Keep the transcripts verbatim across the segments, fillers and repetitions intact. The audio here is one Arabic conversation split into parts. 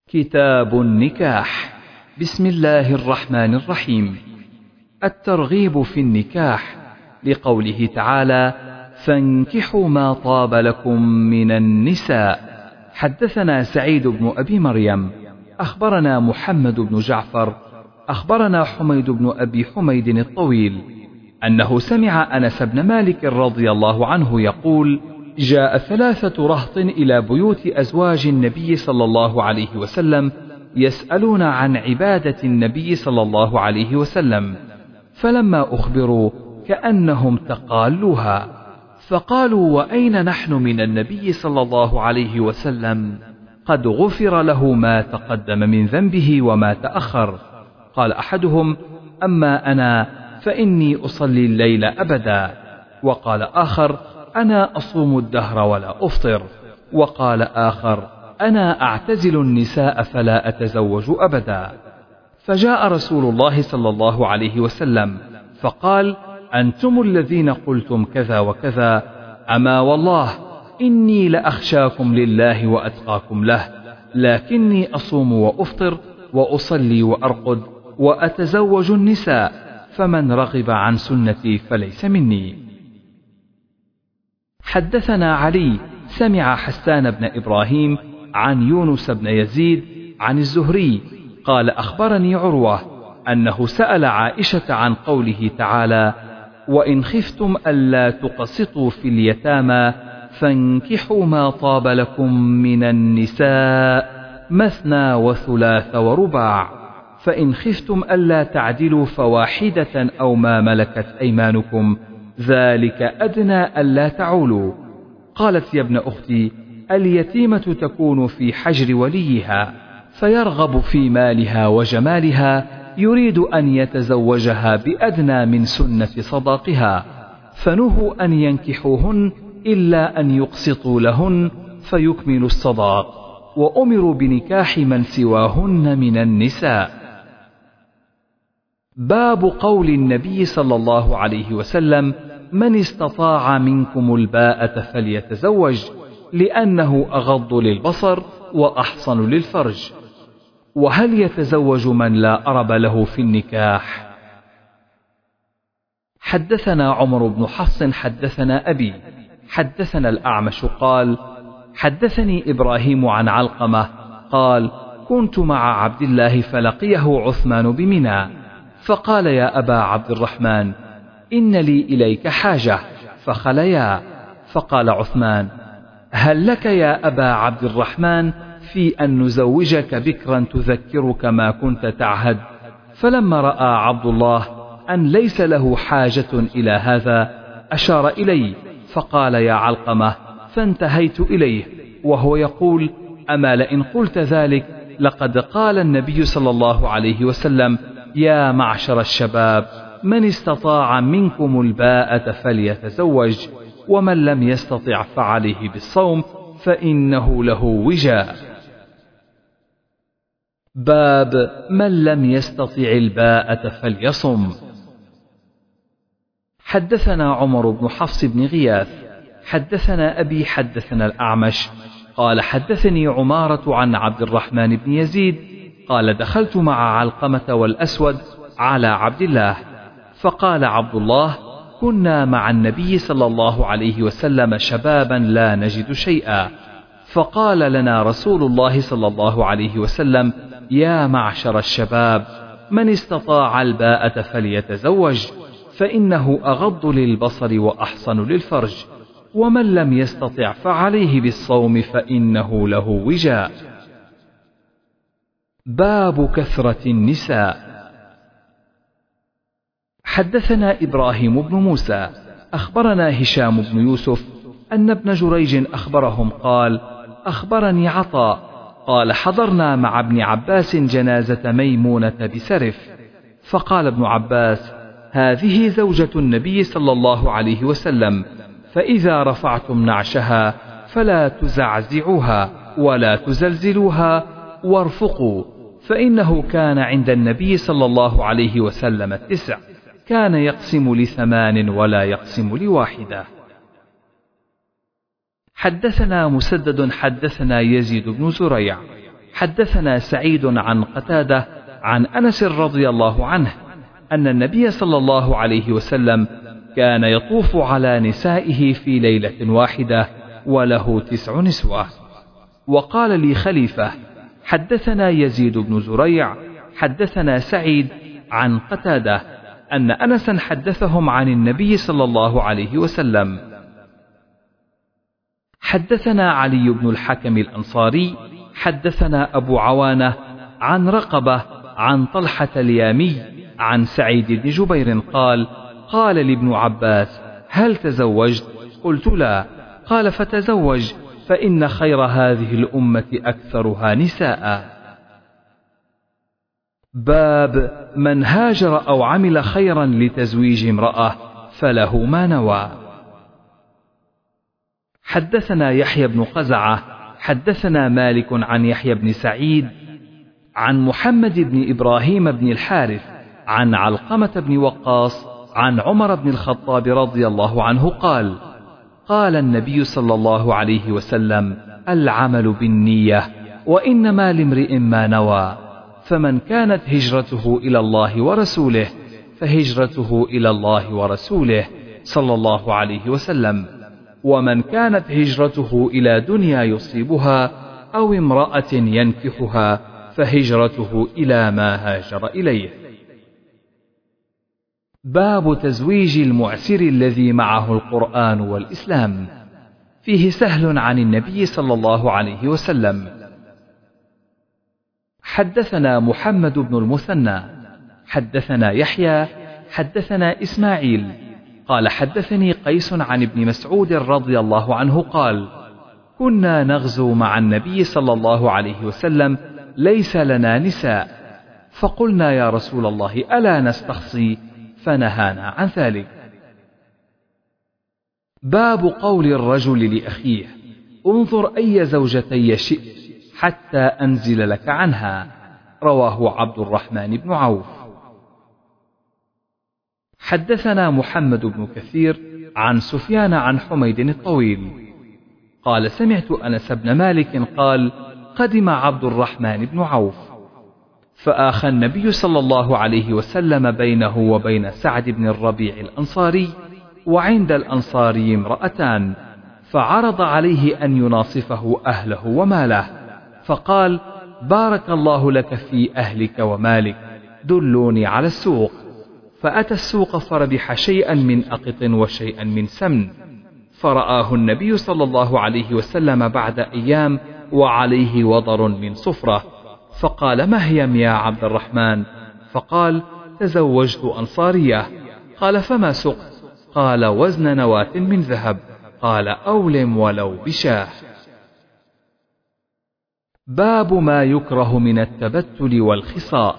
كتاب النكاح. بسم الله الرحمن الرحيم. الترغيب في النكاح لقوله تعالى: فانكحوا ما طاب لكم من النساء. حدثنا سعيد بن أبي مريم أخبرنا محمد بن جعفر أخبرنا حميد بن أبي حميد الطويل أنه سمع أنس بن مالك رضي الله عنه يقول: جاء ثلاثة رهط إلى بيوت أزواج النبي صلى الله عليه وسلم يسألون عن عبادة النبي صلى الله عليه وسلم، فلما أخبروا كأنهم تقالوها، فقالوا: وأين نحن من النبي صلى الله عليه وسلم؟ قد غفر له ما تقدم من ذنبه وما تأخر. قال أحدهم: أما أنا فإني أصلي الليل أبدا. وقال آخر: أنا أصوم الدهر ولا أفطر. وقال آخر: أنا أعتزل النساء فلا أتزوج أبدا. فجاء رسول الله صلى الله عليه وسلم فقال: أنتم الذين قلتم كذا وكذا، أما والله إني لأخشاكم لله وأتقاكم له، لكني أصوم وأفطر وأصلي وأرقد وأتزوج النساء، فمن رغب عن سنتي فليس مني. حدثنا علي سمع حسان بن إبراهيم عن يونس بن يزيد عن الزهري قال: أخبرني عروة أنه سأل عائشة عن قوله تعالى: وإن خفتم ألا تقسطوا في اليتامى فانكحوا ما طاب لكم من النساء مثنى وثلاث ورباع، فإن خفتم ألا تعدلوا فواحدة أو ما ملكت أيمانكم ذلك أدنى ألا تعولوا. قالت: يا ابن أختي، اليتيمة تكون في حجر وليها فيرغب في مالها وجمالها، يريد أن يتزوجها بأدنى من سنة صداقها، فنهوا أن ينكحوهن إلا أن يقسطوا لهن فيكملوا الصداق، وأمروا بنكاح من سواهن من النساء. باب قول النبي صلى الله عليه وسلم: من استطاع منكم الباءة فليتزوج، لأنه أغض للبصر وأحصن للفرج. وهل يتزوج من لا أرب له في النكاح؟ حدثنا عمر بن حفص حدثنا أبي حدثنا الأعمش قال: حدثني إبراهيم عن علقمة قال: كنت مع عبد الله فلقيه عثمان بمنى، فقال: يا أبا عبد الرحمن، إن لي إليك حاجة، فخليا. فقال عثمان: هل لك يا أبا عبد الرحمن في أن نزوجك بكرا تذكرك ما كنت تعهد؟ فلما رأى عبد الله أن ليس له حاجة إلى هذا أشار إلي، فقال: يا علقمة، فانتهيت إليه وهو يقول: أما لئن قلت ذلك لقد قال النبي صلى الله عليه وسلم: يا معشر الشباب، من استطاع منكم الباءة فليتزوج، ومن لم يستطع فعليه بالصوم فإنه له وجاء. باب من لم يستطع الباءة فليصم. حدثنا عمر بن حفص بن غياث حدثنا أبي حدثنا الأعمش قال: حدثني عمارة عن عبد الرحمن بن يزيد قال: دخلت مع علقمة والأسود على عبد الله، فقال عبد الله: كنا مع النبي صلى الله عليه وسلم شبابا لا نجد شيئا، فقال لنا رسول الله صلى الله عليه وسلم: يا معشر الشباب، من استطاع الباءة فليتزوج، فإنه أغض للبصر وأحصن للفرج، ومن لم يستطع فعليه بالصوم فإنه له وجاء. باب كثرة النساء. حدثنا إبراهيم بن موسى أخبرنا هشام بن يوسف أن ابن جريج أخبرهم قال: أخبرني عطاء قال: حضرنا مع ابن عباس جنازة ميمونة بسرف، فقال ابن عباس: هذه زوجة النبي صلى الله عليه وسلم، فإذا رفعتم نعشها فلا تزعزعوها ولا تزلزلوها وارفقوا، فإنه كان عند النبي صلى الله عليه وسلم التسع، كان يقسم لثمان ولا يقسم لواحدة. حدثنا مسدد حدثنا يزيد بن زريع حدثنا سعيد عن قتادة عن أنس رضي الله عنه أن النبي صلى الله عليه وسلم كان يطوف على نسائه في ليلة واحدة وله تسع نسوة. وقال لي خليفة حدثنا يزيد بن زريع حدثنا سعيد عن قتادة أن أنسا حدثهم عن النبي صلى الله عليه وسلم. حدثنا علي بن الحكم الأنصاري حدثنا أبو عوانة عن رقبة عن طلحة اليامي عن سعيد بن جبير قال قال لابن عباس هل تزوجت؟ قلت لا. قال فتزوج فإن خير هذه الأمة أكثرها نساء. باب من هاجر أو عمل خيرا لتزويج امرأة فله ما نوى. حدثنا يحيى بن قزعة حدثنا مالك عن يحيى بن سعيد عن محمد بن إبراهيم بن الحارث عن علقمة بن وقاص عن عمر بن الخطاب رضي الله عنه قال قال النبي صلى الله عليه وسلم العمل بالنية وإنما لامرئ ما نوى، فمن كانت هجرته إلى الله ورسوله فهجرته إلى الله ورسوله صلى الله عليه وسلم، ومن كانت هجرته إلى دنيا يصيبها أو امرأة ينكحها فهجرته إلى ما هاجر إليه. باب تزويج المعسر الذي معه القرآن والإسلام. فيه سهل عن النبي صلى الله عليه وسلم. حدثنا محمد بن المثنى حدثنا يحيى حدثنا إسماعيل قال حدثني قيس عن ابن مسعود رضي الله عنه قال كنا نغزو مع النبي صلى الله عليه وسلم ليس لنا نساء، فقلنا يا رسول الله ألا نستخصي؟ فنهانا عن ذلك. باب قول الرجل لأخيه انظر أي زوجتي شئت حتى أنزل لك عنها، رواه عبد الرحمن بن عوف. حدثنا محمد بن كثير عن سفيان عن حميد الطويل قال سمعت أنس بن مالك قال قدم عبد الرحمن بن عوف فآخى النبي صلى الله عليه وسلم بينه وبين سعد بن الربيع الأنصاري، وعند الأنصاري امرأتان، فعرض عليه أن يناصفه أهله وماله، فقال بارك الله لك في أهلك ومالك، دلوني على السوق. فأتى السوق فربح شيئا من أقط وشيئا من سمن، فرآه النبي صلى الله عليه وسلم بعد أيام وعليه وضر من صفرة، فقال مهيم يا عبد الرحمن؟ فقال تزوجت أنصارية. قال فما سقت؟ قال وزن نواة من ذهب. قال أولم ولو بشاه. باب ما يكره من التبتل والخصاء.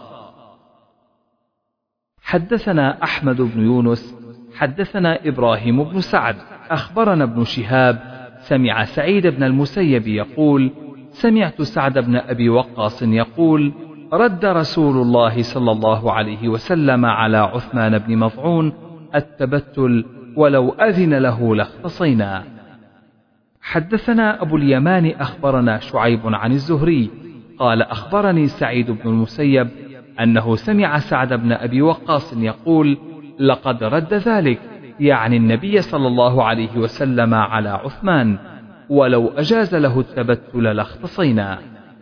حدثنا أحمد بن يونس حدثنا إبراهيم بن سعد أخبرنا ابن شهاب سمع سعيد بن المسيب يقول سمعت سعد بن أبي وقاص يقول رد رسول الله صلى الله عليه وسلم على عثمان بن مظعون التبتل ولو أذن له لاختصينا. حدثنا أبو اليمان أخبرنا شعيب عن الزهري قال أخبرني سعيد بن المسيب أنه سمع سعد بن أبي وقاص يقول لقد رد ذلك، يعني النبي صلى الله عليه وسلم على عثمان، ولو أجاز له التبتل لاختصينا.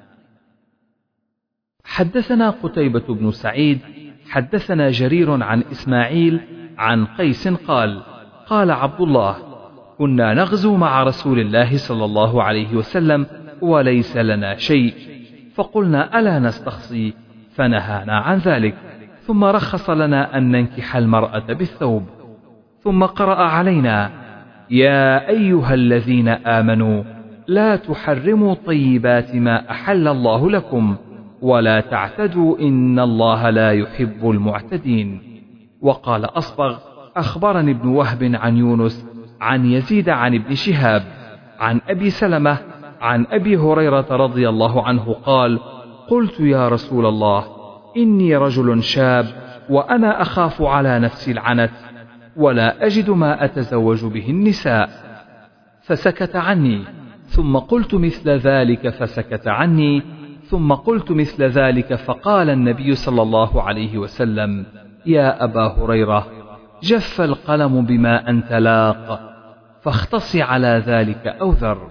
حدثنا قتيبة بن سعيد حدثنا جرير عن إسماعيل عن قيس قال قال عبد الله كنا نغزو مع رسول الله صلى الله عليه وسلم وليس لنا شيء، فقلنا ألا نستخصي؟ فنهانا عن ذلك، ثم رخص لنا أن ننكح المرأة بالثوب، ثم قرأ علينا يا أيها الذين آمنوا لا تحرموا طيبات ما أحل الله لكم ولا تعتدوا إن الله لا يحب المعتدين. وقال أصبغ أخبرني ابن وهب عن يونس عن يزيد عن ابن شهاب عن أبي سلمة عن أبي هريرة رضي الله عنه قال قلت يا رسول الله إني رجل شاب وأنا أخاف على نفسي العنت ولا أجد ما أتزوج به النساء، فسكت عني، ثم قلت مثل ذلك فسكت عني، ثم قلت مثل ذلك فقال النبي صلى الله عليه وسلم: يا أبا هريرة، جف القلم بما أنت لاق، فاختص على ذلك أو ذر.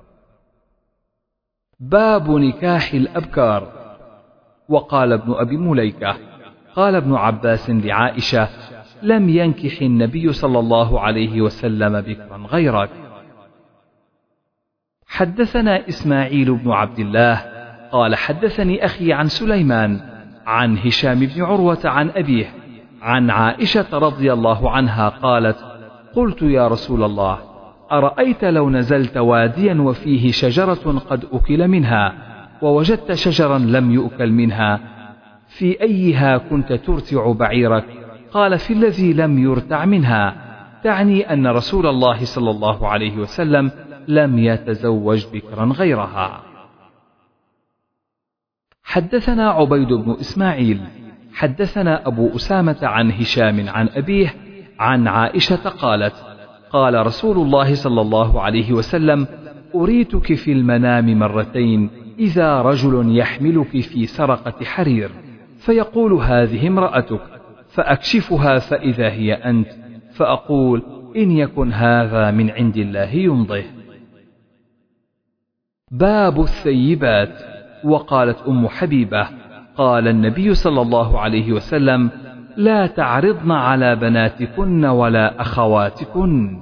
باب نكاح الأبكار. وقال ابن أبي مليكة: قال ابن عباس لعائشة: لم ينكح النبي صلى الله عليه وسلم بكرا غيرك. حدثنا إسماعيل بن عبد الله قال حدثني أخي عن سليمان عن هشام بن عروة عن أبيه عن عائشة رضي الله عنها قالت: قلت يا رسول الله، أرأيت لو نزلت واديا وفيه شجرة قد أكل منها ووجدت شجرا لم يؤكل منها، في أيها كنت ترتع بعيرك؟ قال: في الذي لم يرتع منها، تعني أن رسول الله صلى الله عليه وسلم لم يتزوج بكرا غيرها. حدثنا عبيد بن إسماعيل حدثنا أبو أسامة عن هشام عن أبيه عن عائشة قالت: قال رسول الله صلى الله عليه وسلم: أريتك في المنام مرتين، إذا رجل يحملك في سرقة حرير فيقول هذه امرأتك، فأكشفها فإذا هي أنت، فأقول إن يكن هذا من عند الله يمضه. باب الثيبات. وقالت أم حبيبة: قال النبي صلى الله عليه وسلم: لا تعرضن على بناتكن ولا أخواتكن.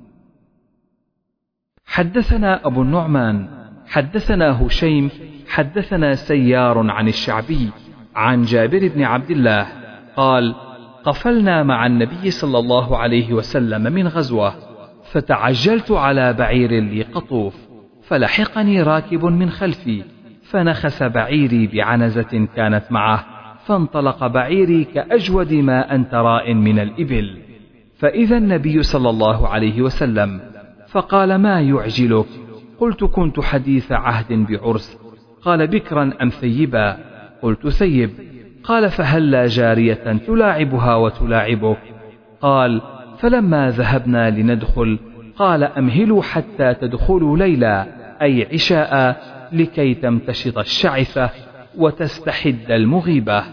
حدثنا أبو النعمان حدثنا هشيم حدثنا سيار عن الشعبي عن جابر بن عبد الله قال: قفلنا مع النبي صلى الله عليه وسلم من غزوة، فتعجلت على بعير لي قطوف، فلحقني راكب من خلفي، فنخس بعيري بعنزة كانت معه، فانطلق بعيري كأجود ما أنت راء من الإبل، فإذا النبي صلى الله عليه وسلم، فقال: ما يعجلك؟ قلت: كنت حديث عهد بعرس. قال: بكرا أم ثيبا؟ قلت: ثيب. قال: فهلا جارية تلاعبها وتلاعبك؟ قال: فلما ذهبنا لندخل قال: أمهلوا حتى تدخلوا ليلا، أي عشاء، لكي تمتشط الشعثة وتستحد المغيبة.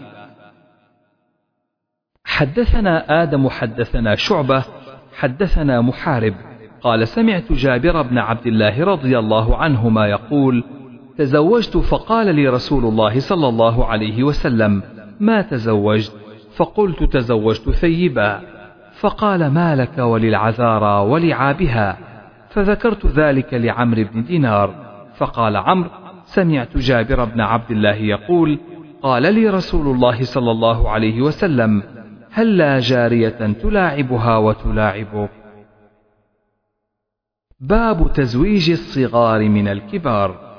حدثنا آدم حدثنا شعبة حدثنا محارب قال: سمعت جابر بن عبد الله رضي الله عنهما يقول: تزوجت، فقال لي رسول الله صلى الله عليه وسلم: ما تزوجت؟ فقلت: تزوجت ثيبا. فقال: ما لك وللعذارى ولعابها؟ فذكرت ذلك لعمرو بن دينار، فقال عمرو: سمعت جابر بن عبد الله يقول: قال لي رسول الله صلى الله عليه وسلم: هلا جارية تلاعبها وتلاعبك. باب تزويج الصغار من الكبار.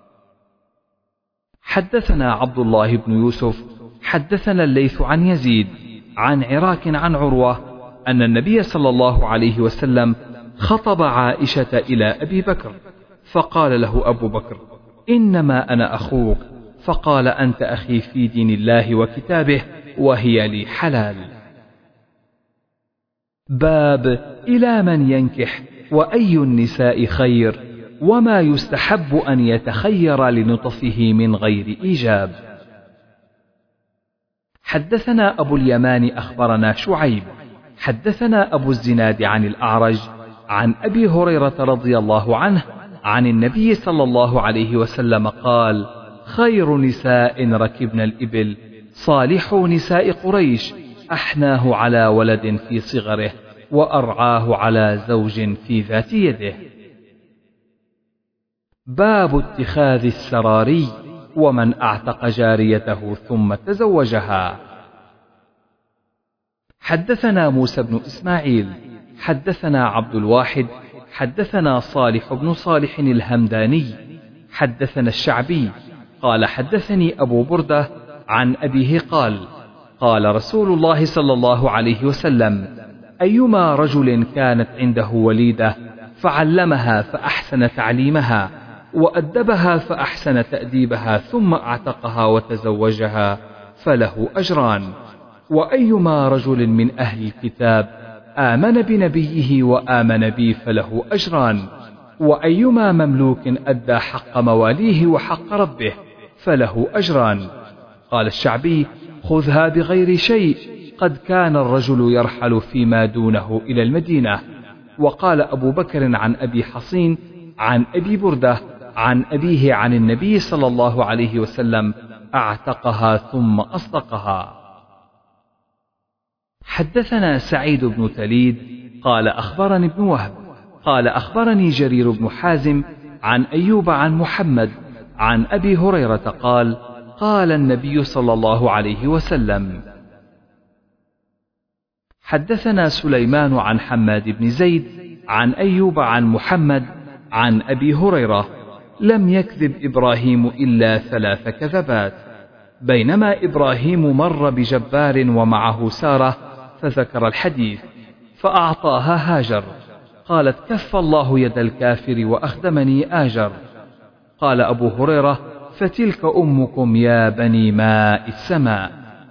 حدثنا عبد الله بن يوسف حدثنا الليث عن يزيد عن عراك عن عروة أن النبي صلى الله عليه وسلم خطب عائشة إلى أبي بكر، فقال له أبو بكر: إنما أنا أخوك. فقال: أنت أخي في دين الله وكتابه، وهي لي حلال. باب إلى من ينكح، وأي النساء خير، وما يستحب أن يتخير لنطفه من غير إيجاب. حدثنا أبو اليمان أخبرنا شعيب حدثنا أبو الزناد عن الأعرج عن أبي هريرة رضي الله عنه عن النبي صلى الله عليه وسلم قال: خير نساء ركبن الإبل صالح نساء قريش، أحناه على ولد في صغره، وأرعاه على زوج في ذات يده. باب اتخاذ السراري، ومن أعتق جاريته ثم تزوجها. حدثنا موسى بن إسماعيل حدثنا عبد الواحد حدثنا صالح بن صالح الهمداني حدثنا الشعبي قال: حدثني أبو بردة عن أبيه قال: قال رسول الله صلى الله عليه وسلم: أيما رجل كانت عنده وليدة فعلمها فأحسن تعليمها وأدبها فأحسن تأديبها ثم أعتقها وتزوجها فله أجران، وأيما رجل من أهل الكتاب آمن بنبيه وآمن بي فله أجران، وأيما مملوك أدى حق مواليه وحق ربه فله أجران. قال الشعبي: خذها بغير شيء، قد كان الرجل يرحل فيما دونه إلى المدينة. وقال أبو بكر عن أبي حصين عن أبي بردة عن أبيه عن النبي صلى الله عليه وسلم: أعتقها ثم أصدقها. حدثنا سعيد بن تليد قال أخبرني ابن وهب قال أخبرني جرير بن حازم عن أيوب عن محمد عن أبي هريرة قال: قال النبي صلى الله عليه وسلم. حدثنا سليمان عن حماد بن زيد عن أيوب عن محمد عن أبي هريرة: لم يكذب إبراهيم إلا ثلاث كذبات. بينما إبراهيم مر بجبار ومعه سارة فذكر الحديث، فأعطاها هاجر، قالت: كف الله يد الكافر وأخدمني آجر. قال أبو هريرة: فتلك أمكم يا بني ماء السماء.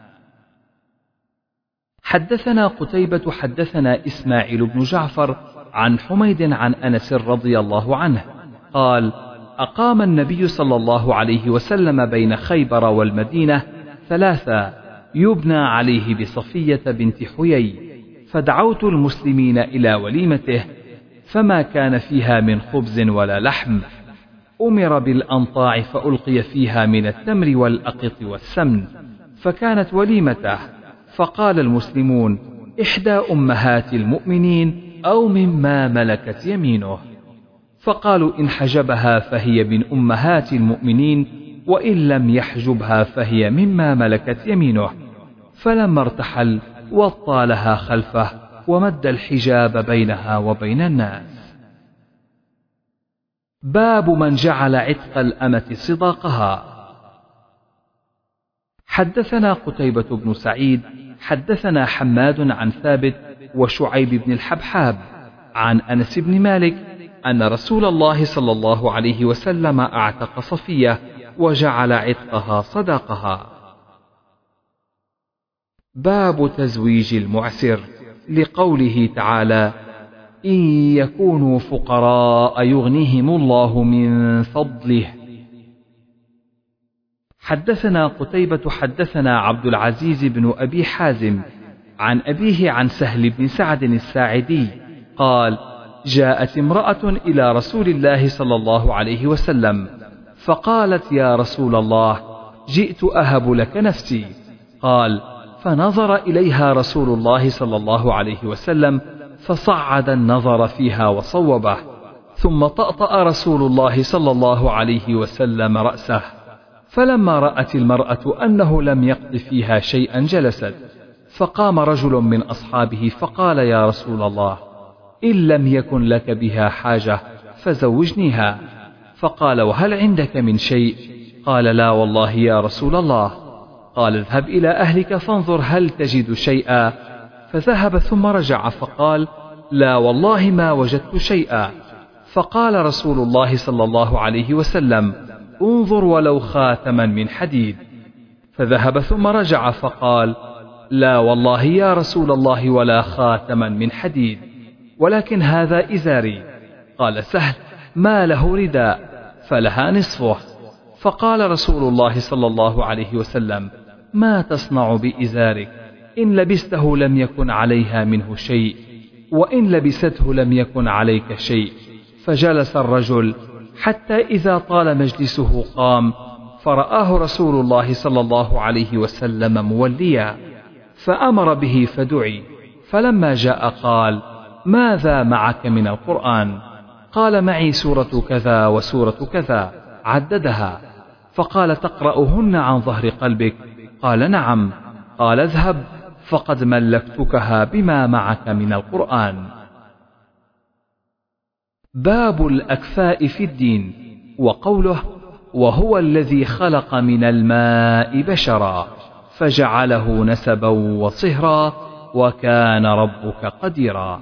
حدثنا قتيبة حدثنا إسماعيل بن جعفر عن حميد عن أنس رضي الله عنه قال: أقام النبي صلى الله عليه وسلم بين خيبر والمدينة ثلاثة يبنى عليه بصفية بنت حيي، فدعوت المسلمين إلى وليمته، فما كان فيها من خبز ولا لحم. أمر بالأنطاع فألقي فيها من التمر والأقط والسمن، فكانت وليمته. فقال المسلمون: إحدى أمهات المؤمنين أو مما ملكت يمينه. فقالوا: إن حجبها فهي من أمهات المؤمنين، وإن لم يحجبها فهي مما ملكت يمينه. فلما ارتحل وطى لها خلفه ومد الحجاب بينها وبين الناس. باب من جعل عتق الأمة صداقها. حدثنا قتيبة بن سعيد حدثنا حماد عن ثابت وشعيب بن الحبحاب عن أنس بن مالك أن رسول الله صلى الله عليه وسلم أعتق صفية وجعل عتقها صداقها. باب تزويج المعسر، لقوله تعالى: إن يكونوا فقراء يغنيهم الله من فضله. حدثنا قتيبة حدثنا عبد العزيز بن أبي حازم عن أبيه عن سهل بن سعد الساعدي قال: جاءت امرأة إلى رسول الله صلى الله عليه وسلم فقالت: يا رسول الله، جئت أهب لك نفسي. قال: فنظر إليها رسول الله صلى الله عليه وسلم فصعد النظر فيها وصوبه، ثم طأطأ رسول الله صلى الله عليه وسلم رأسه، فلما رأت المرأة أنه لم يقض فيها شيئا جلست، فقام رجل من أصحابه فقال: يا رسول الله، إن لم يكن لك بها حاجة فزوجنيها. فقال: وهل عندك من شيء؟ قال: لا والله يا رسول الله. قال: اذهب إلى أهلك فانظر هل تجد شيئا. فذهب ثم رجع فقال: لا والله ما وجدت شيئا. فقال رسول الله صلى الله عليه وسلم: انظر ولو خاتما من حديد. فذهب ثم رجع فقال: لا والله يا رسول الله ولا خاتما من حديد، ولكن هذا إزاري. قال سهل: ما له رداء فلها نصفه. فقال رسول الله صلى الله عليه وسلم: ما تصنع بإزارك؟ إن لبسته لم يكن عليها منه شيء، وإن لبسته لم يكن عليك شيء. فجلس الرجل حتى إذا طال مجلسه قام، فرآه رسول الله صلى الله عليه وسلم موليا، فأمر به فدعي. فلما جاء قال: ماذا معك من القرآن؟ قال: معي سورة كذا وسورة كذا، عددها. فقال: تقرأهن عن ظهر قلبك؟ قال: نعم. قال: اذهب فقد ملكتكها بما معك من القرآن. باب الأكفاء في الدين، وقوله: وهو الذي خلق من الماء بشرا فجعله نسبا وصهرا وكان ربك قديرا.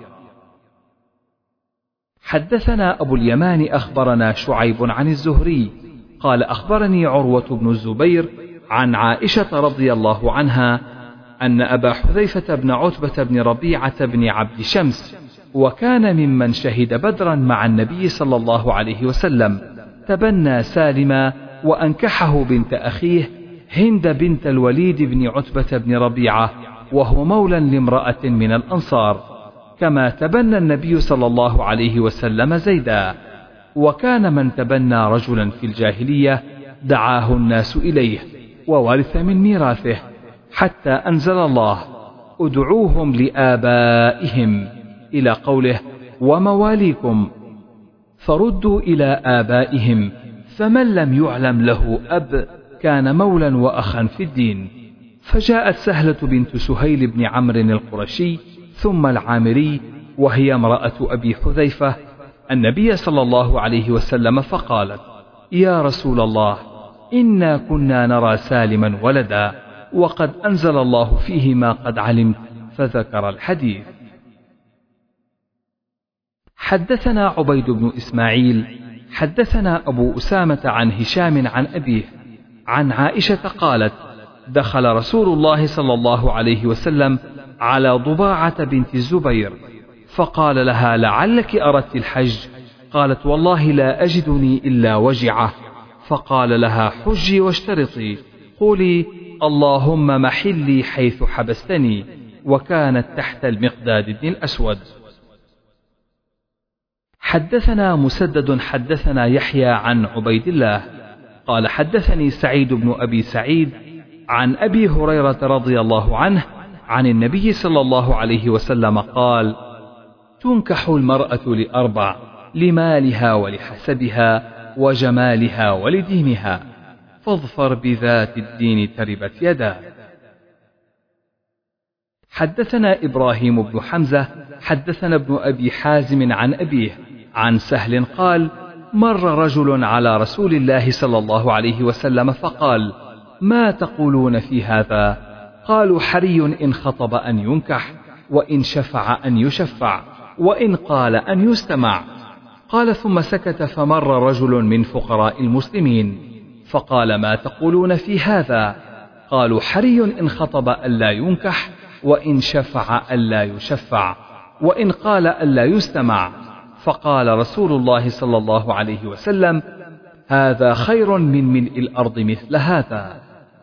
حدثنا أبو اليمان أخبرنا شعيب عن الزهري قال: أخبرني عروة بن الزبير عن عائشة رضي الله عنها أن أبا حذيفة بن عتبة بن ربيعة بن عبد شمس، وكان ممن شهد بدرا مع النبي صلى الله عليه وسلم، تبنى سالما وأنكحه بنت أخيه هند بنت الوليد بن عتبة بن ربيعة، وهو مولى لامرأة من الأنصار، كما تبنى النبي صلى الله عليه وسلم زيدا. وكان من تبنى رجلا في الجاهلية دعاه الناس إليه وورث من ميراثه، حتى أنزل الله: ادعوهم لآبائهم، إلى قوله: ومواليكم، فردوا إلى آبائهم. فمن لم يعلم له أب كان مولا وأخا في الدين. فجاءت سهلة بنت سهيل بن عمرو القرشي ثم العامري، وهي امرأة أبي حذيفة، النبي صلى الله عليه وسلم فقالت: يا رسول الله، إنا كنا نرى سالما ولدا، وقد أنزل الله فيه ما قد علمت، فذكر الحديث. حدثنا عبيد بن إسماعيل حدثنا أبو أسامة عن هشام عن أبيه عن عائشة قالت: دخل رسول الله صلى الله عليه وسلم على ضباعة بنت الزبير، فقال لها: لعلك أردت الحج؟ قالت: والله لا أجدني إلا وجعة. فقال لها: حجي واشترطي، قولي: اللهم محلي حيث حبستني. وكانت تحت المقداد بن الأسود. حدثنا مسدد حدثنا يحيى عن عبيد الله قال حدثني سعيد بن أبي سعيد عن أبي هريرة رضي الله عنه عن النبي صلى الله عليه وسلم قال: تنكح المرأة لأربع: لمالها ولحسبها وجمالها ولدينها، فاظفر بذات الدين تربت يداه. حدثنا إبراهيم بن حمزة حدثنا ابن أبي حازم عن أبيه عن سهل قال: مر رجل على رسول الله صلى الله عليه وسلم فقال: ما تقولون في هذا؟ قالوا: حري إن خطب أن ينكح، وإن شفع أن يشفع، وإن قال أن يستمع. قال ثم سكت، فمر رجل من فقراء المسلمين فقال: ما تقولون في هذا؟ قالوا: حري إن خطب ألا ينكح، وإن شفع ألا يشفع، وإن قال ألا يستمع. فقال رسول الله صلى الله عليه وسلم: هذا خير من ملء الأرض مثل هذا.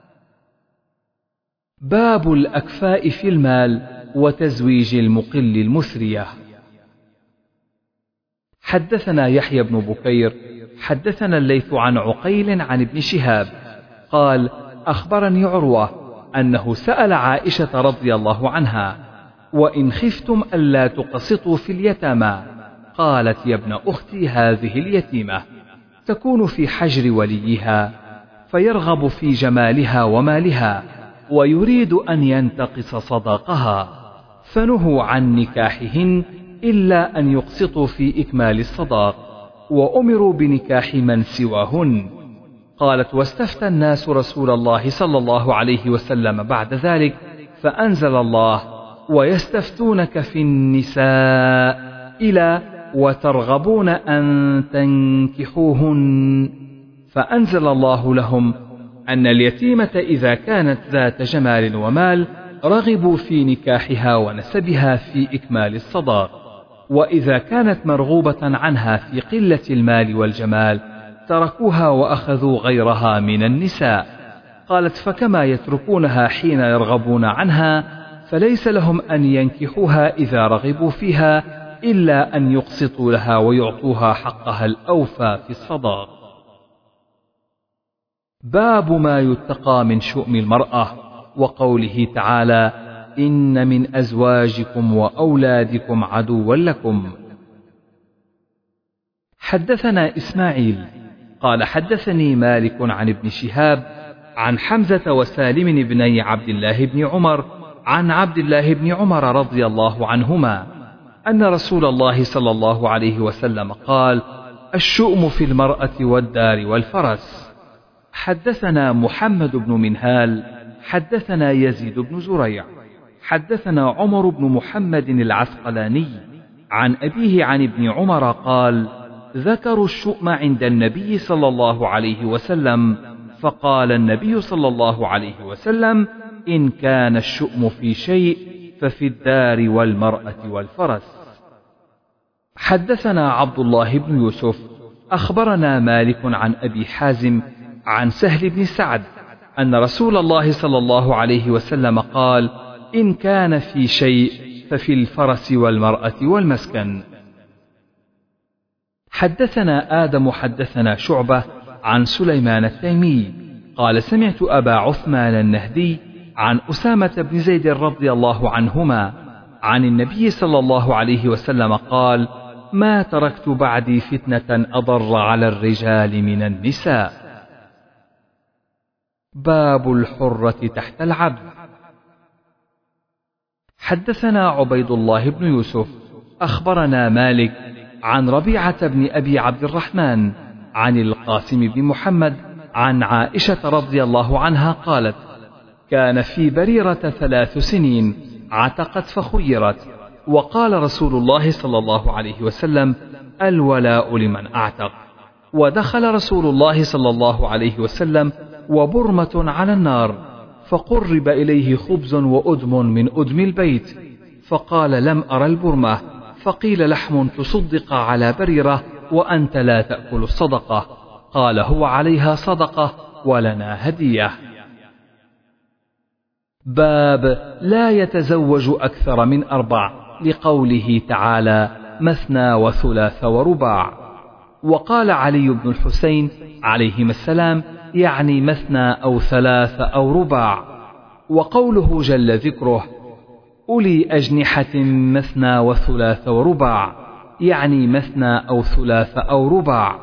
باب الأكفاء في المال وتزويج المقل المثرية. حدثنا يحيى بن بكير حدثنا الليث عن عقيل عن ابن شهاب قال: أخبرني عروة أنه سأل عائشة رضي الله عنها: وإن خفتم ألا تقسطوا في اليتامى؟ قالت: يا ابن أختي، هذه اليتيمة تكون في حجر وليها، فيرغب في جمالها ومالها، ويريد أن ينتقص صداقها، فنهوا عن نكاحهن إلا أن يقسطوا في إكمال الصداق، وأمروا بنكاح من سواهن. قالت: واستفتى الناس رسول الله صلى الله عليه وسلم بعد ذلك، فأنزل الله: ويستفتونك في النساء إلى وترغبون أن تنكحوهن، فأنزل الله لهم أن اليتيمة إذا كانت ذات جمال ومال رغبوا في نكاحها ونسبها في إكمال الصداق، وإذا كانت مرغوبة عنها في قلة المال والجمال تركوها وأخذوا غيرها من النساء. قالت: فكما يتركونها حين يرغبون عنها، فليس لهم أن ينكحوها إذا رغبوا فيها إلا أن يقسطوا لها ويعطوها حقها الأوفى في الصداق. باب ما يتقى من شؤم المرأة، وقوله تعالى: إن من أزواجكم وأولادكم عدوا لكم. حدثنا إسماعيل قال حدثني مالك عن ابن شهاب عن حمزة وسالم بني عبد الله بن عمر عن عبد الله بن عمر رضي الله عنهما أن رسول الله صلى الله عليه وسلم قال: الشؤم في المرأة والدار والفرس. حدثنا محمد بن منهال حدثنا يزيد بن زريع حدثنا عمر بن محمد العسقلاني عن أبيه عن ابن عمر قال: ذكروا الشؤم عند النبي صلى الله عليه وسلم، فقال النبي صلى الله عليه وسلم: إن كان الشؤم في شيء ففي الدار والمرأة والفرس. حدثنا عبد الله بن يوسف أخبرنا مالك عن أبي حازم عن سهل بن سعد أن رسول الله صلى الله عليه وسلم قال: إن كان في شيء ففي الفرس والمرأة والمسكن. حدثنا آدم حدثنا شعبة عن سليمان التيمي قال: سمعت أبا عثمان النهدي عن أسامة بن زيد رضي الله عنهما عن النبي صلى الله عليه وسلم قال: ما تركت بعدي فتنة أضر على الرجال من النساء. باب الحرة تحت العبد. حدثنا عبيد الله بن يوسف أخبرنا مالك عن ربيعة بن أبي عبد الرحمن عن القاسم بن محمد عن عائشة رضي الله عنها قالت: كان في بريرة ثلاث سنين عتقت فخيرت، وقال رسول الله صلى الله عليه وسلم: الولاء لمن أعتق. ودخل رسول الله صلى الله عليه وسلم وبرمة على النار، فقرب إليه خبز وأدم من أدم البيت، فقال: لم أرى البرمة. فقيل: لحم تصدق على بريرة وأنت لا تأكل الصدقة. قال: هو عليها صدقة ولنا هدية. باب لا يتزوج أكثر من أربع، لقوله تعالى: مثنى وثلاث ورباع. وقال علي بن الحسين عليهما السلام: يعني مثنى أو ثلاث أو رباع. وقوله جل ذكره: أولي أجنحة مثنى وثلاث ورباع، يعني مثنى أو ثلاث أو رباع.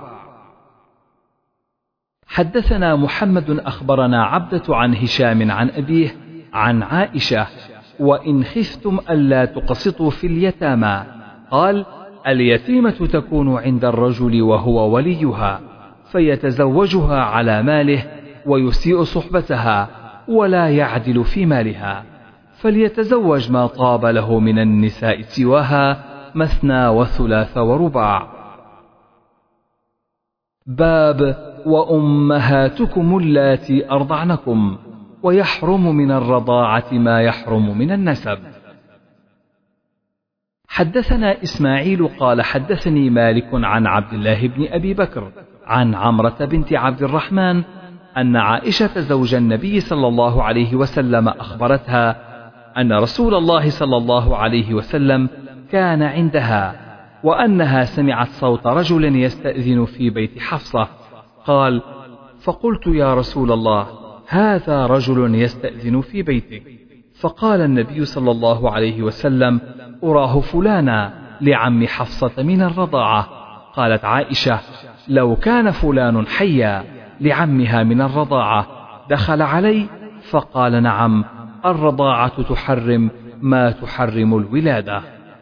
حدثنا محمد أخبرنا عبدة عن هشام عن أبيه عن عائشة: وإن خفتم ألا تقسطوا في اليتامى، قال: اليتيمة تكون عند الرجل وهو وليها، فيتزوجها على ماله ويسيء صحبتها ولا يعدل في مالها، فليتزوج ما طاب له من النساء سواها مثنى وثلاث ورباع. باب وأمهاتكم اللاتي أرضعنكم، ويحرم من الرضاعة ما يحرم من النسب. حدثنا إسماعيل قال: حدثني مالك عن عبد الله بن أبي بكر عن عمرة بنت عبد الرحمن أن عائشة زوج النبي صلى الله عليه وسلم أخبرتها أن رسول الله صلى الله عليه وسلم كان عندها، وأنها سمعت صوت رجل يستأذن في بيت حفصة. قال: فقلت: يا رسول الله، هذا رجل يستأذن في بيتك. فقال النبي صلى الله عليه وسلم: أراه فلانا لعم حفصة من الرضاعة. قالت عائشة: لو كان فلان حيا لعمها من الرضاعة دخل علي؟ فقال: نعم، الرضاعة تحرم ما تحرم الولادة.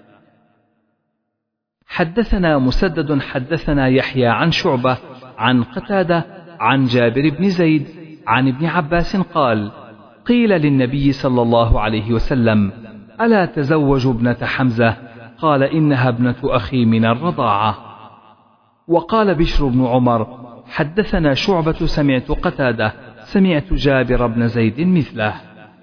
حدثنا مسدد حدثنا يحيى عن شعبة عن قتادة عن جابر بن زيد عن ابن عباس قال: قيل للنبي صلى الله عليه وسلم: ألا تزوج ابنة حمزة؟ قال: إنها ابنة أخي من الرضاعة. وقال بشر بن عمر: حدثنا شعبة سمعت قتادة سمعت جابر بن زيد مثله.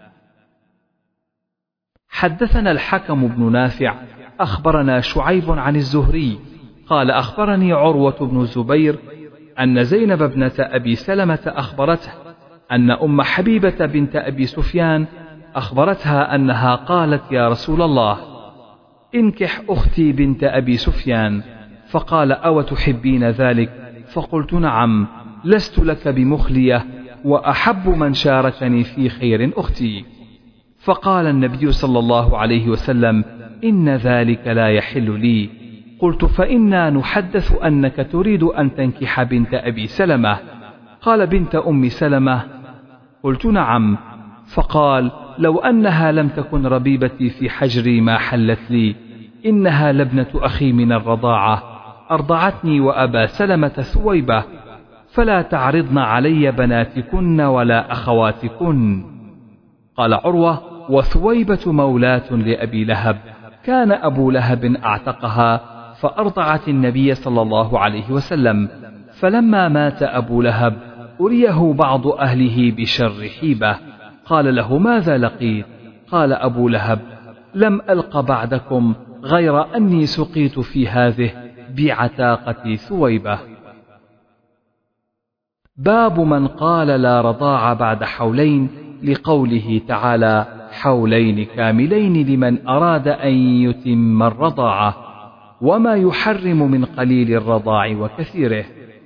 حدثنا الحكم بن نافع أخبرنا شعيب عن الزهري قال: أخبرني عروة بن الزبير أن زينب ابنة أبي سلمة أخبرته أن أم حبيبة بنت أبي سفيان أخبرتها أنها قالت: يا رسول الله، انكح أختي بنت أبي سفيان. فقال: أو تحبين ذلك؟ فقلت: نعم، لست لك بمخلية، وأحب من شاركني في خير أختي. فقال النبي صلى الله عليه وسلم: إن ذلك لا يحل لي. قلت: فإنا نحدث أنك تريد أن تنكح بنت أبي سلمة. قال: بنت أم سلمة؟ قلت: نعم. فقال: لو أنها لم تكن ربيبتي في حجري ما حلت لي، إنها لابنة أخي من الرضاعة، أرضعتني وأبا سلمة ثويبة، فلا تعرضن علي بناتكن ولا أخواتكن. قال عروة: وثويبة مولاة لأبي لهب، كان أبو لهب أعتقها فأرضعت النبي صلى الله عليه وسلم، فلما مات أبو لهب أريه بعض أهله بشر حيبة. قال له: ماذا لقيت؟ قال أبو لهب: لم ألق بعدكم غير أني سقيت في هذه بعتاقة ثويبة. باب من قال لا رضاع بعد حولين لقوله تعالى حولين كاملين لمن أراد أن يتم الرضاعة، وما يحرم من قليل الرضاع وكثيره.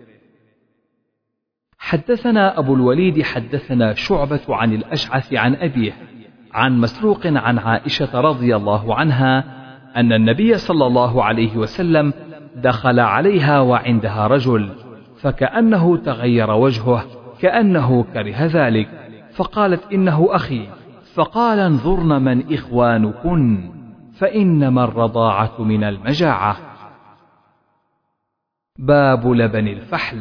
حدثنا أبو الوليد حدثنا شعبة عن الأشعث عن أبيه عن مسروق عن عائشة رضي الله عنها أن النبي صلى الله عليه وسلم دخل عليها وعندها رجل، فكأنه تغير وجهه كأنه كره ذلك، فقالت إنه أخي، فقال انظرن من إخوانكن فإنما الرضاعة من المجاعة. باب لبن الفحل.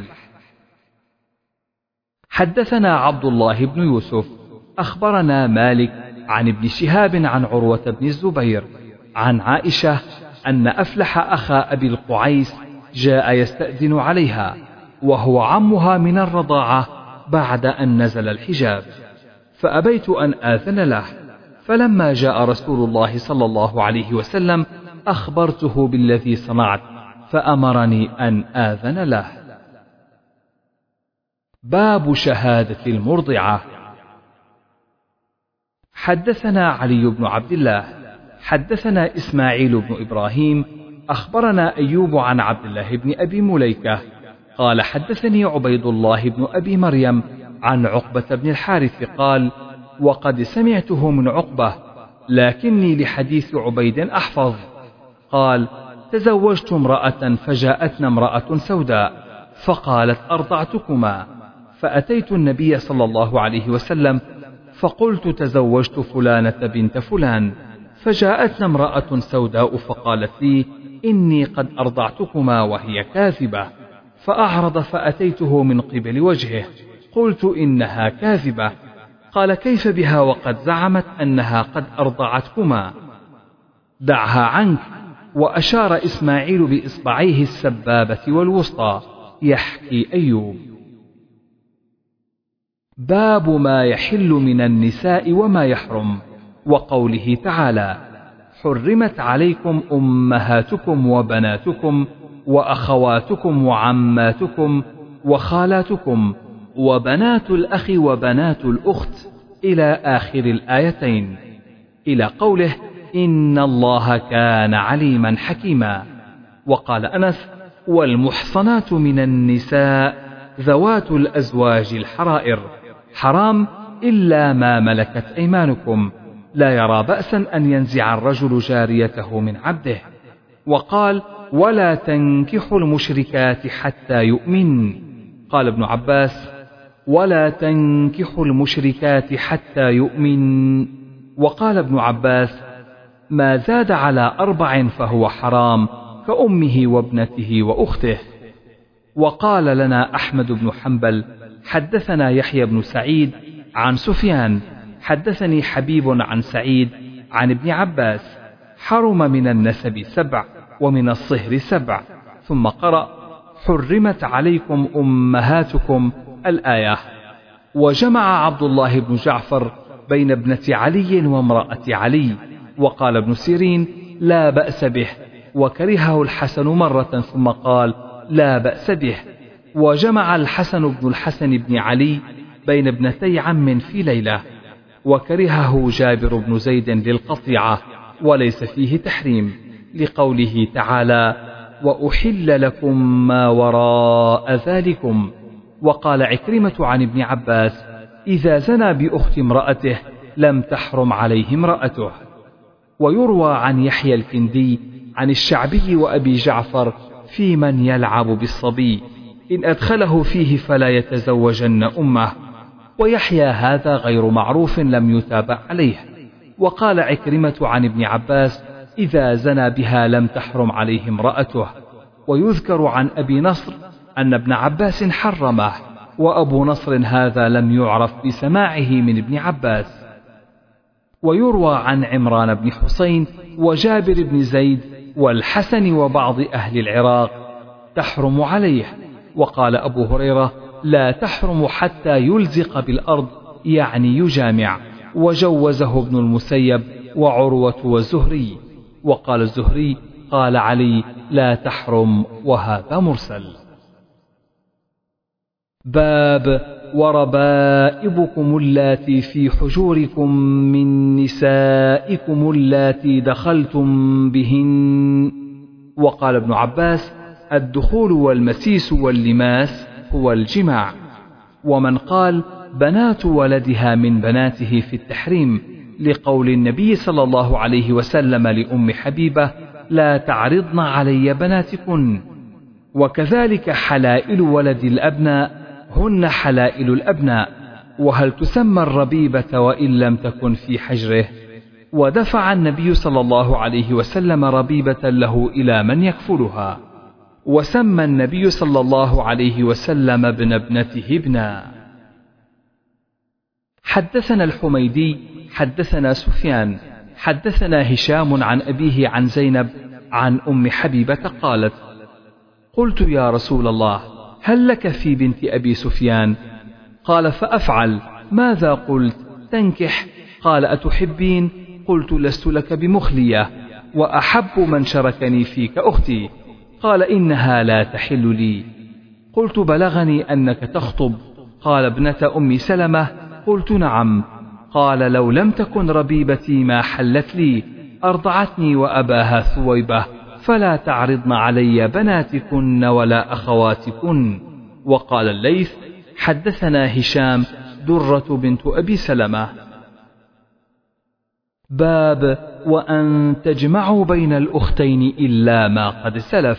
حدثنا عبد الله بن يوسف أخبرنا مالك عن ابن شهاب عن عروة بن الزبير عن عائشة أن أفلح أخا أبي القعيس جاء يستأذن عليها وهو عمها من الرضاعة بعد أن نزل الحجاب، فأبيت أن آذن له، فلما جاء رسول الله صلى الله عليه وسلم أخبرته بالذي صنعت فأمرني أن آذن له. باب شهادة المرضعة. حدثنا علي بن عبد الله حدثنا إسماعيل بن إبراهيم أخبرنا أيوب عن عبد الله بن أبي مليكة قال حدثني عبيد الله بن أبي مريم عن عقبة بن الحارث قال وقد سمعته من عقبة لكني لحديث عبيد أحفظ. قال تزوجت امرأة فجاءتنا امرأة سوداء فقالت أرضعتكما، فأتيت النبي صلى الله عليه وسلم فقلت تزوجت فلانة بنت فلان، فجاءتنا امرأة سوداء فقالت لي إني قد أرضعتكما وهي كاذبة، فأعرض فأتيته من قبل وجهه قلت إنها كاذبة. قال كيف بها وقد زعمت أنها قد أرضعتكما، دعها عنك. وأشار إسماعيل بإصبعيه السبابة والوسطى يحكي أيوب. باب ما يحل من النساء وما يحرم، وقوله تعالى حرمت عليكم أمهاتكم وبناتكم وأخواتكم وعماتكم وخالاتكم وبنات الأخ وبنات الأخت إلى آخر الآيتين، إلى قوله إن الله كان عليما حكيما. وقال أنس والمحصنات من النساء ذوات الأزواج الحرائر حرام إلا ما ملكت أيمانكم، لا يرى بأسا أن ينزع الرجل جاريته من عبده. وقال ولا تنكحوا المشركات حتى يؤمن. قال ابن عباس ولا تنكحوا المشركات حتى يؤمن. وقال ابن عباس ما زاد على أربع فهو حرام كأمه وابنته وأخته. وقال لنا أحمد بن حنبل حدثنا يحيى بن سعيد عن سفيان حدثني حبيب عن سعيد عن ابن عباس حرم من النسب سبع ومن الصهر سبع، ثم قرأ حرمت عليكم أمهاتكم الآية. وجمع عبد الله بن جعفر بين ابنة علي وامرأة علي. وقال ابن سيرين لا بأس به، وكرهه الحسن مرة ثم قال لا بأس به. وجمع الحسن بن الحسن بن علي بين ابنتي عم في ليلة، وكرهه جابر بن زيد للقطيعة وليس فيه تحريم، لقوله تعالى وأحل لكم ما وراء ذلكم. وقال عكرمة عن ابن عباس إذا زنى بأخت امرأته لم تحرم عليه امرأته. ويروى عن يحيى الكندي عن الشعبي وأبي جعفر في من يلعب بالصبي إن أدخله فيه فلا يتزوجن أمه. ويحيى هذا غير معروف لم يتابع عليه. وقال عكرمة عن ابن عباس إذا زنى بها لم تحرم عليه امرأته. ويذكر عن أبي نصر أن ابن عباس حرمه، وأبو نصر هذا لم يعرف بسماعه من ابن عباس. ويروى عن عمران بن حسين وجابر بن زيد والحسن وبعض أهل العراق تحرم عليه. وقال أبو هريرة لا تحرم حتى يلزق بالأرض يعني يجامع. وجوزه ابن المسيب وعروة والزهري. وقال الزهري قال علي لا تحرم، وهذا مرسل. باب وربائبكم اللاتي في حجوركم من نسائكم اللاتي دخلتم بهن. وقال ابن عباس: الدخول والمسيس واللماس هو الجماع. ومن قال: بنات ولدها من بناته في التحريم، لقول النبي صلى الله عليه وسلم لأم حبيبة: لا تعرضن علي بناتكن. وكذلك حلائل ولد الأبناء هن حلائل الأبناء. وهل تسمى الربيبة وإن لم تكن في حجره؟ ودفع النبي صلى الله عليه وسلم ربيبة له إلى من يكفلها، وسمى النبي صلى الله عليه وسلم ابن ابنته ابنا. حدثنا الحميدي حدثنا سفيان حدثنا هشام عن أبيه عن زينب عن أم حبيبة قالت: قلت يا رسول الله، هل لك في بنت أبي سفيان؟ قال: فأفعل. ماذا قلت؟ تنكح. قال: أتحبين؟ قلت: لست لك بمخلية، وأحب من شركني فيك أختي. قال: إنها لا تحل لي. قلت: بلغني أنك تخطب. قال: ابنة أم سلمة. قلت: نعم. قال: لو لم تكن ربيبتي ما حلت لي، أرضعتني وأباها ثويبة، فلا تعرضن علي بناتكن ولا أخواتكن. وقال الليث: حدثنا هشام درة بنت أبي سلمة. باب وأن تجمعوا بين الأختين إلا ما قد سلف.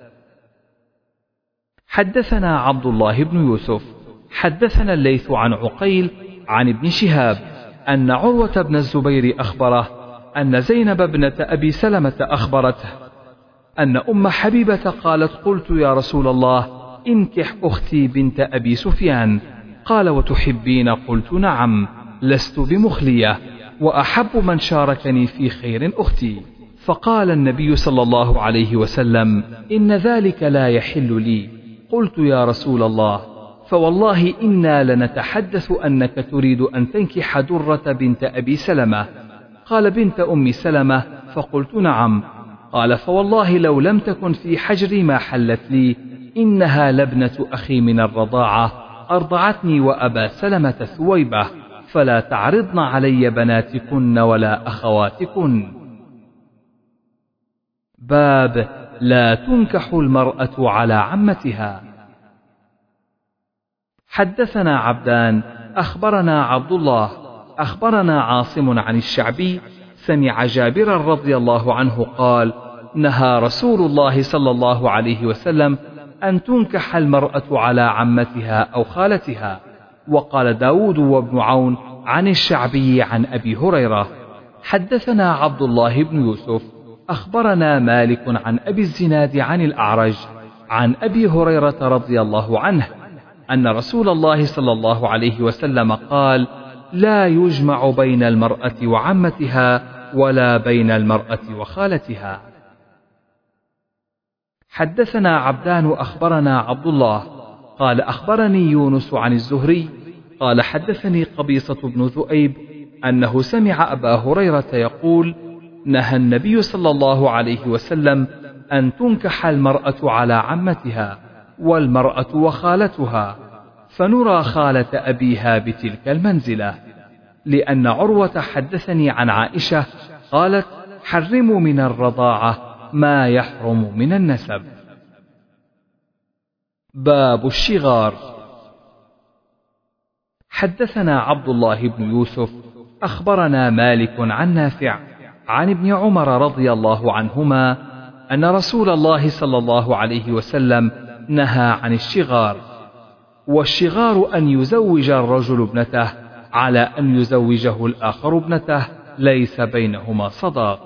حدثنا عبد الله بن يوسف حدثنا الليث عن عقيل عن ابن شهاب أن عروة بن الزبير أخبره أن زينب ابنة أبي سلمة أخبرته أن أم حبيبة قالت: قلت يا رسول الله، انكح أختي بنت أبي سفيان. قال: وتحبين؟ قلت: نعم، لست بمخلية، وأحب من شاركني في خير أختي. فقال النبي صلى الله عليه وسلم: إن ذلك لا يحل لي. قلت: يا رسول الله، فوالله إنا لنتحدث أنك تريد أن تنكح درة بنت أبي سلمة. قال: بنت أم سلمة. فقلت: نعم. قال: فوالله لو لم تكن في حجري ما حلت لي، إنها لابنة أخي من الرضاعة، أرضعتني وأبا سلمة ثويبة، فلا تعرضن علي بناتكن ولا أخواتكن. باب لا تنكح المرأة على عمتها. حدثنا عبدان أخبرنا عبد الله أخبرنا عاصم عن الشعبي سمع جابرا رضي الله عنه قال: نهى رسول الله صلى الله عليه وسلم أن تنكح المرأة على عمتها أو خالتها. وقال داود وابن عون عن الشعبي عن أبي هريرة. حدثنا عبد الله بن يوسف أخبرنا مالك عن أبي الزناد عن الأعرج عن أبي هريرة رضي الله عنه أن رسول الله صلى الله عليه وسلم قال: لا يجمع بين المرأة وعمتها ولا بين المرأة وخالتها. حدثنا عبدان أخبرنا عبد الله قال: أخبرني يونس عن الزهري قال: حدثني قبيصة بن ذؤيب أنه سمع أبا هريرة يقول: نهى النبي صلى الله عليه وسلم أن تنكح المرأة على عمتها والمرأة وخالتها، فنرى خالة أبيها بتلك المنزلة، لأن عروة حدثني عن عائشة قالت: حرموا من الرضاعة ما يحرم من النسب. باب الشغار. حدثنا عبد الله بن يوسف أخبرنا مالك عن نافع عن ابن عمر رضي الله عنهما أن رسول الله صلى الله عليه وسلم نهى عن الشغار. والشغار أن يزوج الرجل ابنته على أن يزوجه الآخر ابنته ليس بينهما صداق.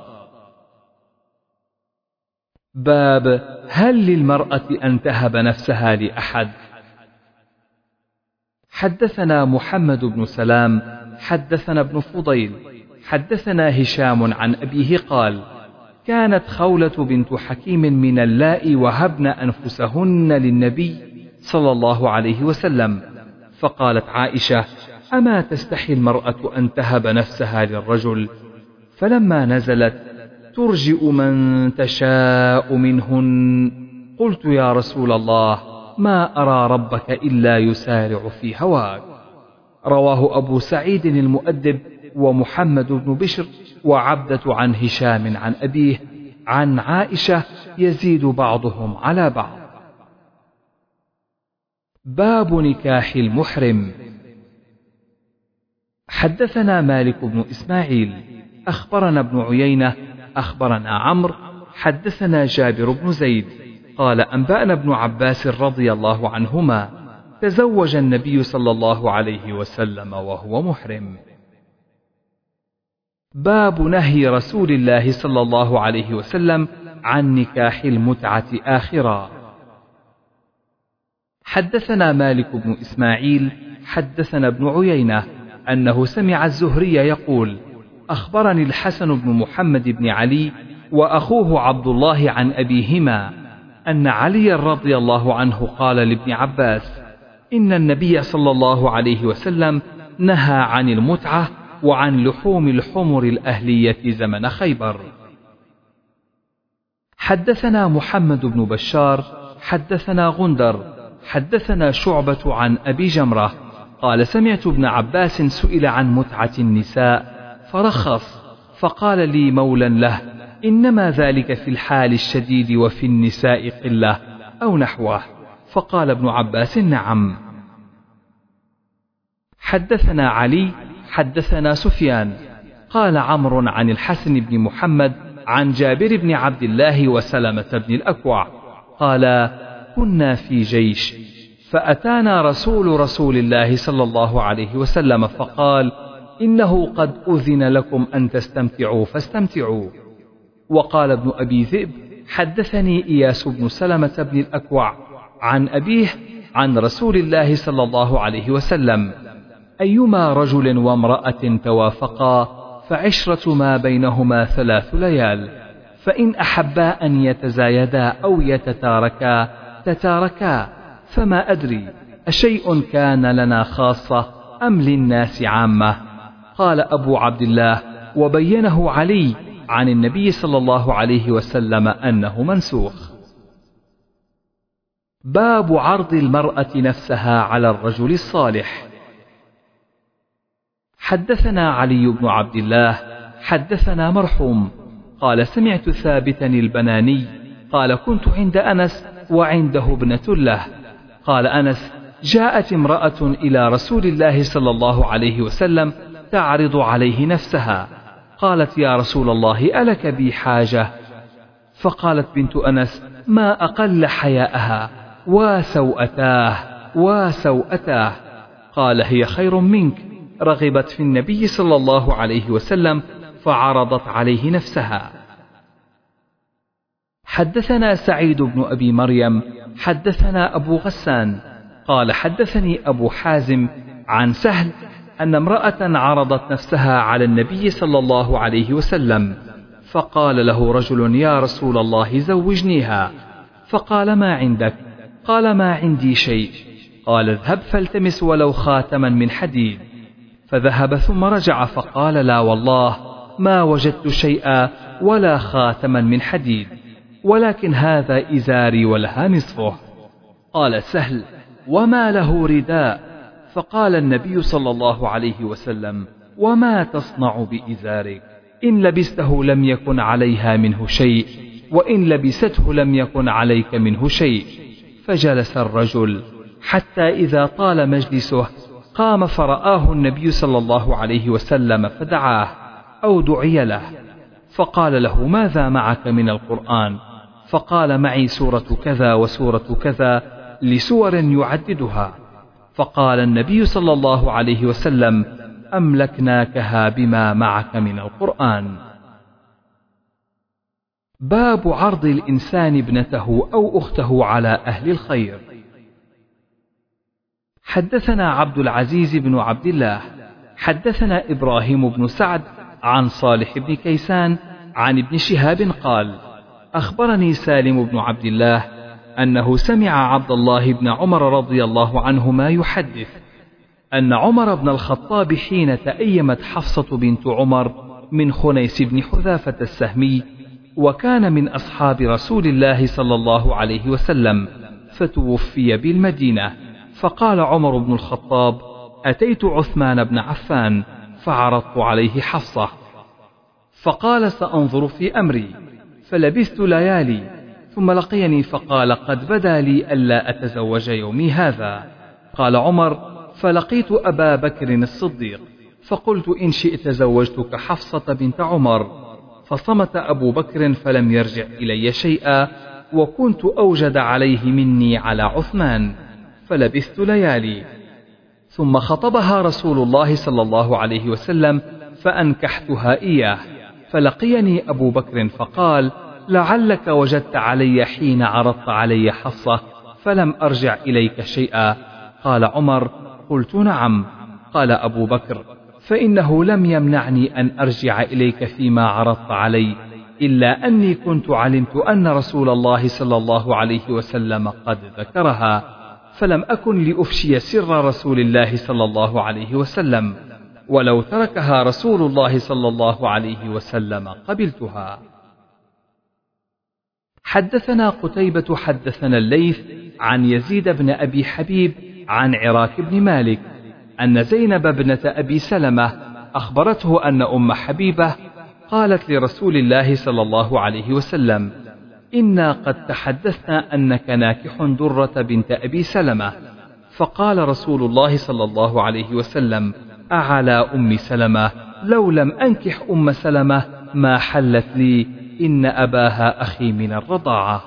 باب هل للمرأة أن تهب نفسها لأحد. حدثنا محمد بن سلام حدثنا ابن فضيل حدثنا هشام عن أبيه قال: كانت خولة بنت حكيم من اللائي وهبن أنفسهن للنبي صلى الله عليه وسلم، فقالت عائشة: أما تستحي المرأة أن تهب نفسها للرجل؟ فلما نزلت: ترجئ من تشاء منهن، قلت: يا رسول الله، ما أرى ربك إلا يسارع في هواك. رواه أبو سعيد المؤدب ومحمد بن بشر وعبدة عن هشام عن أبيه عن عائشة يزيد بعضهم على بعض. باب نكاح المحرم. حدثنا مالك بن إسماعيل أخبرنا ابن عيينة أخبرنا عمرو حدثنا جابر بن زيد قال أنبأنا ابن عباس رضي الله عنهما تزوج النبي صلى الله عليه وسلم وهو محرم. باب نهي رسول الله صلى الله عليه وسلم عن نكاح المتعة آخرا. حدثنا مالك بن إسماعيل حدثنا ابن عيينة أنه سمع الزهري يقول أخبرني الحسن بن محمد بن علي وأخوه عبد الله عن أبيهما أن علي رضي الله عنه قال لابن عباس إن النبي صلى الله عليه وسلم نهى عن المتعة وعن لحوم الحمر الأهلية زمن خيبر. حدثنا محمد بن بشار حدثنا غندر حدثنا شعبة عن أبي جمرة قال سمعت ابن عباس سئل عن متعة النساء فرخص فقال لي مولى له إنما ذلك في الحال الشديد وفي النساء قلة أو نحوه، فقال ابن عباس نعم. حدثنا علي حدثنا سفيان قال عمرو عن الحسن بن محمد عن جابر بن عبد الله وسلمة بن الأكوع قال كنا في جيش فأتانا رسول رسول الله صلى الله عليه وسلم فقال إنه قد أذن لكم أن تستمتعوا فاستمتعوا. وقال ابن أبي ذئب حدثني إياس بن سلمة بن الأكوع عن أبيه عن رسول الله صلى الله عليه وسلم أيما رجل وامرأة توافقا فعشرة ما بينهما ثلاث ليال، فإن أحبا أن يتزايدا أو يتتاركا تتاركا، فما أدري أشيء كان لنا خاصة أم للناس عامة. قال أبو عبد الله وبينه علي عن النبي صلى الله عليه وسلم أنه منسوخ. باب عرض المرأة نفسها على الرجل الصالح. حدثنا علي بن عبد الله حدثنا مرحوم قال سمعت ثابتا البناني قال كنت عند أنس وعنده ابنة له. قال أنس جاءت امرأة إلى رسول الله صلى الله عليه وسلم تعرض عليه نفسها، قالت يا رسول الله ألك بي حاجة؟ فقالت بنت أنس ما أقل حياءها وسوءتاه وسوءتاه. قال هي خير منك، رغبت في النبي صلى الله عليه وسلم فعرضت عليه نفسها. حدثنا سعيد بن أبي مريم حدثنا أبو غسان قال حدثني أبو حازم عن سهل أن امرأة عرضت نفسها على النبي صلى الله عليه وسلم، فقال له رجل يا رسول الله زوجنيها، فقال ما عندك؟ قال ما عندي شيء. قال اذهب فالتمس ولو خاتما من حديد، فذهب ثم رجع فقال لا والله ما وجدت شيئا ولا خاتما من حديد، ولكن هذا إزاري ولها نصفه. قال سهل وما له رداء؟ فقال النبي صلى الله عليه وسلم وما تصنع بإزارك؟ إن لبسته لم يكن عليها منه شيء، وإن لبسته لم يكن عليك منه شيء. فجلس الرجل حتى إذا طال مجلسه قام فرآه النبي صلى الله عليه وسلم فدعاه أو دعي له، فقال له ماذا معك من القرآن؟ فقال معي سورة كذا وسورة كذا لسور يعددها. فقال النبي صلى الله عليه وسلم أملكناكها بما معك من القرآن. باب عرض الإنسان ابنته أو أخته على أهل الخير. حدثنا عبد العزيز بن عبد الله حدثنا إبراهيم بن سعد عن صالح بن كيسان عن ابن شهاب قال أخبرني سالم بن عبد الله أنه سمع عبد الله بن عمر رضي الله عنهما يحدث أن عمر بن الخطاب حين تأيمت حفصة بنت عمر من خنيس بن حذافة السهمي، وكان من أصحاب رسول الله صلى الله عليه وسلم، فتوفي بالمدينة. فقال عمر بن الخطاب: أتيت عثمان بن عفان فعرضت عليه حفصة، فقال: سأنظر في أمري. فلبثت ليالي، ثم لقيني فقال: قد بدا لي ألا أتزوج يومي هذا. قال عمر: فلقيت أبا بكر الصديق فقلت: إن شئت زوجتك حفصة بنت عمر. فصمت أبو بكر فلم يرجع إلي شيئا، وكنت أوجد عليه مني على عثمان. فلبثت ليالي، ثم خطبها رسول الله صلى الله عليه وسلم فأنكحتها إياه. فلقيني أبو بكر فقال: لعلك وجدت علي حين عرضت علي حفصة فلم أرجع إليك شيئا. قال عمر: قلت: نعم. قال أبو بكر: فإنه لم يمنعني أن أرجع إليك فيما عرضت علي، إلا أني كنت علمت أن رسول الله صلى الله عليه وسلم قد ذكرها، فلم أكن لأفشي سر رسول الله صلى الله عليه وسلم، ولو تركها رسول الله صلى الله عليه وسلم قبلتها. حدثنا قتيبة حدثنا الليث عن يزيد بن أبي حبيب عن عراك بن مالك أن زينب بنت أبي سلمة أخبرته أن أم حبيبة قالت لرسول الله صلى الله عليه وسلم: إنا قد تحدثنا أنك ناكح درة بنت أبي سلمة. فقال رسول الله صلى الله عليه وسلم: أعلى أم سلمة، لو لم أنكح أم سلمة ما حلت لي، إن أباها أخي من الرضاعة.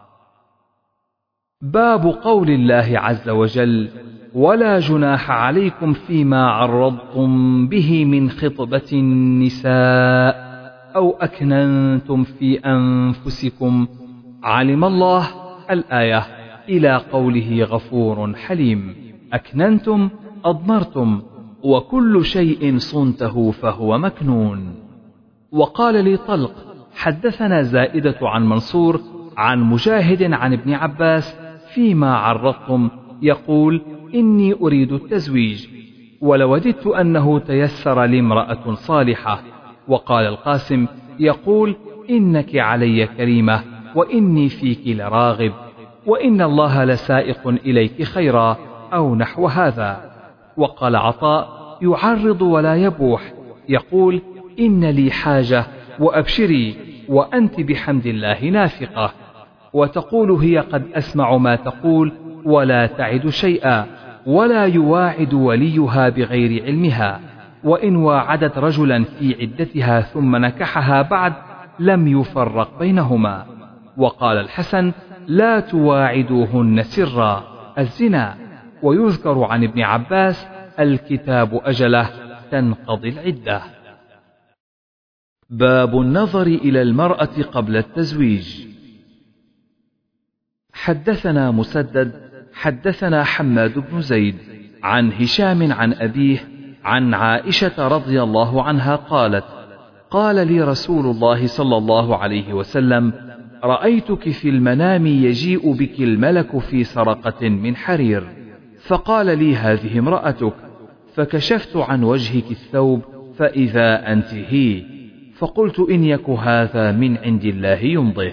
باب قول الله عز وجل: ولا جناح عليكم فيما عرضتم به من خطبة النساء أو أكننتم في أنفسكم علم الله الآية إلى قوله غفور حليم. أكننتم أضمرتم، وكل شيء صنته فهو مكنون. وقال لي طلق: حدثنا زائدة عن منصور عن مجاهد عن ابن عباس فيما عرضتم، يقول: إني أريد التزويج، ولوددت أنه تيسر لامرأة صالحة. وقال القاسم يقول: إنك علي كريمة، وإني فيك لراغب، وإن الله لسائق إليك خيرا، أو نحو هذا. وقال عطاء: يعرض ولا يبوح، يقول: إن لي حاجة وأبشري، وأنت بحمد الله نافقة. وتقول هي: قد أسمع ما تقول، ولا تعد شيئا، ولا يواعد وليها بغير علمها، وإن واعدت رجلا في عدتها ثم نكحها بعد لم يفرق بينهما. وقال الحسن: لا تواعدوهن سرا، الزنا. ويذكر عن ابن عباس: الكتاب أجله، تنقضي العدة. باب النظر إلى المرأة قبل التزويج. حدثنا مسدد حدثنا حماد بن زيد عن هشام عن أبيه عن عائشة رضي الله عنها قالت: قال لي رسول الله صلى الله عليه وسلم: رأيتك في المنام يجيء بك الملك في سرقة من حرير، فقال لي: هذه امرأتك. فكشفت عن وجهك الثوب فإذا أنت هي، فقلت: إن يك هذا من عند الله يمضه.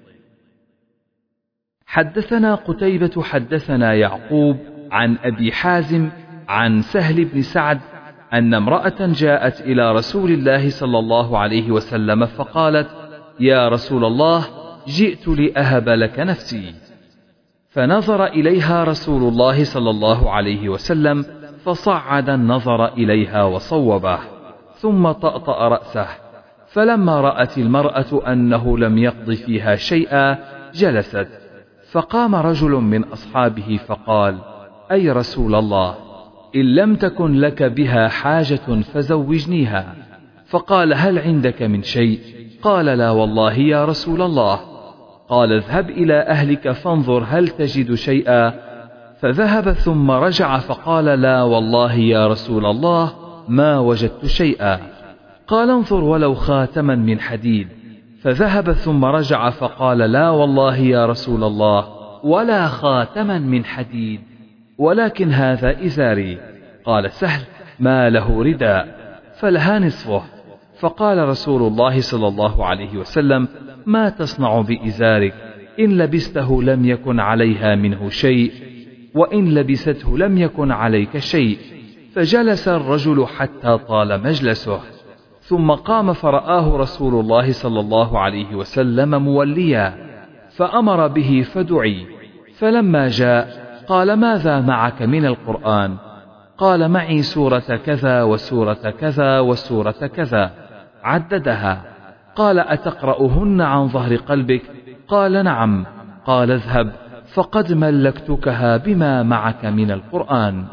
حدثنا قتيبة حدثنا يعقوب عن أبي حازم عن سهل بن سعد أن امرأة جاءت إلى رسول الله صلى الله عليه وسلم فقالت: يا رسول الله، جئت لأهب لك نفسي. فنظر إليها رسول الله صلى الله عليه وسلم فصعد النظر إليها وصوبه، ثم طأطأ رأسه. فلما رأت المرأة أنه لم يقض فيها شيئا جلست. فقام رجل من أصحابه فقال: أي رسول الله، إن لم تكن لك بها حاجة فزوجنيها. فقال: هل عندك من شيء؟ قال: لا والله يا رسول الله. قال: اذهب إلى أهلك فانظر هل تجد شيئا. فذهب ثم رجع فقال: لا والله يا رسول الله، ما وجدت شيئا. قال: انظر ولو خاتما من حديد. فذهب ثم رجع فقال: لا والله يا رسول الله، ولا خاتما من حديد، ولكن هذا إزاري. قال سهل: ما له رداء، فلها نصفه. فقال رسول الله صلى الله عليه وسلم: ما تصنع بإزارك؟ إن لبسته لم يكن عليها منه شيء، وإن لبسته لم يكن عليك شيء. فجلس الرجل حتى طال مجلسه، ثم قام فرآه رسول الله صلى الله عليه وسلم موليا، فأمر به فدعي. فلما جاء قال: ماذا معك من القرآن؟ قال: معي سورة كذا وسورة كذا وسورة كذا، عددها. قال: أتقرأهن عن ظهر قلبك؟ قال: نعم. قال: اذهب فقد ملكتكها بما معك من القرآن.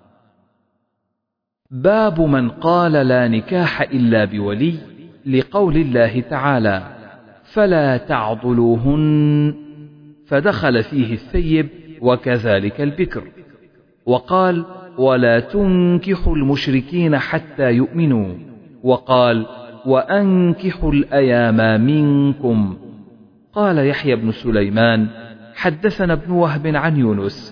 باب من قال لا نكاح إلا بولي، لقول الله تعالى: فلا تعضلوهن، فدخل فيه الثيب وكذلك البكر. وقال: ولا تنكحوا المشركين حتى يؤمنوا. وقال: وأنكحوا الأيام منكم. قال يحيى بن سليمان: حدثنا ابن وهب عن يونس،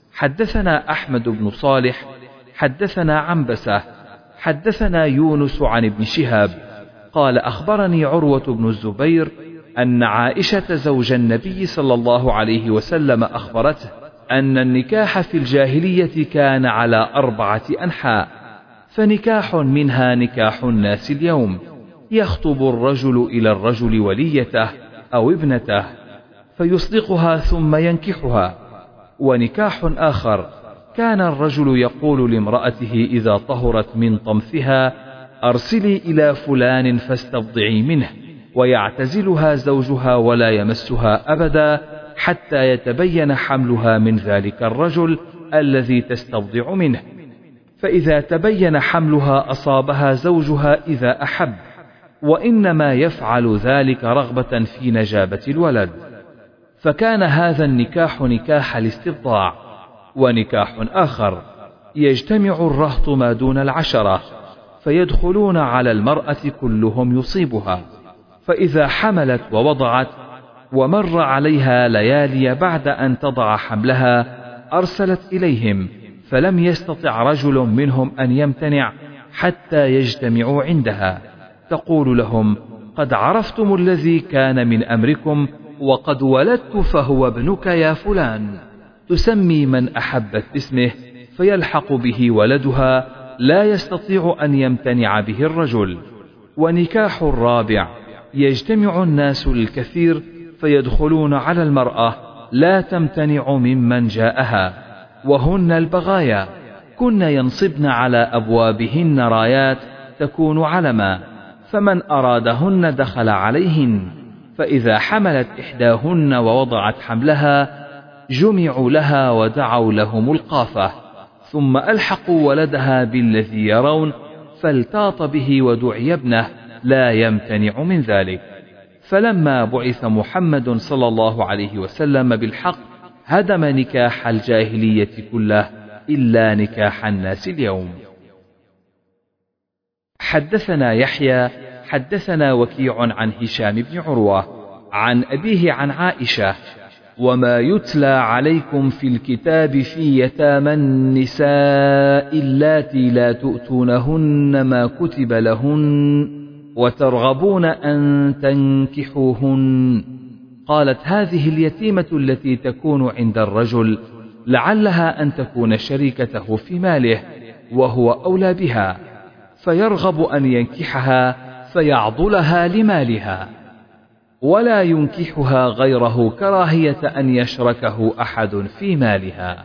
حدثنا أحمد بن صالح، حدثنا عنبسة، حدثنا يونس عن ابن شهاب قال: أخبرني عروة بن الزبير أن عائشة زوج النبي صلى الله عليه وسلم أخبرته أن النكاح في الجاهلية كان على أربعة أنحاء، فنكاح منها نكاح الناس اليوم، يخطب الرجل إلى الرجل وليته أو ابنته فيصدقها ثم ينكحها. ونكاح آخر كان الرجل يقول لامرأته إذا طهرت من طمثها: أرسلي إلى فلان فاستبضعي منه، ويعتزلها زوجها ولا يمسها أبدا حتى يتبين حملها من ذلك الرجل الذي تستبضع منه، فإذا تبين حملها أصابها زوجها إذا أحب، وإنما يفعل ذلك رغبة في نجابة الولد. فكان هذا النكاح نكاح الاستبضاع. ونكاح آخر يجتمع الرهط ما دون العشرة فيدخلون على المرأة كلهم يصيبها، فإذا حملت ووضعت ومر عليها ليالي بعد أن تضع حملها أرسلت إليهم، فلم يستطع رجل منهم أن يمتنع حتى يجتمعوا عندها، تقول لهم: قد عرفتم الذي كان من أمركم، وقد ولدت فهو ابنك يا فلان. تسمي من أحبت باسمه فيلحق به ولدها، لا يستطيع أن يمتنع به الرجل. ونكاح الرابع يجتمع الناس الكثير فيدخلون على المرأة لا تمتنع ممن جاءها، وهن البغايا، كن ينصبن على أبوابهن رايات تكون علما، فمن أرادهن دخل عليهن. فإذا حملت إحداهن ووضعت حملها جمعوا لها ودعوا لهم القافة، ثم ألحقوا ولدها بالذي يرون، فالتاط به ودعي ابنه لا يمتنع من ذلك. فلما بعث محمد صلى الله عليه وسلم بالحق هدم نكاح الجاهلية كله إلا نكاح الناس اليوم. حدثنا يحيى حدثنا وكيع عن هشام بن عروة عن أبيه عن عائشة: وما يتلى عليكم في الكتاب في يتامى النساء اللاتي لا تؤتونهن ما كتب لهن وترغبون أن تنكحوهن. قالت: هذه اليتيمة التي تكون عند الرجل لعلها أن تكون شريكته في ماله وهو أولى بها، فيرغب أن ينكحها فيعضلها لمالها، ولا ينكحها غيره كراهية أن يشركه أحد في مالها.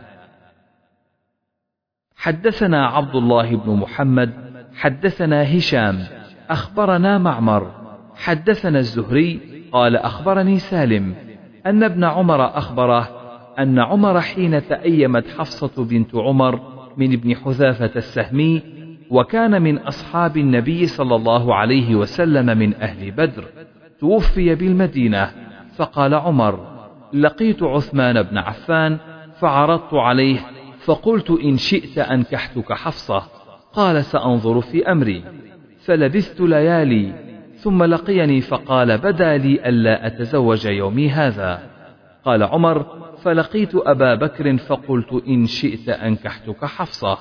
حدثنا عبد الله بن محمد حدثنا هشام أخبرنا معمر حدثنا الزهري قال: أخبرني سالم أن ابن عمر أخبره أن عمر حين تأيمت حفصة بنت عمر من ابن حذافة السهمي، وكان من أصحاب النبي صلى الله عليه وسلم من أهل بدر، توفي بالمدينة، فقال عمر: لقيت عثمان بن عفان فعرضت عليه فقلت: إن شئت أنكحتك حفصة. قال: سأنظر في أمري. فلبثت ليالي ثم لقيني فقال: بدا لي ألا أتزوج يومي هذا. قال عمر: فلقيت أبا بكر فقلت: إن شئت أنكحتك حفصة.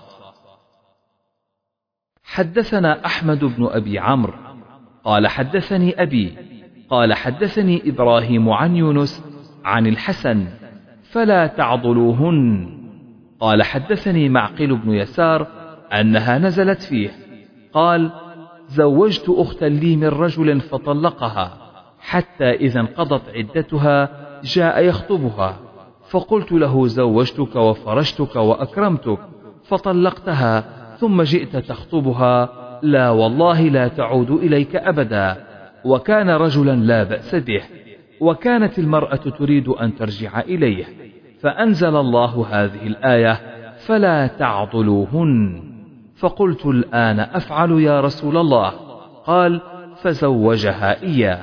حدثنا أحمد بن أبي عمرو قال: حدثني أبي قال: حدثني إبراهيم عن يونس عن الحسن: فلا تعضلوهن. قال: حدثني معقل بن يسار أنها نزلت فيه. قال: زوجت أختا لي من رجل فطلقها، حتى إذا انقضت عدتها جاء يخطبها، فقلت له: زوجتك وفرشتك وأكرمتك، فطلقتها ثم جئت تخطبها، لا والله لا تعود إليك أبدا. وكان رجلا لا بأس به، وكانت المرأة تريد أن ترجع إليه، فأنزل الله هذه الآية: فلا تعضلوهن. فقلت: الآن أفعل يا رسول الله. قال: فزوجها إياه.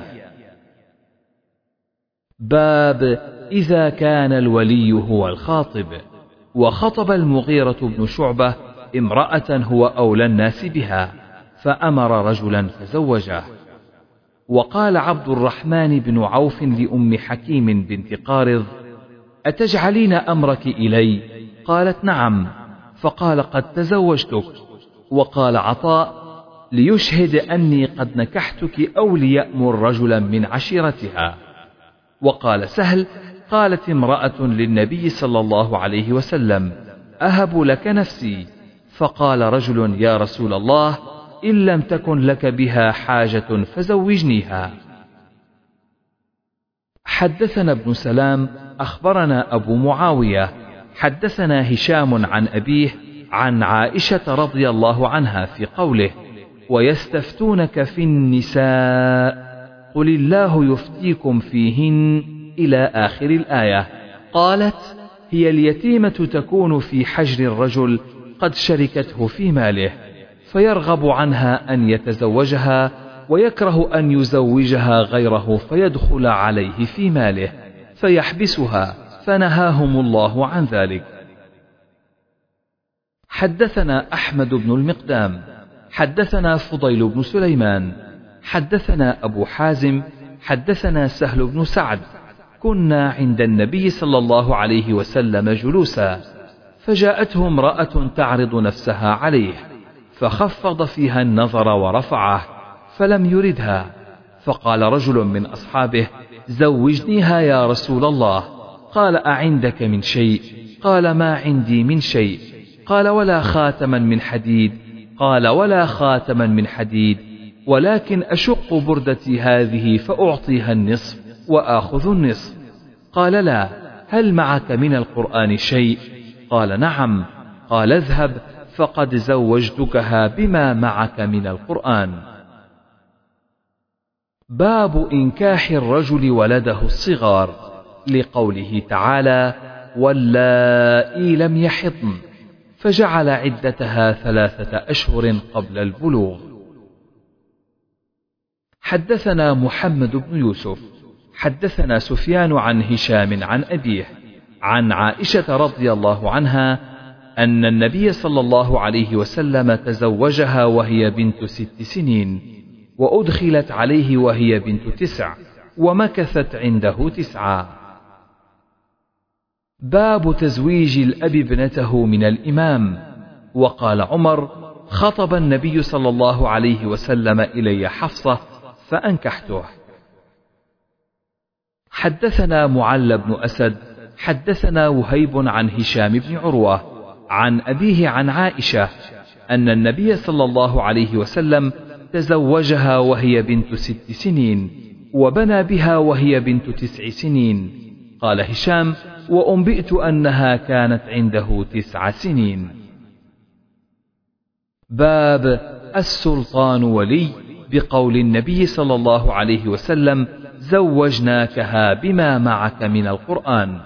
باب إذا كان الولي هو الخاطب. وخطب المغيرة بن شعبة امرأة هو أولى الناس بها، فأمر رجلا فزوجه. وقال عبد الرحمن بن عوف لأم حكيم بنت قارض: أتجعلين أمرك إلي؟ قالت: نعم. فقال: قد تزوجتك. وقال عطاء: ليشهد أني قد نكحتك أو ليأمر رجلا من عشيرتها. وقال سهل: قالت امرأة للنبي صلى الله عليه وسلم: أهب لك نفسي. فقال رجل: يا رسول الله، إن لم تكن لك بها حاجة فزوجنيها. حدثنا ابن سلام أخبرنا أبو معاوية حدثنا هشام عن أبيه عن عائشة رضي الله عنها في قوله: ويستفتونك في النساء قل الله يفتيكم فيهن إلى آخر الآية. قالت: هي اليتيمة تكون في حجر الرجل قد شركته في ماله، فيرغب عنها أن يتزوجها، ويكره أن يزوجها غيره فيدخل عليه في ماله فيحبسها، فنهاهم الله عن ذلك. حدثنا أحمد بن المقدام حدثنا فضيل بن سليمان حدثنا أبو حازم حدثنا سهل بن سعد: كنا عند النبي صلى الله عليه وسلم جلوسا، فجاءته امرأة تعرض نفسها عليه، فخفض فيها النظر ورفعه، فلم يردها، فقال رجل من أصحابه: زوجنيها يا رسول الله. قال: أعندك من شيء؟ قال: ما عندي من شيء. قال: ولا خاتما من حديد؟ قال: ولا خاتما من حديد، ولكن أشق بردتي هذه فأعطيها النصف وآخذ النصف. قال: لا، هل معك من القرآن شيء؟ قال: نعم. قال: اذهب فقد زوجتكها بما معك من القرآن. باب إنكاح الرجل ولده الصغار، لقوله تعالى: واللائي لم يحضن، فجعل عدتها ثلاثة أشهر قبل البلوغ. حدثنا محمد بن يوسف حدثنا سفيان عن هشام عن أبيه عن عائشة رضي الله عنها أن النبي صلى الله عليه وسلم تزوجها وهي بنت ست سنين، وأدخلت عليه وهي بنت تسع، ومكثت عنده تسعا. باب تزويج الأب ابنته من الإمام. وقال عمر: خطب النبي صلى الله عليه وسلم إلي حفصة فأنكحته. حدثنا معل بن أسد حدثنا وهيب عن هشام بن عروة عن أبيه عن عائشة أن النبي صلى الله عليه وسلم تزوجها وهي بنت ست سنين، وبنى بها وهي بنت تسع سنين. قال هشام: وأنبئت أنها كانت عنده تسع سنين. باب السلطان ولي، بقول النبي صلى الله عليه وسلم: زوجناكها بما معك من القرآن.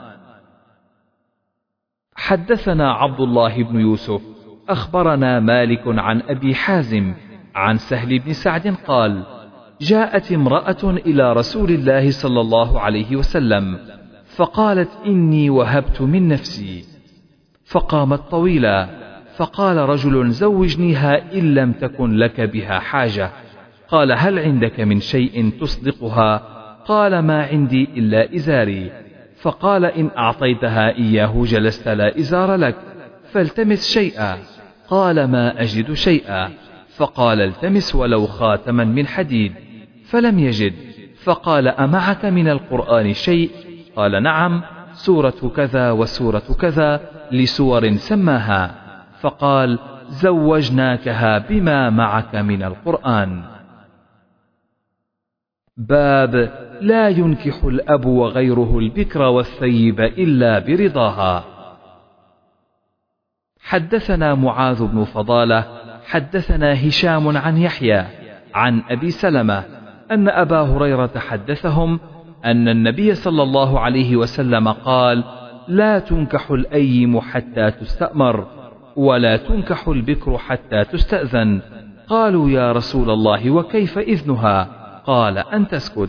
حدثنا عبد الله بن يوسف أخبرنا مالك عن أبي حازم عن سهل بن سعد قال: جاءت امرأة إلى رسول الله صلى الله عليه وسلم فقالت: إني وهبت من نفسي. فقامت طويلا، فقال رجل: زوجنيها إن لم تكن لك بها حاجة. قال: هل عندك من شيء تصدقها؟ قال: ما عندي إلا إزاري. فقال: إن أعطيتها إياه جلست لا إزار لك، فالتمس شيئا. قال: ما أجد شيئا. فقال: التمس ولو خاتما من حديد، فلم يجد. فقال: أمعك من القرآن شيء؟ قال نعم، سورة كذا وسورة كذا لسور سماها. فقال زوجناكها بما معك من القرآن. باب لا ينكح الأب وغيره البكر والثيب إلا برضاها. حدثنا معاذ بن فضالة حدثنا هشام عن يحيى عن أبي سلمة أن أبا هريرة حدثهم أن النبي صلى الله عليه وسلم قال لا تنكح الأيم حتى تستأمر ولا تنكح البكر حتى تستأذن. قالوا يا رسول الله وكيف إذنها؟ قال أن تسكت.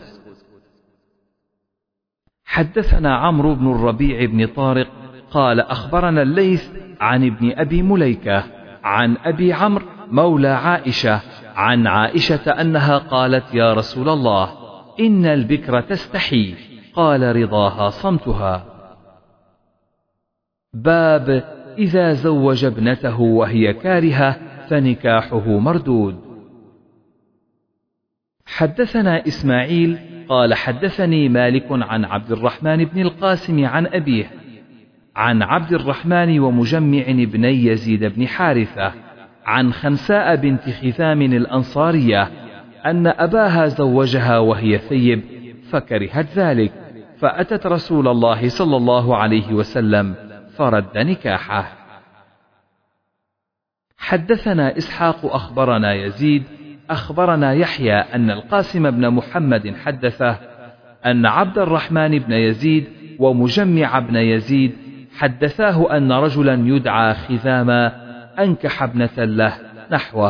حدثنا عمرو بن الربيع بن طارق قال أخبرنا الليث عن ابن أبي مليكة عن أبي عمرو مولى عائشة عن عائشة أنها قالت يا رسول الله إن البكر تستحي، قال رضاها صمتها. باب إذا زوج ابنته وهي كارهة فنكاحه مردود. حدثنا إسماعيل قال حدثني مالك عن عبد الرحمن بن القاسم عن أبيه عن عبد الرحمن ومجمع بن يزيد بن حارثة عن خنساء بنت خثام الأنصارية أن أباها زوجها وهي ثيب فكرهت ذلك، فأتت رسول الله صلى الله عليه وسلم فرد نكاحه. حدثنا إسحاق أخبرنا يزيد أخبرنا يحيى أن القاسم بن محمد حدثه أن عبد الرحمن بن يزيد ومجمع بن يزيد حدثاه أن رجلا يدعى خذاما أنكح ابنة له نحوه.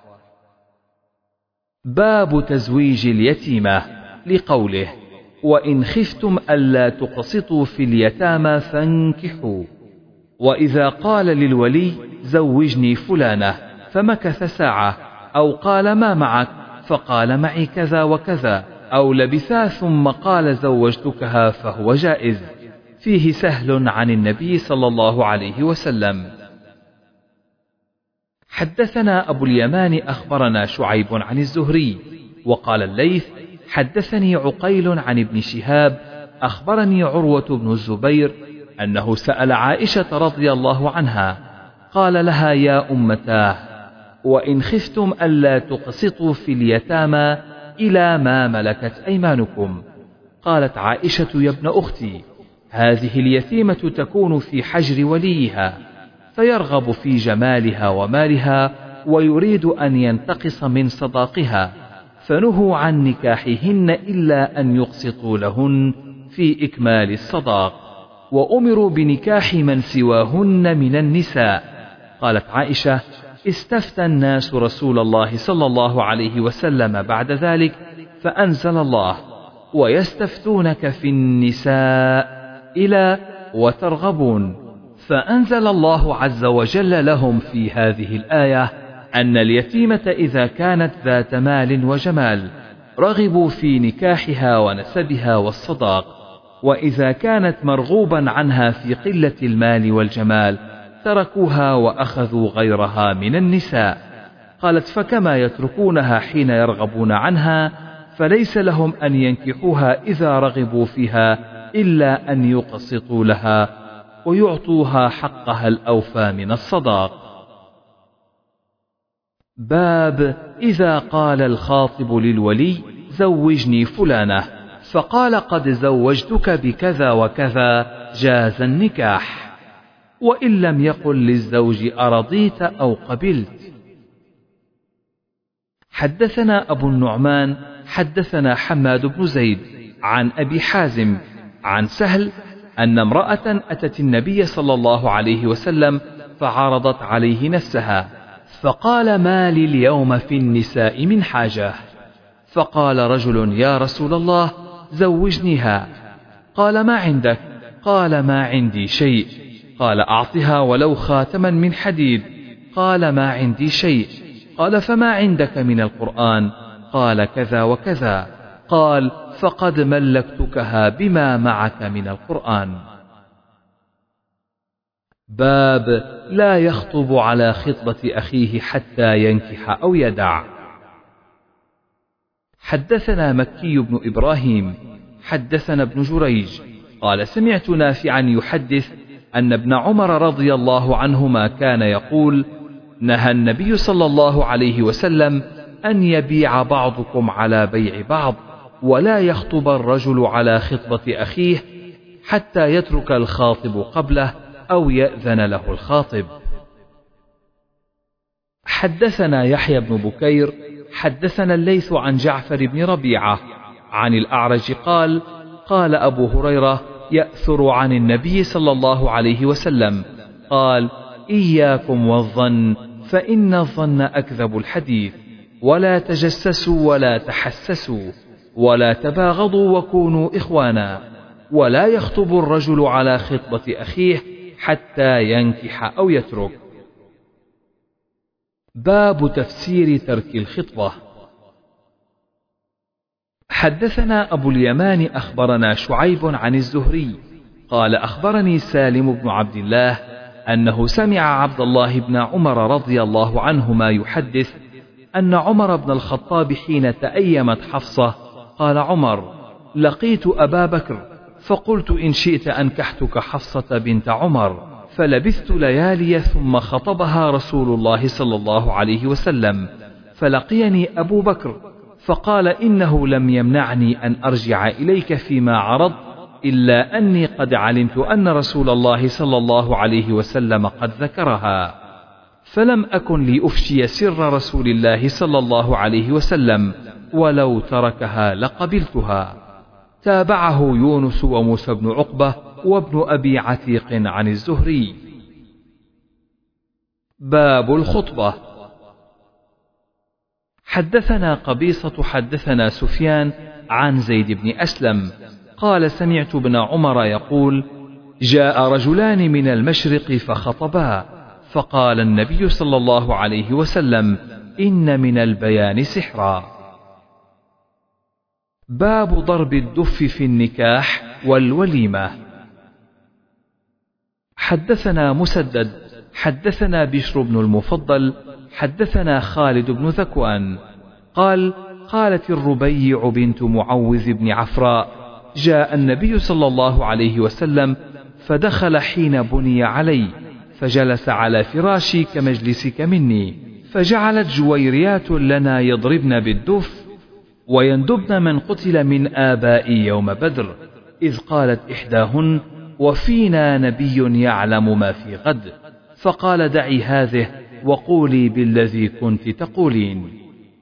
باب تزويج اليتيمة لقوله وإن خفتم ألا تقسطوا في اليتامى فانكحوا. وإذا قال للولي زوجني فلانة فمكث ساعة أو قال ما معك فقال معي كذا وكذا أو لبثا ثم قال زوجتكها فهو جائز. فيه سهل عن النبي صلى الله عليه وسلم. حدثنا أبو اليمان أخبرنا شعيب عن الزهري وقال الليث حدثني عقيل عن ابن شهاب أخبرني عروة بن الزبير أنه سأل عائشة رضي الله عنها قال لها يا أمتاه وإن خفتم ألا تقسطوا في اليتامى إلى ما ملكت أيمانكم. قالت عائشة يا ابن أختي هذه اليتيمة تكون في حجر وليها فيرغب في جمالها ومالها ويريد أن ينتقص من صداقها، فنهوا عن نكاحهن إلا أن يقسطوا لهن في إكمال الصداق، وأمروا بنكاح من سواهن من النساء. قالت عائشة استفتى الناس رسول الله صلى الله عليه وسلم بعد ذلك فأنزل الله ويستفتونك في النساء إلى وترغبون، فأنزل الله عز وجل لهم في هذه الآية أن اليتيمة إذا كانت ذات مال وجمال رغبوا في نكاحها ونسبها والصداق، وإذا كانت مرغوبا عنها في قلة المال والجمال تركوها وأخذوا غيرها من النساء. قالت فكما يتركونها حين يرغبون عنها فليس لهم أن ينكحوها إذا رغبوا فيها إلا أن يقسطوا لها ويعطوها حقها الأوفى من الصداق. باب إذا قال الخاطب للولي زوجني فلانة فقال قد زوجتك بكذا وكذا جاز النكاح، وإن لم يقل للزوج أرضيت أو قبلت. حدثنا أبو النعمان حدثنا حماد بن زيد عن أبي حازم عن سهل أن امرأة أتت النبي صلى الله عليه وسلم فعرضت عليه نفسها فقال ما لي اليوم في النساء من حاجة، فقال رجل يا رسول الله زوجنيها. قال ما عندك؟ قال ما عندي شيء. قال أعطها ولو خاتما من حديد. قال ما عندي شيء. قال فما عندك من القرآن؟ قال كذا وكذا. قال فقد ملكتكها بما معك من القرآن. باب لا يخطب على خطبة أخيه حتى ينكح أو يدع. حدثنا مكي بن إبراهيم حدثنا ابن جريج قال سمعت نافعا يحدث أن ابن عمر رضي الله عنهما كان يقول نهى النبي صلى الله عليه وسلم أن يبيع بعضكم على بيع بعض ولا يخطب الرجل على خطبة أخيه حتى يترك الخاطب قبله أو يأذن له الخاطب. حدثنا يحيى بن بكير حدثنا الليث عن جعفر بن ربيعة عن الأعرج قال قال أبو هريرة يأثر عن النبي صلى الله عليه وسلم قال إياكم والظن فإن الظن أكذب الحديث ولا تجسسوا ولا تحسسوا ولا تباغضوا وكونوا إخوانا ولا يخطب الرجل على خطبة أخيه حتى ينكح أو يترك. باب تفسير ترك الخطبة. حدثنا أبو اليمان أخبرنا شعيب عن الزهري قال أخبرني سالم بن عبد الله أنه سمع عبد الله بن عمر رضي الله عنهما يحدث أن عمر بن الخطاب حين تأيمت حفصة قال عمر لقيت أبا بكر فقلت إن شئت أنكحتك حفصة بنت عمر، فلبثت ليالي ثم خطبها رسول الله صلى الله عليه وسلم، فلقيني أبو بكر فقال إنه لم يمنعني أن أرجع إليك فيما عرض إلا أني قد علمت أن رسول الله صلى الله عليه وسلم قد ذكرها، فلم أكن لأفشي سر رسول الله صلى الله عليه وسلم، ولو تركها لقبلتها. تابعه يونس وموسى بن عقبة وابن أبي عتيق عن الزهري. باب الخطبة. حدثنا قبيصة حدثنا سفيان عن زيد بن أسلم قال سمعت ابن عمر يقول جاء رجلان من المشرق فخطبا، فقال النبي صلى الله عليه وسلم إن من البيان سحرا. باب ضرب الدف في النكاح والوليمة. حدثنا مسدد حدثنا بشر بن المفضل حدثنا خالد بن ذكوان قال قالت الربيع بنت معوذ بن عفراء جاء النبي صلى الله عليه وسلم فدخل حين بني علي، فجلس على فراشي كمجلسك مني، فجعلت جويريات لنا يضربن بالدف ويندبن من قتل من آبائي يوم بدر، إذ قالت إحداهن وفينا نبي يعلم ما في غد، فقال دعي هذه وقولي بالذي كنت تقولين.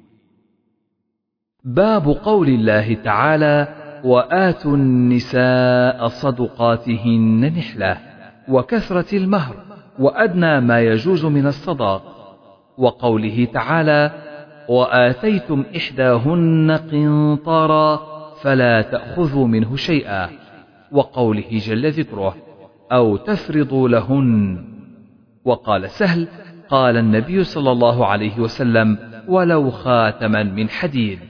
باب قول الله تعالى وآتوا النساء صدقاتهن نحلة، وكثرة المهر وأدنى ما يجوز من الصداق، وقوله تعالى وآتيتم إحداهن قنطارا فلا تأخذوا منه شيئا، وقوله جل ذكره أو تفرضوا لهن. وقال سهل قال النبي صلى الله عليه وسلم ولو خاتما من حديد.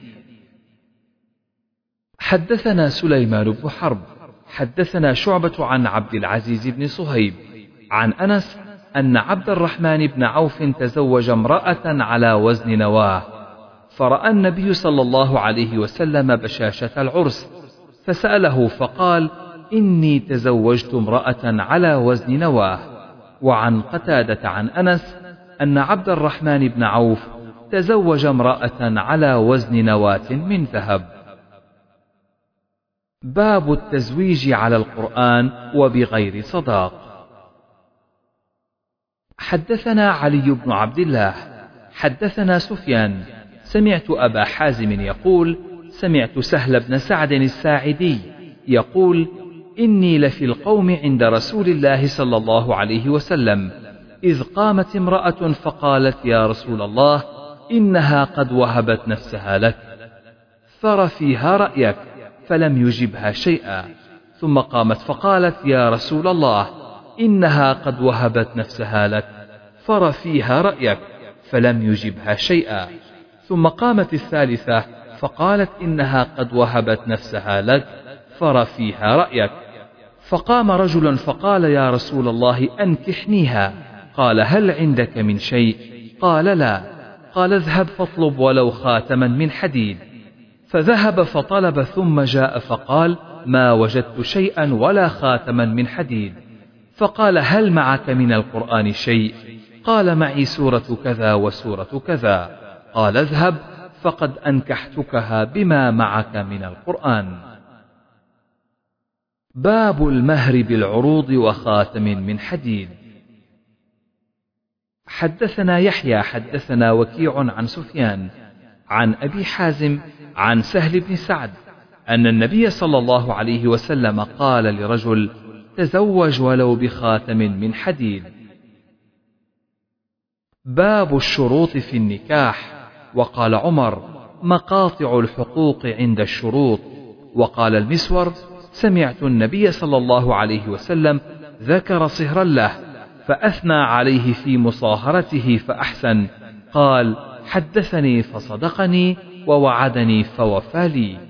حدثنا سليمان بن حرب حدثنا شعبة عن عبد العزيز بن صهيب عن أنس أن عبد الرحمن بن عوف تزوج امرأة على وزن نواه، فرأى النبي صلى الله عليه وسلم بشاشة العرس، فسأله فقال إني تزوجت امرأة على وزن نواه. وعن قتادة عن أنس أن عبد الرحمن بن عوف تزوج امرأة على وزن نواة من ذهب. باب التزويج على القرآن وبغير صداق. حدثنا علي بن عبد الله حدثنا سفيان سمعت أبا حازم يقول سمعت سهل بن سعد الساعدي يقول إني لفي القوم عند رسول الله صلى الله عليه وسلم، إذ قامت امرأة فقالت يا رسول الله إنها قد وهبت نفسها لك، فر فيها رأيك، فلم يجبها شيئا، ثم قامت فقالت يا رسول الله إنها قد وهبت نفسها لك، فر فيها رأيك، فلم يجبها شيئا، ثم قامت الثالثة فقالت إنها قد وهبت نفسها لك، فر فيها رأيك، فقام رجل فقال يا رسول الله أنكحنيها، قال هل عندك من شيء؟ قال لا، قال اذهب فاطلب ولو خاتما من حديد، فذهب فطلب ثم جاء فقال ما وجدت شيئا ولا خاتما من حديد. فقال هل معك من القرآن شيء؟ قال معي سورة كذا وسورة كذا. قال اذهب فقد أنكحتكها بما معك من القرآن. باب المهر بالعروض وخاتم من حديد. حدثنا يحيى حدثنا وكيع عن سفيان عن أبي حازم عن سهل بن سعد أن النبي صلى الله عليه وسلم قال لرجل تزوج ولو بخاتم من حديد. باب الشروط في النكاح. وقال عمر مقاطع الحقوق عند الشروط. وقال المسور سمعت النبي صلى الله عليه وسلم ذكر صهرا له فأثنى عليه في مصاهرته فأحسن. قال حدثني فصدقني ووعدني فوفى لي.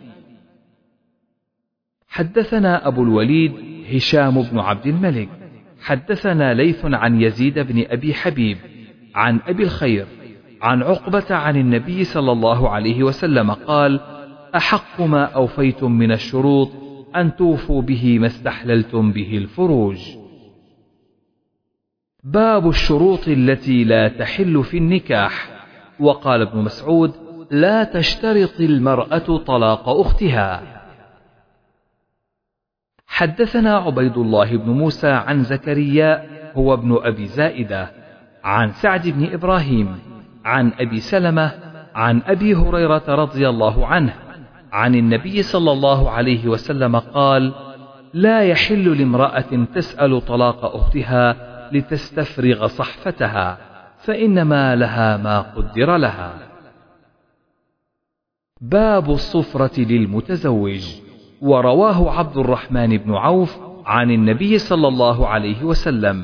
حدثنا أبو الوليد هشام بن عبد الملك حدثنا ليث عن يزيد بن أبي حبيب عن أبي الخير عن عقبة عن النبي صلى الله عليه وسلم قال أحق ما أوفيتم من الشروط أن توفوا به ما استحللتم به الفروج. باب الشروط التي لا تحل في النكاح. وقال ابن مسعود لا تشترط المرأة طلاق أختها. حدثنا عبيد الله بن موسى عن زكريا هو ابن أبي زائدة عن سعد بن إبراهيم عن أبي سلمة عن أبي هريرة رضي الله عنه عن النبي صلى الله عليه وسلم قال لا يحل لامرأة تسأل طلاق أختها لتستفرغ صحفتها فإنما لها ما قدر لها. باب الصفرة للمتزوج. ورواه عبد الرحمن بن عوف عن النبي صلى الله عليه وسلم.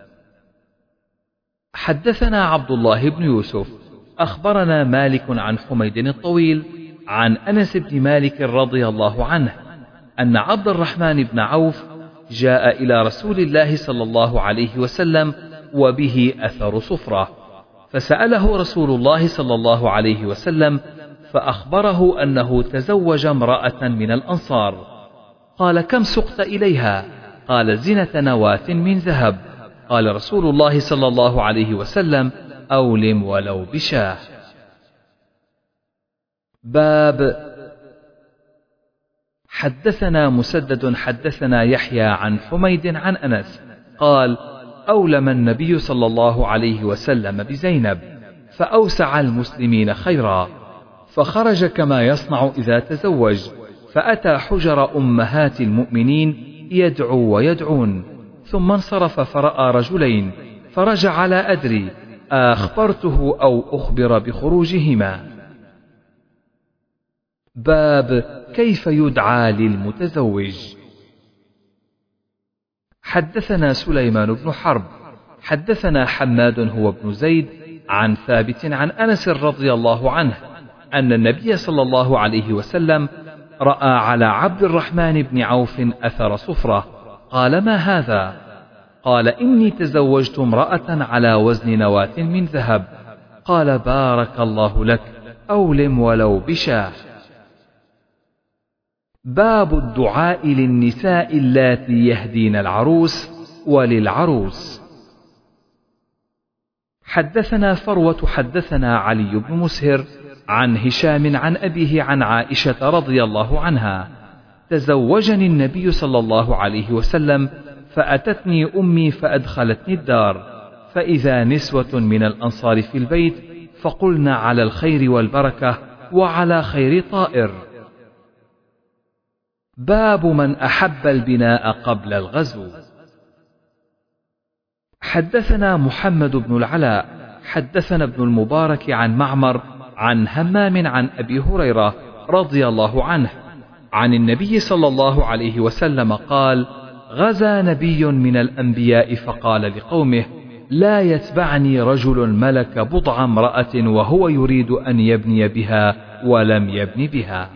حدثنا عبد الله بن يوسف أخبرنا مالك عن حميد الطويل عن أنس بن مالك رضي الله عنه أن عبد الرحمن بن عوف جاء إلى رسول الله صلى الله عليه وسلم وبه أثر صفرة فسأله رسول الله صلى الله عليه وسلم فأخبره أنه تزوج امرأة من الأنصار. قال كم سقت إليها؟ قال زنة نواة من ذهب. قال رسول الله صلى الله عليه وسلم أولم ولو بشاه. باب حدثنا مسدد حدثنا يحيى عن حميد عن أنس قال أولم النبي صلى الله عليه وسلم بزينب فأوسع المسلمين خيرا فخرج كما يصنع إذا تزوج فأتى حجر أمهات المؤمنين يدعو ويدعون ثم انصرف فرأى رجلين فرجع لا أدري أخبرته أو أخبر بخروجهما. باب كيف يدعى للمتزوج. حدثنا سليمان بن حرب حدثنا حماد هو ابن زيد عن ثابت عن أنس رضي الله عنه أن النبي صلى الله عليه وسلم رأى على عبد الرحمن بن عوف أثر صفرة. قال ما هذا؟ قال إني تزوجت امرأة على وزن نواة من ذهب. قال بارك الله لك أولم ولو بشاه. باب الدعاء للنساء اللاتي يهدين العروس وللعروس. حدثنا فروة حدثنا علي بن مسهر عن هشام عن أبيه عن عائشة رضي الله عنها تزوجني النبي صلى الله عليه وسلم فأتتني أمي فأدخلتني الدار فإذا نسوة من الأنصار في البيت فقلنا على الخير والبركة وعلى خير طائر. باب من أحب البناء قبل الغزو. حدثنا محمد بن العلاء حدثنا ابن المبارك عن معمر عن همام عن أبي هريرة رضي الله عنه عن النبي صلى الله عليه وسلم قال غزا نبي من الأنبياء فقال لقومه لا يتبعني رجل ملك بضع امرأة وهو يريد أن يبني بها ولم يبن بها.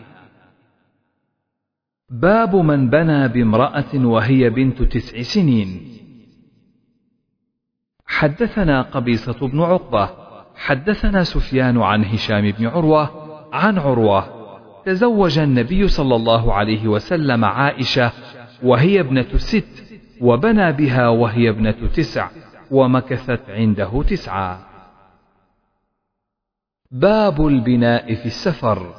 باب من بنى بامرأة وهي بنت تسع سنين. حدثنا قبيصة بن عقبة حدثنا سفيان عن هشام بن عروة عن عروة تزوج النبي صلى الله عليه وسلم عائشة وهي ابنة ست، وبنى بها وهي ابنة تسع، ومكثت عنده تسعة. باب البناء في السفر.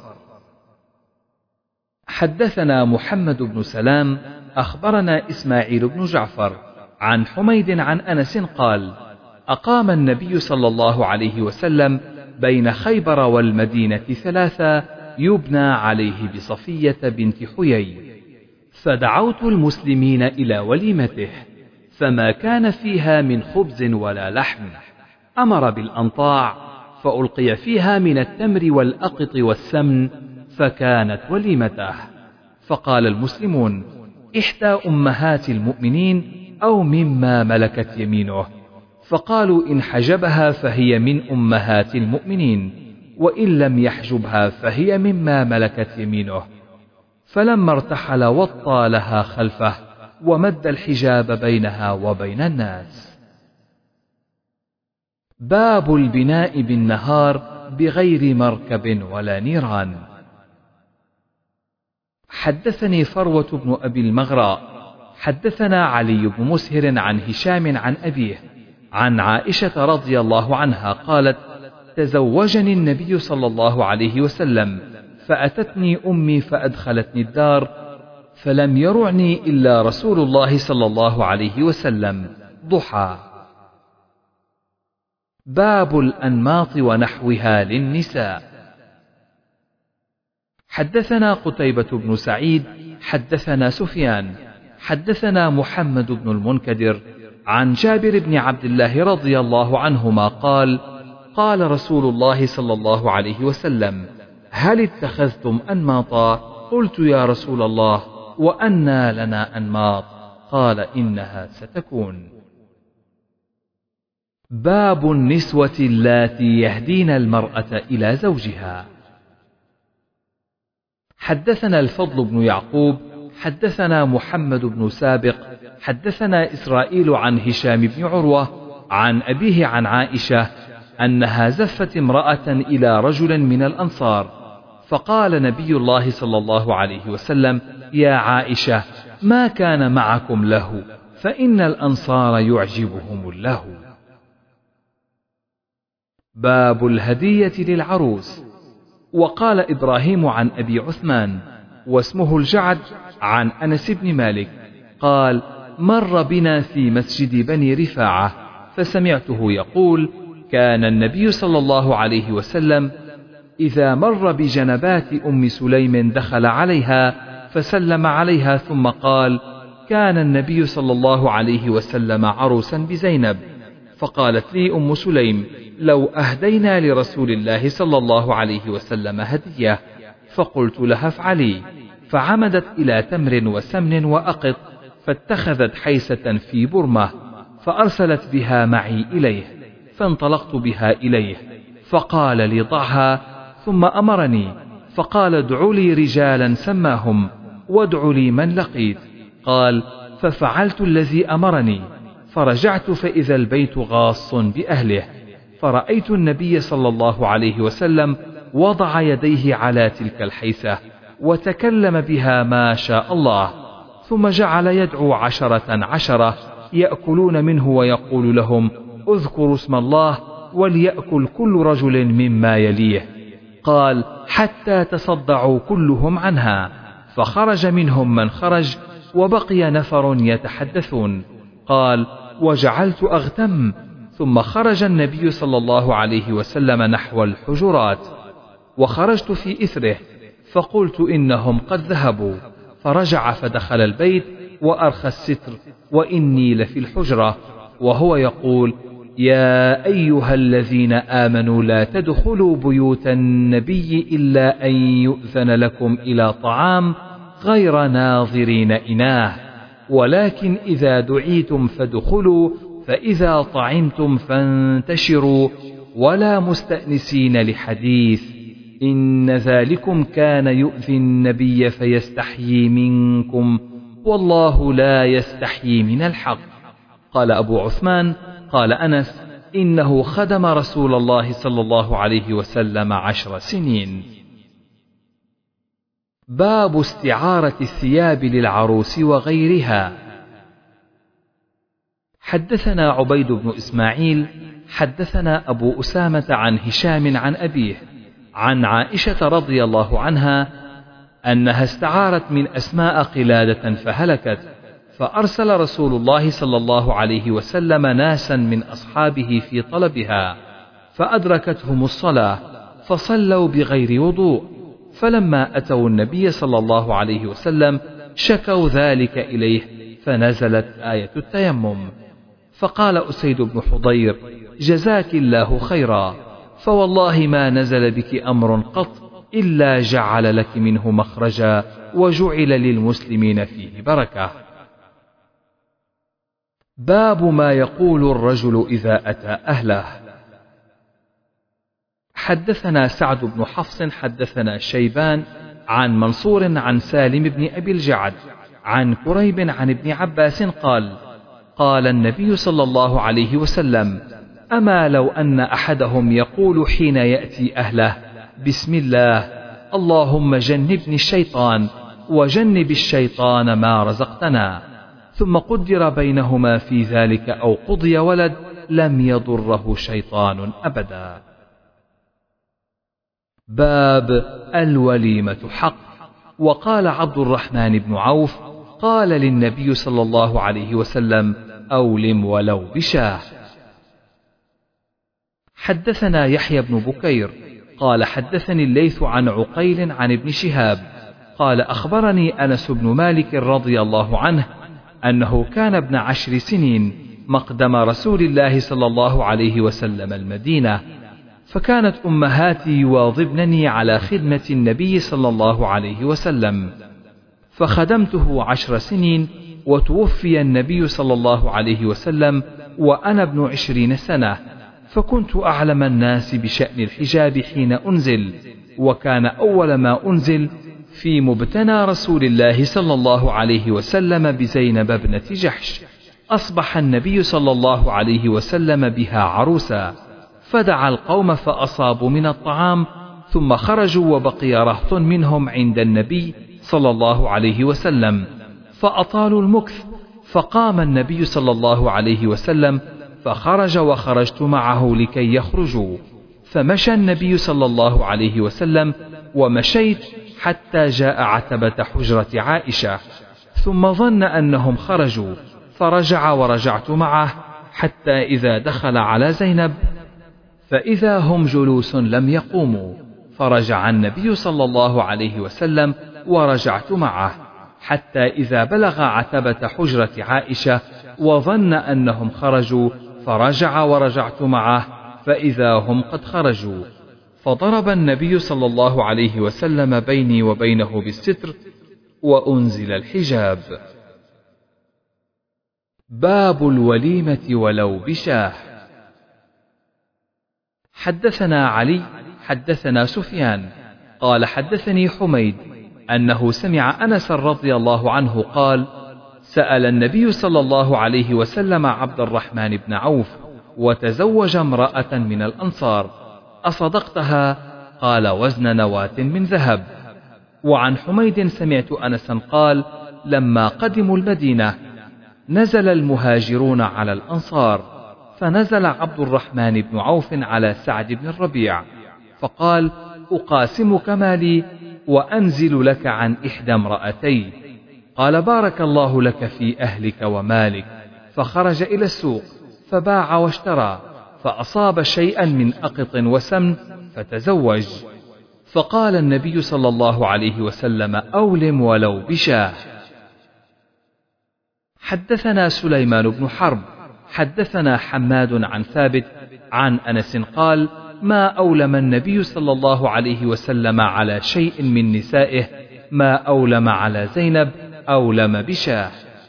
حدثنا محمد بن سلام أخبرنا إسماعيل بن جعفر عن حميد عن أنس قال: أقام النبي صلى الله عليه وسلم بين خيبر والمدينة ثلاثة يبنى عليه بصفية بنت حيي، فدعوت المسلمين إلى وليمته، فما كان فيها من خبز ولا لحم، أمر بالأنطاع فألقي فيها من التمر والأقط والسمن، فكانت وليمته. فقال المسلمون: إحدى أمهات المؤمنين أو مما ملكت يمينه، فقالوا: إن حجبها فهي من أمهات المؤمنين، وإن لم يحجبها فهي مما ملكت يمينه. فلما ارتحل وطى لها خلفه ومد الحجاب بينها وبين الناس. باب البناء بالنهار بغير مركب ولا نيران. حدثني فروة بن أبي المغراء حدثنا علي بن مسهر عن هشام عن أبيه عن عائشة رضي الله عنها قالت: تزوجني النبي صلى الله عليه وسلم، فأتتني أمي فأدخلتني الدار، فلم يرعني إلا رسول الله صلى الله عليه وسلم ضحى. باب الأنماط ونحوها للنساء. حدثنا قتيبة بن سعيد حدثنا سفيان حدثنا محمد بن المنكدر عن جابر بن عبد الله رضي الله عنهما قال: قال رسول الله صلى الله عليه وسلم: هل اتخذتم أنماطا؟ قلت: يا رسول الله، وأنى لنا أنماط؟ قال: إنها ستكون. باب النسوة اللاتي يهدين المرأة إلى زوجها. حدثنا الفضل بن يعقوب حدثنا محمد بن سابق حدثنا إسرائيل عن هشام بن عروة عن أبيه عن عائشة أنها زفت امرأة إلى رجل من الأنصار، فقال نبي الله صلى الله عليه وسلم: يا عائشة، ما كان معكم له، فإن الأنصار يعجبهم اللهو. باب الهدية للعروس. وقال إبراهيم عن أبي عثمان واسمه الجعد عن أنس بن مالك قال: مر بنا في مسجد بني رفاعة فسمعته يقول: كان النبي صلى الله عليه وسلم إذا مر بجنبات أم سليم دخل عليها فسلم عليها ثم قال: كان النبي صلى الله عليه وسلم عروسا بزينب. فقالت لي أم سليم: لو أهدينا لرسول الله صلى الله عليه وسلم هدية. فقلت لها: افعلي. فعمدت إلى تمر وسمن وأقط، فاتخذت حيسة في برمة، فأرسلت بها معي إليه، فانطلقت بها إليه، فقال لي: ضعها. ثم أمرني فقال: ادع لي رجالا سماهم، وادع لي من لقيت. قال: ففعلت الذي أمرني، فرجعت فإذا البيت غاص بأهله، فرأيت النبي صلى الله عليه وسلم وضع يديه على تلك الحيسة وتكلم بها ما شاء الله، ثم جعل يدعو عشرة عشرة يأكلون منه ويقول لهم: اذكروا اسم الله وليأكل كل رجل مما يليه. قال: حتى تصدعوا كلهم عنها، فخرج منهم من خرج وبقي نفر يتحدثون. قال: وجعلت أغتم، ثم خرج النبي صلى الله عليه وسلم نحو الحجرات، وخرجت في إثره، فقلت: إنهم قد ذهبوا. فرجع فدخل البيت وأرخى الستر، وإني لفي الحجرة، وهو يقول: يا أيها الذين آمنوا لا تدخلوا بيوت النبي إلا أن يؤذن لكم إلى طعام غير ناظرين إناه، ولكن إذا دعيتم فادخلوا، فإذا طعمتم فانتشروا، ولا مستأنسين لحديث، إن ذلكم كان يؤذي النبي فيستحيي منكم، والله لا يستحيي من الحق. قال أبو عثمان: قال أنس: إنه خدم رسول الله صلى الله عليه وسلم عشر سنين. باب استعارة الثياب للعروس وغيرها. حدثنا عبيد بن إسماعيل حدثنا أبو أسامة عن هشام عن أبيه عن عائشة رضي الله عنها أنها استعارت من أسماء قلادة فهلكت، فأرسل رسول الله صلى الله عليه وسلم ناسا من أصحابه في طلبها، فأدركتهم الصلاة فصلوا بغير وضوء، فلما أتوا النبي صلى الله عليه وسلم شكوا ذلك إليه، فنزلت آية التيمم، فقال أسيد بن حضير: جزاك الله خيرا، فوالله ما نزل بك أمر قط إلا جعل لك منه مخرجا وجعل للمسلمين فيه بركة. باب ما يقول الرجل إذا أتى أهله. حدثنا سعد بن حفص حدثنا شيبان عن منصور عن سالم بن أبي الجعد عن كريب عن ابن عباس قال: قال النبي صلى الله عليه وسلم: أما لو أن أحدهم يقول حين يأتي أهله: بسم الله، اللهم جنبني الشيطان وجنب الشيطان ما رزقتنا، ثم قدر بينهما في ذلك أو قضي ولد، لم يضره شيطان أبدا. باب الوليمة حق. وقال عبد الرحمن بن عوف: قال للنبي صلى الله عليه وسلم: أولم ولو بشاه. حدثنا يحيى بن بكير قال حدثني الليث عن عقيل عن ابن شهاب قال: أخبرني أنس بن مالك رضي الله عنه أنه كان ابن عشر سنين مقدم رسول الله صلى الله عليه وسلم المدينة، فكانت أمهاتي يواظبنني على خدمة النبي صلى الله عليه وسلم، فخدمته عشر سنين، وتوفي النبي صلى الله عليه وسلم وأنا ابن عشرين سنة، فكنت أعلم الناس بشأن الحجاب حين أنزل، وكان أول ما أنزل في مبتنى رسول الله صلى الله عليه وسلم بزينب ابنة جحش. أصبح النبي صلى الله عليه وسلم بها عروسا، فدعا القوم فأصابوا من الطعام، ثم خرجوا وبقي رهط منهم عند النبي صلى الله عليه وسلم، فأطالوا المكث، فقام النبي صلى الله عليه وسلم فخرج وخرجت معه لكي يخرجوا، فمشى النبي صلى الله عليه وسلم ومشيت حتى جاء عتبة حجرة عائشة، ثم ظن أنهم خرجوا فرجع ورجعت معه، حتى إذا دخل على زينب فإذا هم جلوس لم يقوموا، فرجع النبي صلى الله عليه وسلم ورجعت معه، حتى إذا بلغ عتبة حجرة عائشة وظن أنهم خرجوا فرجع ورجعت معه، فإذا هم قد خرجوا، فضرب النبي صلى الله عليه وسلم بيني وبينه بالستر، وأنزل الحجاب. باب الوليمة ولو بشاه. حدثنا علي حدثنا سفيان قال حدثني حميد أنه سمع أنس رضي الله عنه قال: سأل النبي صلى الله عليه وسلم عبد الرحمن بن عوف وتزوج امرأة من الأنصار: أصدقتها؟ قال: وزن نواة من ذهب. وعن حميد سمعت أنسا قال: لما قدموا المدينة نزل المهاجرون على الأنصار، فنزل عبد الرحمن بن عوف على سعد بن الربيع فقال: أقاسمك مالي وأنزل لك عن إحدى امرأتي. قال: بارك الله لك في أهلك ومالك. فخرج إلى السوق فباع واشترى، فأصاب شيئا من أقط وسمن فتزوج، فقال النبي صلى الله عليه وسلم: أولم ولو بشاه. حدثنا سليمان بن حرب حدثنا حماد عن ثابت عن أنس قال: ما أولم النبي صلى الله عليه وسلم على شيء من نسائه ما أولم على زينب أولم بشاه.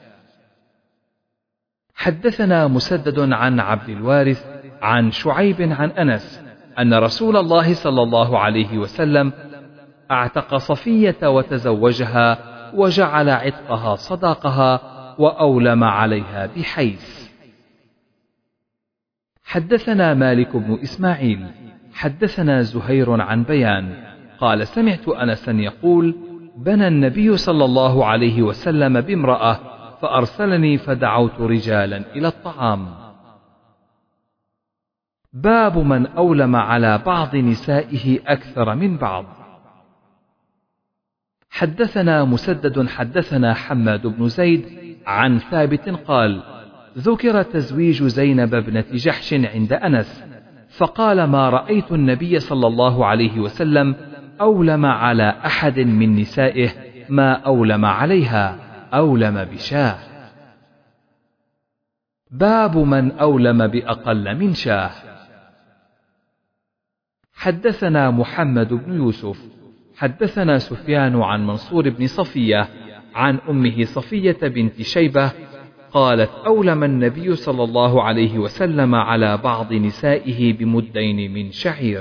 حدثنا مسدد عن عبد الوارث عن شعيب عن أنس أن رسول الله صلى الله عليه وسلم اعتق صفية وتزوجها، وجعل عتقها صداقها، وأولم عليها بحيث. حدثنا مالك بن إسماعيل حدثنا زهير عن بيان قال: سمعت أنسا يقول: بنى النبي صلى الله عليه وسلم بامرأة فأرسلني فدعوت رجالا إلى الطعام. باب من أولم على بعض نسائه أكثر من بعض. حدثنا مسدد حدثنا حماد بن زيد عن ثابت قال: ذكر تزويج زينب ابنة جحش عند أنس، فقال: ما رأيت النبي صلى الله عليه وسلم أولم على أحد من نسائه ما أولم عليها، أولم بشاه. باب من أولم بأقل من شاه. حدثنا محمد بن يوسف حدثنا سفيان عن منصور بن صفية عن أمه صفية بنت شيبة قالت: أولم النبي صلى الله عليه وسلم على بعض نسائه بمدين من شعير.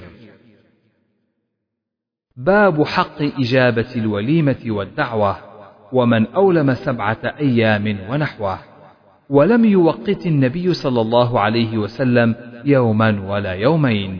باب حق إجابة الوليمة والدعوة، ومن أولم سبعة أيام ونحوه، ولم يوقت النبي صلى الله عليه وسلم يوما ولا يومين.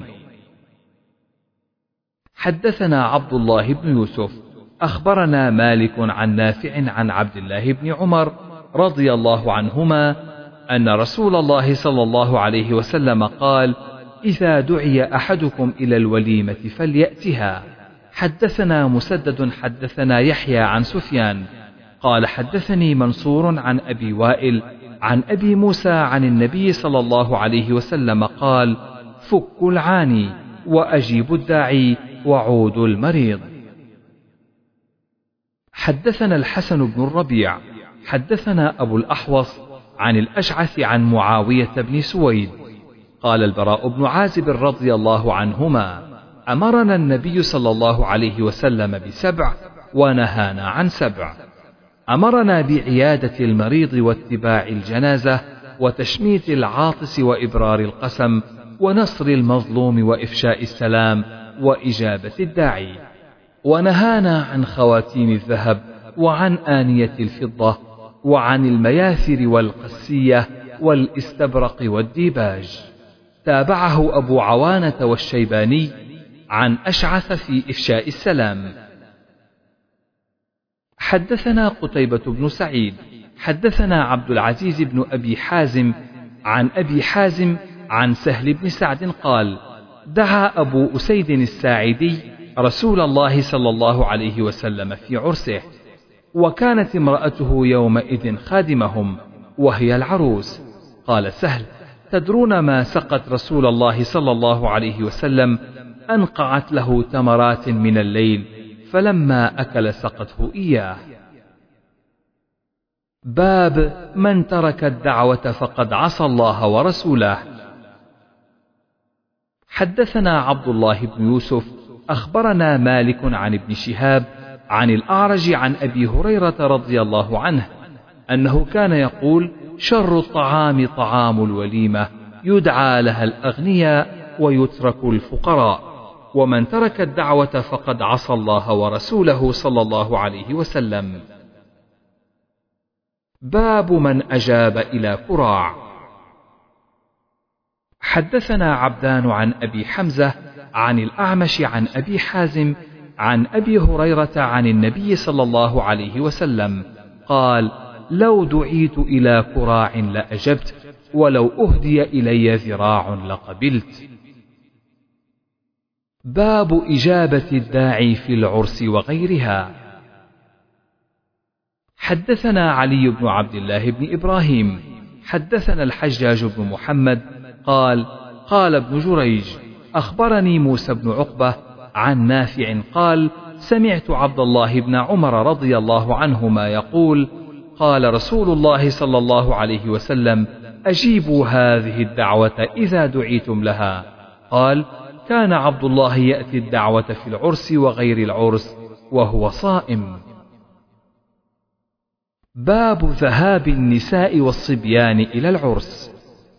حدثنا عبد الله بن يوسف أخبرنا مالك عن نافع عن عبد الله بن عمر رضي الله عنهما أن رسول الله صلى الله عليه وسلم قال: إذا دعي أحدكم إلى الوليمة فليأتها. حدثنا مسدد حدثنا يحيى عن سفيان قال: حدثني منصور عن أبي وائل عن أبي موسى عن النبي صلى الله عليه وسلم قال: فكوا العاني وأجيبوا الداعي وعودوا المريض. حدثنا الحسن بن الربيع حدثنا أبو الأحوص عن الأشعث عن معاوية بن سويد قال: البراء بن عازب رضي الله عنهما: أمرنا النبي صلى الله عليه وسلم بسبع ونهانا عن سبع. أمرنا بعيادة المريض واتباع الجنازة وتشميت العاطس وإبرار القسم ونصر المظلوم وإفشاء السلام وإجابة الداعي. ونهانا عن خواتيم الذهب وعن آنية الفضة وعن المياثر والقسية والاستبرق والديباج. تابعه أبو عوانة والشيباني عن أشعث في إفشاء السلام. حدثنا قتيبة بن سعيد حدثنا عبد العزيز بن أبي حازم عن أبي حازم عن سهل بن سعد قال: دعا أبو أسيد الساعدي رسول الله صلى الله عليه وسلم في عرسه، وكانت امرأته يومئذ خادمهم وهي العروس. قال سهل: تدرون ما سقت رسول الله صلى الله عليه وسلم؟ أنقعت له تمرات من الليل، فلما أكل سقته إياه. باب من ترك الدعوة فقد عصى الله ورسوله. حدثنا عبد الله بن يوسف أخبرنا مالك عن ابن شهاب عن الأعرج عن أبي هريرة رضي الله عنه أنه كان يقول: شر الطعام طعام الوليمة، يدعى لها الأغنياء ويترك الفقراء، ومن ترك الدعوة فقد عصى الله ورسوله صلى الله عليه وسلم. باب من أجاب إلى كراع. حدثنا عبدان عن أبي حمزة عن الأعمش عن أبي حازم عن أبي هريرة عن النبي صلى الله عليه وسلم قال: لو دعيت إلى كراع لأجبت، ولو أهدي إلي ذراع لقبلت. باب إجابة الداعي في العرس وغيرها. حدثنا علي بن عبد الله بن إبراهيم حدثنا الحجاج بن محمد قال: قال ابن جريج: أخبرني موسى بن عقبة عن نافع قال: سمعت عبد الله بن عمر رضي الله عنهما يقول: قال رسول الله صلى الله عليه وسلم: أجيبوا هذه الدعوة إذا دعيتم لها. قال: كان عبد الله يأتي الدعوة في العرس وغير العرس وهو صائم. باب ذهاب النساء والصبيان إلى العرس.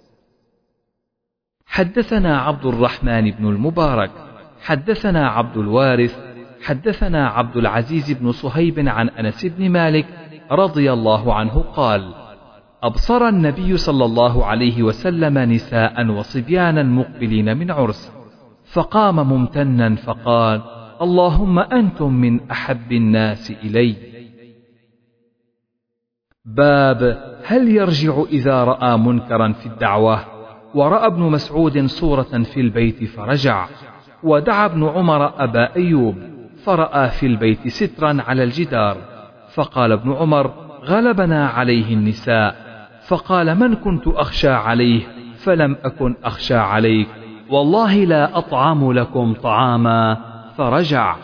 حدثنا عبد الرحمن بن المبارك حدثنا عبد الوارث حدثنا عبد العزيز بن صهيب عن أنس بن مالك رضي الله عنه قال: أبصر النبي صلى الله عليه وسلم نساء وصبيانا مقبلين من عرس، فقام ممتنا فقال: اللهم أنتم من أحب الناس إلي. باب هل يرجع إذا رأى منكرا في الدعوة؟ ورأى ابن مسعود صورة في البيت فرجع. ودعا ابن عمر أبا أيوب فرأى في البيت سترا على الجدار، فقال ابن عمر: غلبنا عليه النساء. فقال: من كنت أخشى عليه فلم أكن أخشى عليك، والله لا أطعم لكم طعاما. فرجع.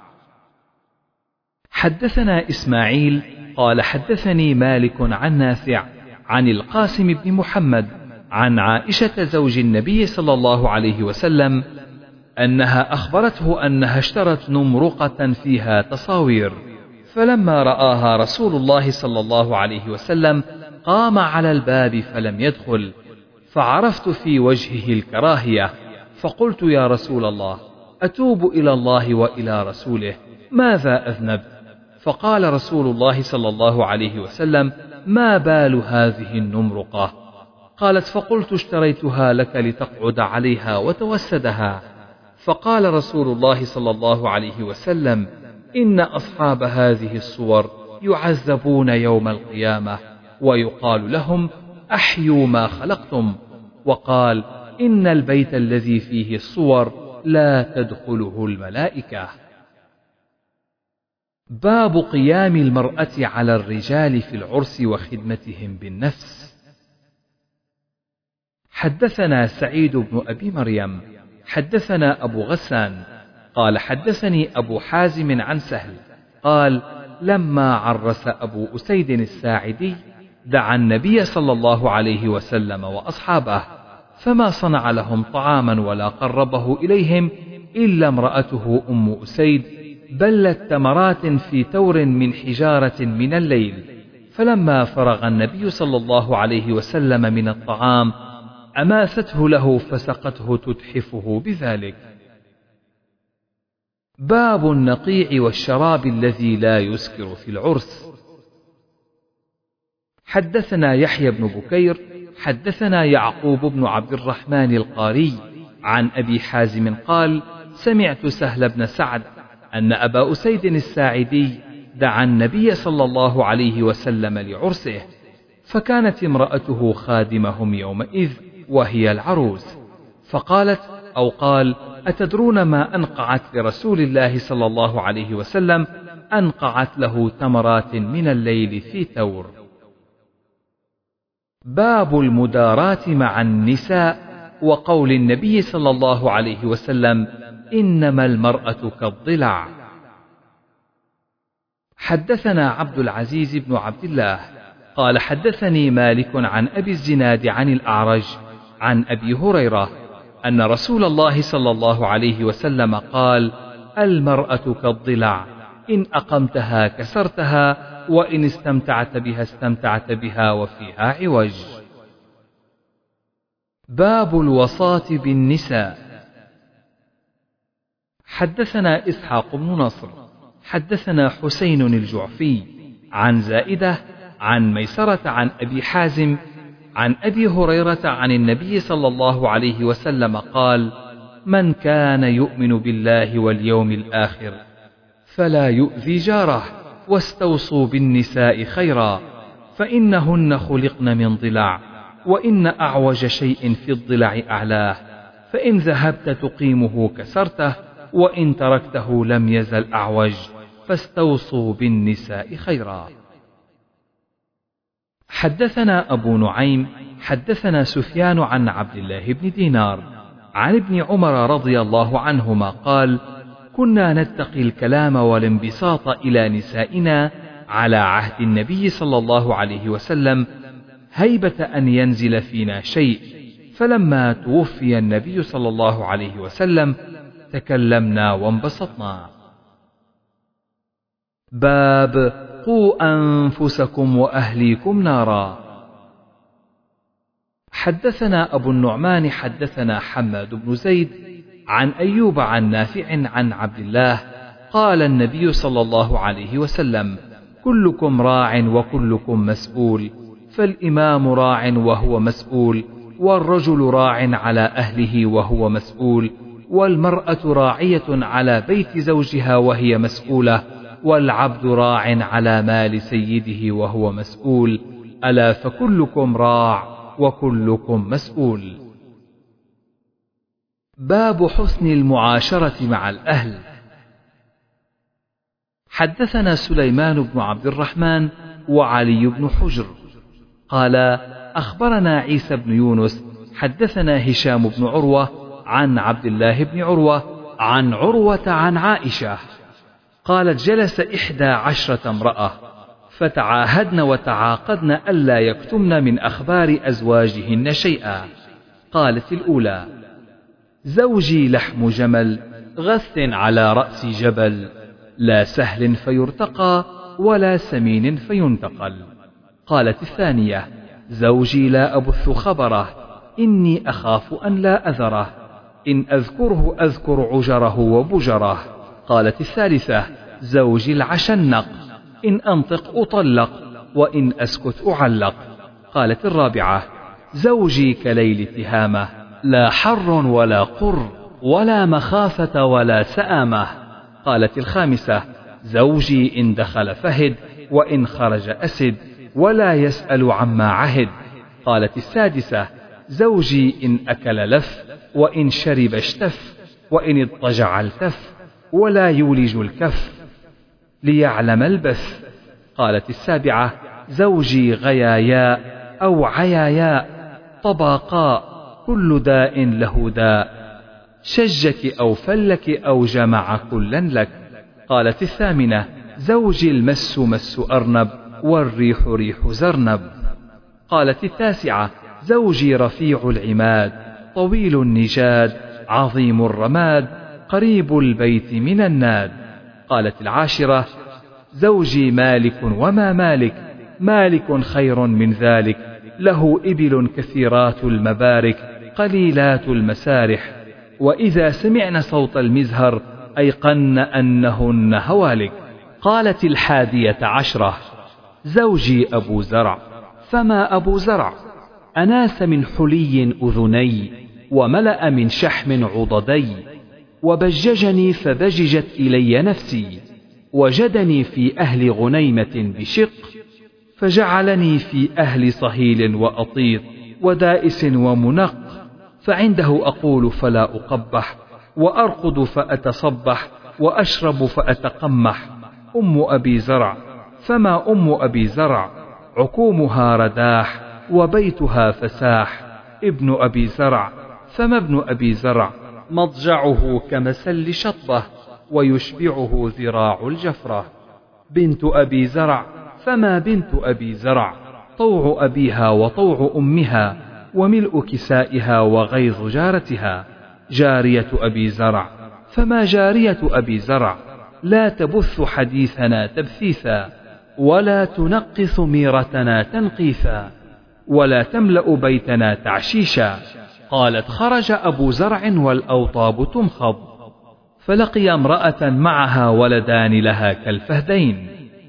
حدثنا إسماعيل قال حدثني مالك عن نافع عن القاسم بن محمد عن عائشة زوج النبي صلى الله عليه وسلم أنها أخبرته أنها اشترت نمرقة فيها تصاوير، فلما رآها رسول الله صلى الله عليه وسلم قام على الباب فلم يدخل، فعرفت في وجهه الكراهية، فقلت: يا رسول الله، أتوب إلى الله وإلى رسوله، ماذا أذنبت؟ فقال رسول الله صلى الله عليه وسلم: ما بال هذه النمرقة؟ قالت: فقلت: اشتريتها لك لتقعد عليها وتوسدها. فقال رسول الله صلى الله عليه وسلم: إن أصحاب هذه الصور يعذبون يوم القيامة، ويقال لهم: أحيوا ما خلقتم. وقال: إن البيت الذي فيه الصور لا تدخله الملائكة. باب قيام المرأة على الرجال في العرس وخدمتهم بالنفس. حدثنا سعيد بن أبي مريم حدثنا أبو غسان قال حدثني أبو حازم عن سهل قال: لما عرس أبو أسيد الساعدي دعا النبي صلى الله عليه وسلم وأصحابه، فما صنع لهم طعاما ولا قربه إليهم إلا امرأته أم أسيد بلت تمرات في تور من حجارة من الليل. فلما فرغ النبي صلى الله عليه وسلم من الطعام أماسته له فسقته تتحفه بذلك. باب النقيع والشراب الذي لا يسكر في العرس. حدثنا يحيى بن بكير حدثنا يعقوب بن عبد الرحمن القاري عن أبي حازم قال: سمعت سهل بن سعد أن أبا أسيد الساعدي دعا النبي صلى الله عليه وسلم لعرسه، فكانت امرأته خادمهم يومئذ وهي العروس، فقالت أو قال: أتدرون ما أنقعت لرسول الله صلى الله عليه وسلم؟ أنقعت له تمرات من الليل في ثور. باب المداراة مع النساء وقول النبي صلى الله عليه وسلم: إنما المرأة كالضلع. حدثنا عبد العزيز بن عبد الله قال حدثني مالك عن أبي الزناد عن الأعرج عن أبي هريرة أن رسول الله صلى الله عليه وسلم قال: المرأة كالضلع، إن أقمتها كسرتها، وإن استمتعت بها استمتعت بها وفيها عوج. باب الوصاة بالنساء. حدثنا إسحاق بن نصر حدثنا حسين الجعفي عن زائدة عن ميسرة عن أبي حازم عن أبي هريرة عن النبي صلى الله عليه وسلم قال: من كان يؤمن بالله واليوم الآخر فلا يؤذي جاره، واستوصوا بالنساء خيرا، فإنهن خلقن من ضلع، وإن أعوج شيء في الضلع أعلاه، فإن ذهبت تقيمه كسرته، وإن تركته لم يزل أعوج، فاستوصوا بالنساء خيرا. حدثنا أبو نعيم حدثنا سفيان عن عبد الله بن دينار عن ابن عمر رضي الله عنهما قال: كنا نتقي الكلام والانبساط إلى نسائنا على عهد النبي صلى الله عليه وسلم هيبة أن ينزل فينا شيء، فلما توفي النبي صلى الله عليه وسلم تكلمنا وانبسطنا. باب قوا أنفسكم وأهليكم نارا. حدثنا أبو النعمان حدثنا حماد بن زيد عن أيوب عن نافع عن عبد الله قال النبي صلى الله عليه وسلم: كلكم راع وكلكم مسؤول، فالإمام راع وهو مسؤول، والرجل راع على أهله وهو مسؤول، والمرأة راعية على بيت زوجها وهي مسؤولة، والعبد راع على مال سيده وهو مسؤول، ألا فكلكم راع وكلكم مسؤول. باب حسن المعاشرة مع الأهل. حدثنا سليمان بن عبد الرحمن وعلي بن حجر قال أخبرنا عيسى بن يونس حدثنا هشام بن عروة عن عبد الله بن عروة عن عروة عن عائشة قالت جلس إحدى عشرة امرأة فتعاهدن وتعاقدن ألا يكتمن من أخبار أزواجهن شيئا. قالت الأولى: زوجي لحم جمل غث على رأس جبل، لا سهل فيرتقى ولا سمين فينتقل. قالت الثانية: زوجي لا أبث خبره، إني أخاف أن لا أذره، إن أذكره أذكر عجره وبجره. قالت الثالثة: زوجي العشنق، إن أنطق أطلق، وإن أسكت أعلق. قالت الرابعة: زوجي كليل تهامة، لا حر ولا قر ولا مخافة ولا سآمة. قالت الخامسة: زوجي إن دخل فهد، وإن خرج أسد، ولا يسأل عما عهد. قالت السادسة: زوجي إن أكل لف، وإن شرب اشتف، وإن اضطجع التف، ولا يولج الكف ليعلم البث. قالت السابعة: زوجي غياياء أو عياياء طباقاء، كل داء له داء، شجك أو فلك أو جمع كلا لك. قالت الثامنة: زوجي المس مس أرنب، والريح ريح زرنب. قالت التاسعة: زوجي رفيع العماد، طويل النجاد، عظيم الرماد، قريب البيت من الناد. قالت العاشرة: زوجي مالك وما مالك، مالك خير من ذلك، له إبل كثيرات المبارك، قليلات المسارح، وإذا سمعن صوت المزهر أيقن أنهن هوالك. قالت الحادية عشرة: زوجي أبو زرع. فما أبو زرع؟ أناس من حلي أذني، وملأ من شحم عضدي، وبججني فبججت إلي نفسي، وجدني في أهل غنيمة بشق، فجعلني في أهل صهيل وأطيط ودائس ومنق، فعنده أقول فلا أقبح، وأرقد فأتصبح، وأشرب فأتقمح. أم أبي زرع. فما أم أبي زرع؟ عكومها رداح، وبيتها فساح. ابن أبي زرع. فما ابن أبي زرع؟ مضجعه كمسل شطبة، ويشبعه ذراع الجفرة. بنت أبي زرع. فما بنت أبي زرع؟ طوع أبيها وطوع أمها، وملء كسائها وغيظ جارتها. جارية أبي زرع. فما جارية أبي زرع؟ لا تبث حديثنا تبثيثا، ولا تنقص ميرتنا تنقيثا، ولا تملأ بيتنا تعشيشا. قالت: خرج أبو زرع والأوطاب تمخض، فلقي امرأة معها ولدان لها كالفهدين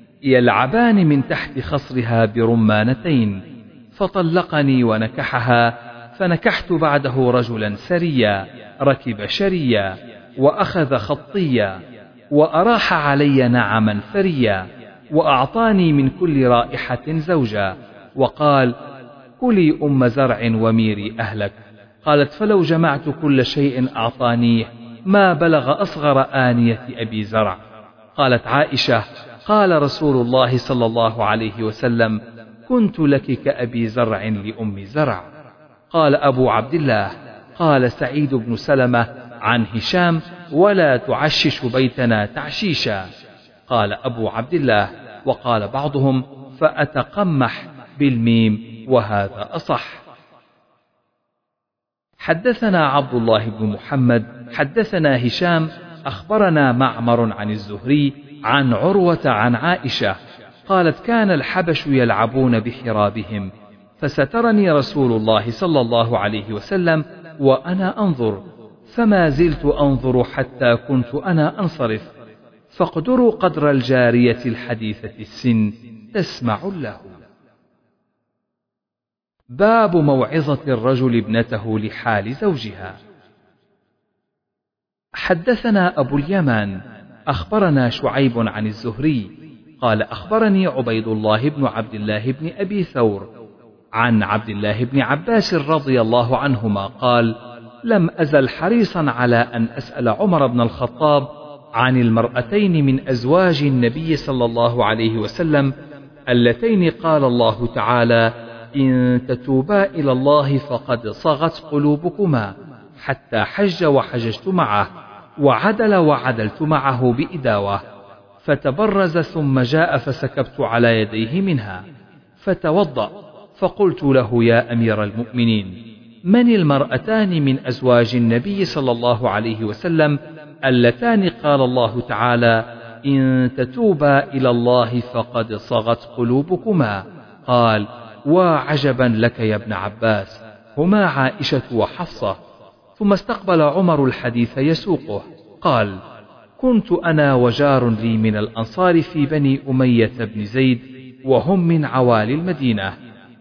يلعبان من تحت خصرها برمانتين، فطلقني ونكحها، فنكحت بعده رجلا سريا ركب شريا، وأخذ خطيا، وأراح علي نعما فريا، وأعطاني من كل رائحة زوجا، وقال: كلي أم زرع وميري أهلك. قالت: فلو جمعت كل شيء أعطانيه ما بلغ أصغر آنية أبي زرع. قالت عائشة: قال رسول الله صلى الله عليه وسلم: كنت لك كأبي زرع لأم زرع. قال أبو عبد الله: قال سعيد بن سلمة عن هشام: ولا تعشش بيتنا تعشيشا. قال أبو عبد الله: وقال بعضهم: فأتقمح بالميم، وهذا أصح. حدثنا عبد الله بن محمد حدثنا هشام أخبرنا معمر عن الزهري عن عروة عن عائشة قالت: كان الحبش يلعبون بحرابهم، فسترني رسول الله صلى الله عليه وسلم وأنا أنظر، فما زلت أنظر حتى كنت أنا أنصرف، فاقدروا قدر الجارية الحديثة السن تسمع له. باب موعظة الرجل ابنته لحال زوجها. حدثنا أبو اليمان أخبرنا شعيب عن الزهري قال أخبرني عبيد الله بن عبد الله بن أبي ثور عن عبد الله بن عباس رضي الله عنهما قال لم أزل حريصا على أن أسأل عمر بن الخطاب عن المرأتين من أزواج النبي صلى الله عليه وسلم اللتين قال الله تعالى إن تتوبا إلى الله فقد صغت قلوبكما، حتى حج وحججت معه، وعدل وعدلت معه بإداوة، فتبرز ثم جاء فسكبت على يديه منها، فتوضأ، فقلت له يا أمير المؤمنين من المرأتان من أزواج النبي صلى الله عليه وسلم اللتان قال الله تعالى إن تتوبا إلى الله فقد صغت قلوبكما؟ قال وعجبا لك يا ابن عباس، هما عائشة وحفصة. ثم استقبل عمر الحديث يسوقه قال كنت أنا وجار لي من الأنصار في بني أمية بن زيد وهم من عوالي المدينة،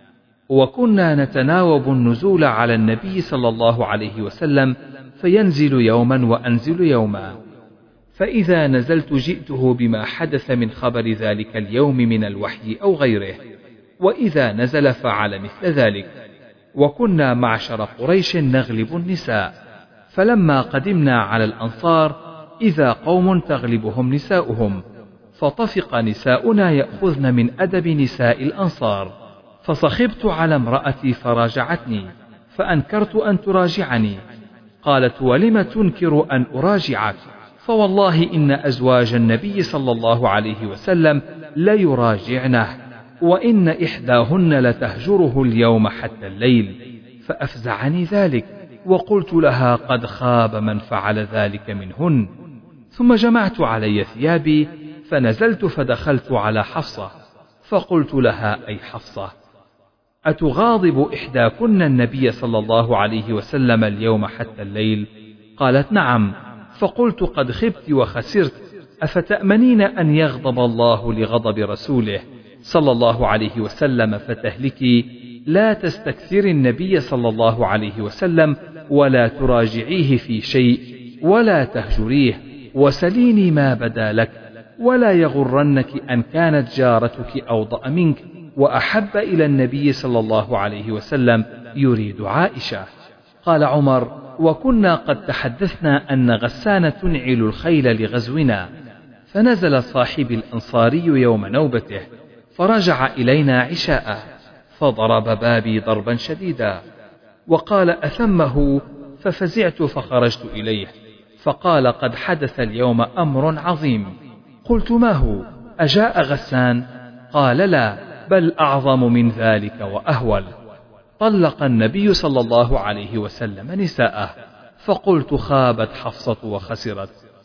وكنا نتناوب النزول على النبي صلى الله عليه وسلم فينزل يوما وأنزل يوما، فإذا نزلت جئته بما حدث من خبر ذلك اليوم من الوحي أو غيره، وإذا نزل فعل مثل ذلك. وكنا معشر قريش نغلب النساء، فلما قدمنا على الأنصار إذا قوم تغلبهم نساؤهم، فطفق نساؤنا يأخذن من أدب نساء الأنصار، فصخبت على امرأتي فراجعتني، فأنكرت أن تراجعني، قالت ولم تنكر أن أراجعك؟ فوالله إن أزواج النبي صلى الله عليه وسلم ليراجعنه، وإن إحداهن لتهجره اليوم حتى الليل، فأفزعني ذلك، وقلت لها قد خاب من فعل ذلك منهن. ثم جمعت علي ثيابي فنزلت فدخلت على حفصة، فقلت لها أي حفصة أتغاضب إحداكن النبي صلى الله عليه وسلم اليوم حتى الليل؟ قالت نعم. فقلت قد خبت وخسرت، أفتأمنين أن يغضب الله لغضب رسوله صلى الله عليه وسلم فتهلكي؟ لا تستكثر النبي صلى الله عليه وسلم ولا تراجعيه في شيء ولا تهجريه، وسليني ما بدا لك، ولا يغرنك أن كانت جارتك أوضأ منك وأحب إلى النبي صلى الله عليه وسلم يريد عائشة. قال عمر وكنا قد تحدثنا أن غسان تنعل الخيل لغزونا، فنزل صاحب الأنصاري يوم نوبته فرجع إلينا عشاء، فضرب بابي ضربا شديدا وقال أثمه، ففزعت فخرجت إليه، فقال قد حدث اليوم أمر عظيم. قلت ما هو؟ أجاء غسان؟ قال لا، بل أعظم من ذلك وأهول، طلق النبي صلى الله عليه وسلم نساءه. فقلت خابت حفصة وخسرت،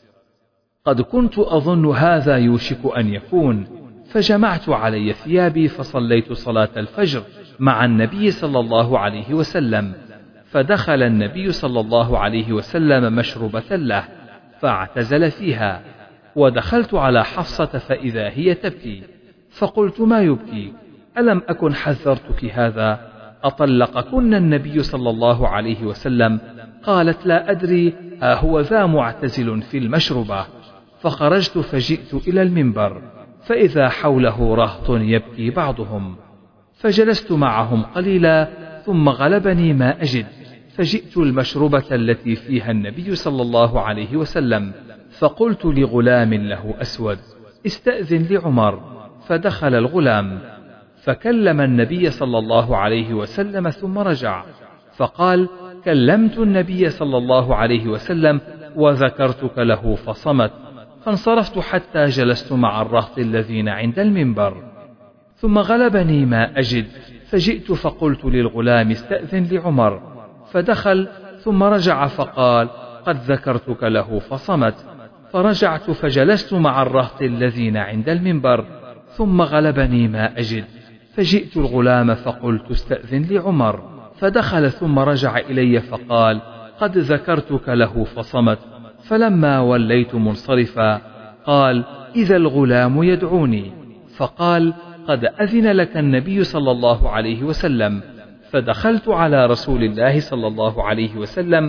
قد كنت أظن هذا يوشك أن يكون، فجمعت علي ثيابي فصليت صلاة الفجر مع النبي صلى الله عليه وسلم، فدخل النبي صلى الله عليه وسلم مشربة له فاعتزل فيها، ودخلت على حفصة فإذا هي تبكي، فقلت ما يبكي؟ ألم أكن حذرتك هذا؟ أطلقكن النبي صلى الله عليه وسلم؟ قالت لا أدري، ها هو ذا معتزل في المشربة. فخرجت فجئت إلى المنبر فإذا حوله رهط يبكي بعضهم، فجلست معهم قليلا ثم غلبني ما أجد، فجئت المشربة التي فيها النبي صلى الله عليه وسلم، فقلت لغلام له أسود استأذن لعمر، فدخل الغلام فكلم النبي صلى الله عليه وسلم ثم رجع، فقال كلمت النبي صلى الله عليه وسلم وذكرتك له فصمت، فانصرفت حتى جلست مع الرهط الذين عند المنبر، ثم غلبني ما أجد، فجئت فقلت للغلام استأذن لعمر، فدخل ثم رجع فقال قد ذكرتك له فصمت، فرجعت فجلست مع الرهط الذين عند المنبر، ثم غلبني ما أجد، فجئت الغلام فقلت استأذن لعمر، فدخل ثم رجع إلي فقال قد ذكرتك له فصمت، فلما وليت منصرفا قال إذا الغلام يدعوني، فقال قد أذن لك النبي صلى الله عليه وسلم، فدخلت على رسول الله صلى الله عليه وسلم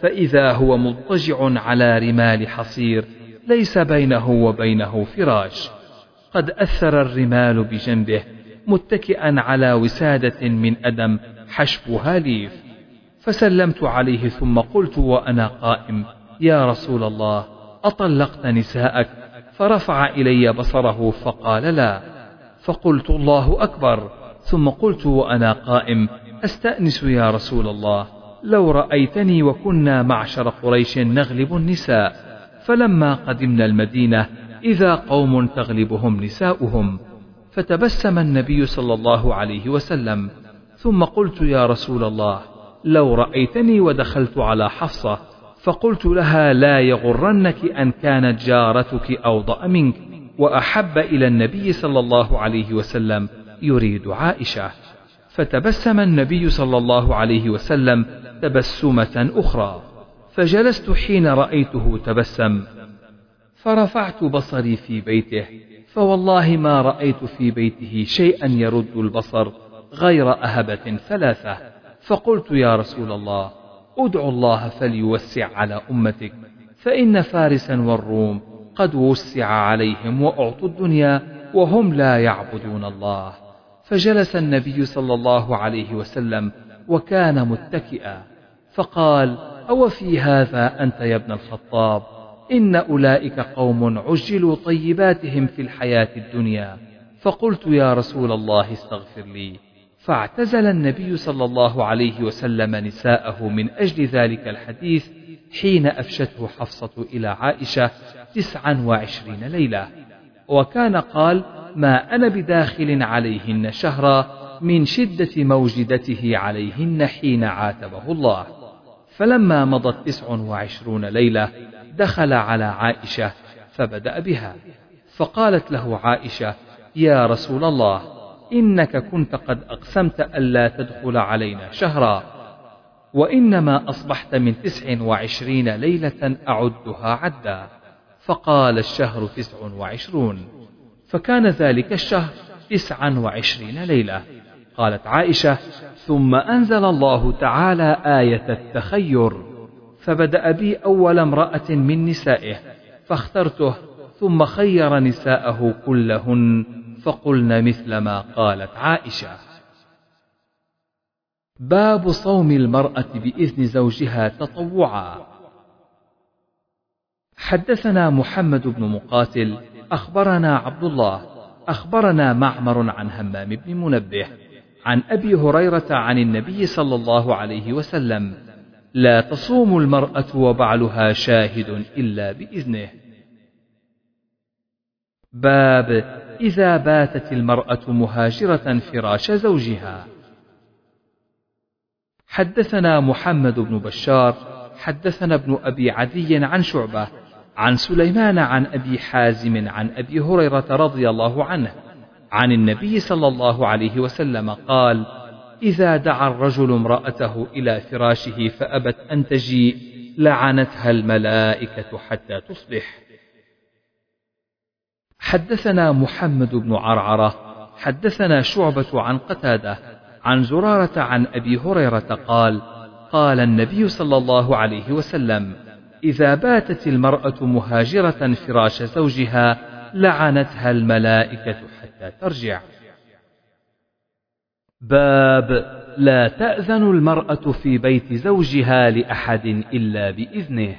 فإذا هو مضطجع على رمال حصير ليس بينه وبينه فراش، قد أثر الرمال بجنبه، متكئا على وسادة من أدم حشبها ليف. فسلمت عليه ثم قلت وأنا قائم: يا رسول الله، أطلقت نساءك؟ فرفع إلي بصره فقال: لا. فقلت: الله أكبر. ثم قلت وأنا قائم: أستأنس يا رسول الله، لو رأيتني وكنا معشر قريش نغلب النساء، فلما قدمنا المدينة إذا قوم تغلبهم نساؤهم. فتبسم النبي صلى الله عليه وسلم. ثم قلت: يا رسول الله، لو رأيتني ودخلت على حفصة فقلت لها: لا يغرنك أن كانت جارتك أوضأ منك وأحب إلى النبي صلى الله عليه وسلم، يريد عائشة. فتبسم النبي صلى الله عليه وسلم تبسمة أخرى، فجلست حين رأيته تبسم، فرفعت بصري في بيته، فوالله ما رأيت في بيته شيئا يرد البصر غير أهبة ثلاثة. فقلت: يا رسول الله، أدعو الله فليوسع على أمتك، فإن فارسا والروم قد وسع عليهم وأعطوا الدنيا وهم لا يعبدون الله. فجلس النبي صلى الله عليه وسلم وكان متكئا، فقال: أو في هذا أنت يا ابن الخطاب؟ إن أولئك قوم عجلوا طيباتهم في الحياة الدنيا. فقلت: يا رسول الله استغفر لي. فاعتزل النبي صلى الله عليه وسلم نساءه من أجل ذلك الحديث حين أفشته حفصة إلى عائشة تسعا وعشرين ليلة. وكان قال: ما أنا بداخل عليهن شهرا من شدة موجدته عليهن حين عاتبه الله. فلما مضت تسع وعشرون ليلة دخل على عائشة فبدأ بها، فقالت له عائشة: يا رسول الله، إنك كنت قد أقسمت ألا تدخل علينا شهرا، وإنما أصبحت من تسع وعشرين ليلة أعدها عدا. فقال: الشهر تسع وعشرون. فكان ذلك الشهر تسعا وعشرين ليلة. قالت عائشة: ثم أنزل الله تعالى آية التخير، فبدأ بي أول امرأة من نسائه فاخترته، ثم خير نساءه كلهن فقلن مثل ما قالت عائشة. باب صوم المرأة بإذن زوجها تطوعا. حدثنا محمد بن مقاتل أخبرنا عبد الله أخبرنا معمر عن همام بن منبه عن أبي هريرة عن النبي صلى الله عليه وسلم: لا تصوم المرأة وبعلها شاهد إلا بإذنه. باب إذا باتت المرأة مهاجرة فراش زوجها. حدثنا محمد بن بشار حدثنا ابن أبي عدي عن شعبة عن سليمان عن أبي حازم عن أبي هريرة رضي الله عنه عن النبي صلى الله عليه وسلم قال: إذا دعا الرجل امرأته إلى فراشه فأبت أن تجيء لعنتها الملائكة حتى تصبح. حدثنا محمد بن عرعرة حدثنا شعبة عن قتادة عن زرارة عن أبي هريرة قال: قال النبي صلى الله عليه وسلم: إذا باتت المرأة مهاجرة فراش زوجها لعنتها الملائكة حتى ترجع. باب لا تأذن المرأة في بيت زوجها لأحد إلا بإذنه.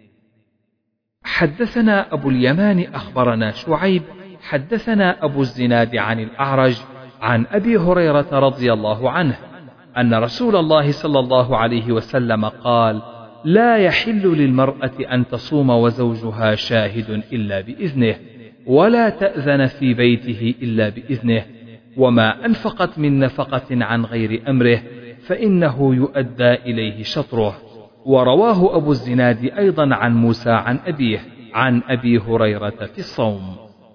حدثنا أبو اليمان أخبرنا شعيب حدثنا أبو الزناد عن الأعرج عن أبي هريرة رضي الله عنه أن رسول الله صلى الله عليه وسلم قال: لا يحل للمرأة أن تصوم وزوجها شاهد إلا بإذنه، ولا تأذن في بيته إلا بإذنه، وما أنفقت من نفقة عن غير أمره فإنه يؤدى إليه شطره. ورواه أبو الزناد أيضا عن موسى عن أبيه عن أبي هريرة في الصوم.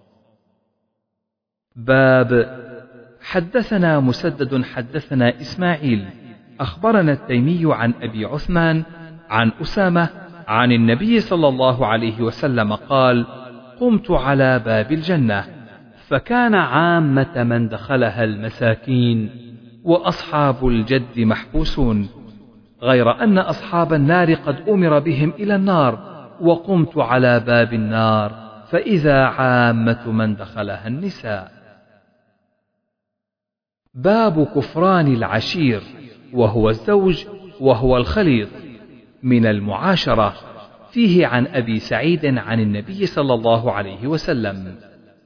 باب حدثنا مسدد حدثنا إسماعيل أخبرنا التيمي عن أبي عثمان عن أسامة عن النبي صلى الله عليه وسلم قال: قمت على باب الجنة فكان عامة من دخلها المساكين وأصحاب الجد محبوسون، غير أن أصحاب النار قد أمر بهم إلى النار، وقمت على باب النار فإذا عامة من دخلها النساء. باب كفران العشير، وهو الزوج وهو الخليط من المعاشرة، فيه عن أبي سعيد عن النبي صلى الله عليه وسلم.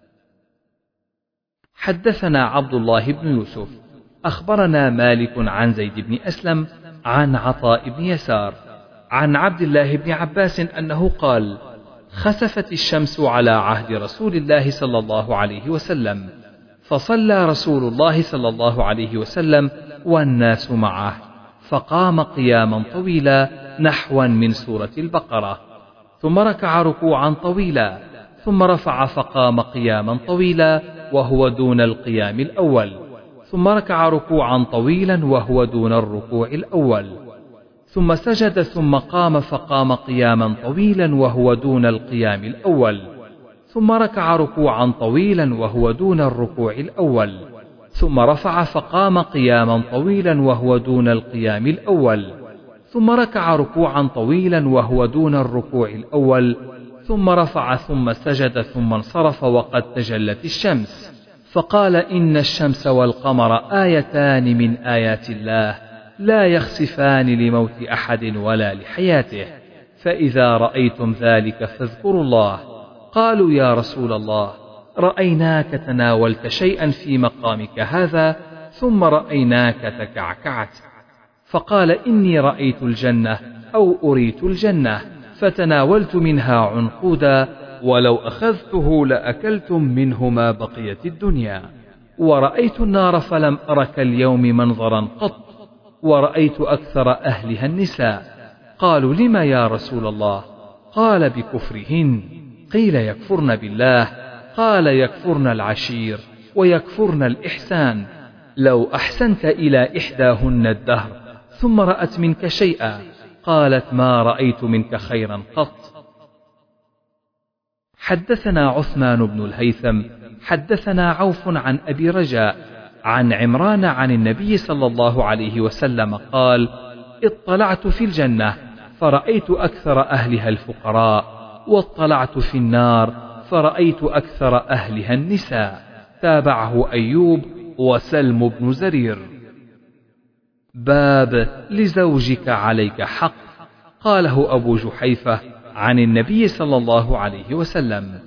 حدثنا عبد الله بن يوسف أخبرنا مالك عن زيد بن أسلم عن عطاء بن يسار عن عبد الله بن عباس أنه قال: خسفت الشمس على عهد رسول الله صلى الله عليه وسلم، فصلى رسول الله صلى الله عليه وسلم والناس معه، فقام قياما طويلا نحوا من سورة البقرة، ثم ركع ركوعا طويلا، ثم رفع فقام قياما طويلا وهو دون القيام الأول، ثم ركع ركوعا طويلا وهو دون الركوع الأول، ثم سجد ثم قام فقام قياما طويلا وهو دون القيام الأول، ثم ركع ركوعا طويلا وهو دون الركوع الأول، ثم رفع فقام قياما طويلا وهو دون القيام الأول، ثم ركع ركوعا طويلا وهو دون الركوع الأول، ثم رفع ثم سجد ثم انصرف وقد تجلت الشمس، فقال: إن الشمس والقمر آيتان من آيات الله لا يخسفان لموت أحد ولا لحياته، فإذا رأيتم ذلك فاذكروا الله. قالوا: يا رسول الله، رأيناك تناولت شيئا في مقامك هذا ثم رأيناك تكعكعت. فقال: إني رأيت الجنة أو أريت الجنة فتناولت منها عنقودا، ولو أخذته لأكلتم منه ما بقيت الدنيا. ورأيت النار فلم أرك اليوم منظرا قط، ورأيت أكثر أهلها النساء. قالوا: لم يا رسول الله؟ قال: بكفرهن. قيل: يكفرن بالله؟ قال: يكفرن العشير ويكفرن الإحسان. لو أحسنت إلى إحداهن الدهر ثم رأت منك شيئا قالت: ما رأيت منك خيرا قط. حدثنا عثمان بن الهيثم حدثنا عوف عن أبي رجاء عن عمران عن النبي صلى الله عليه وسلم قال: اطلعت في الجنة فرأيت أكثر أهلها الفقراء، واطلعت في النار فرأيت أكثر أهلها النساء. تابعه أيوب وسلم بن زرير. باب لزوجك عليك حق، قاله أبو جحيفة عن النبي صلى الله عليه وسلم.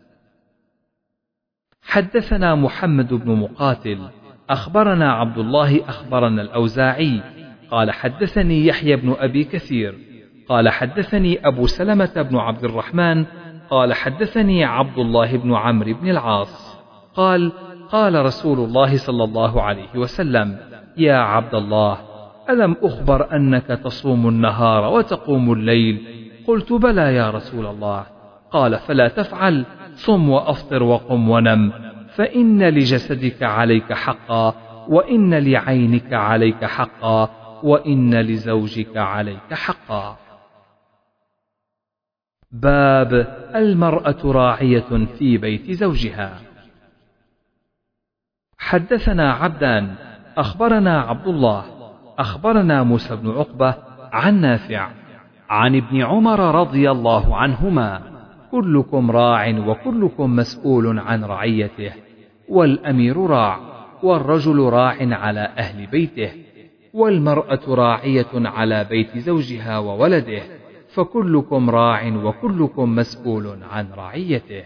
حدثنا محمد بن مقاتل أخبرنا عبد الله أخبرنا الأوزاعي قال حدثني يحيى بن أبي كثير قال حدثني أبو سلمة بن عبد الرحمن قال حدثني عبد الله بن عمرو بن العاص قال: قال رسول الله صلى الله عليه وسلم: يا عبد الله، ألم أخبر أنك تصوم النهار وتقوم الليل؟ قلت: بلى يا رسول الله. قال: فلا تفعل، صم وأفطر وقم ونم، فإن لجسدك عليك حقا، وإن لعينك عليك حقا، وإن لزوجك عليك حقا. باب المرأة راعية في بيت زوجها. حدثنا عبدان أخبرنا عبد الله أخبرنا موسى بن عقبة عن نافع عن ابن عمر رضي الله عنهما: كلكم راع وكلكم مسؤول عن رعيته، والأمير راع، والرجل راع على أهل بيته، والمرأة راعية على بيت زوجها وولده، فكلكم راع وكلكم مسؤول عن رعيته.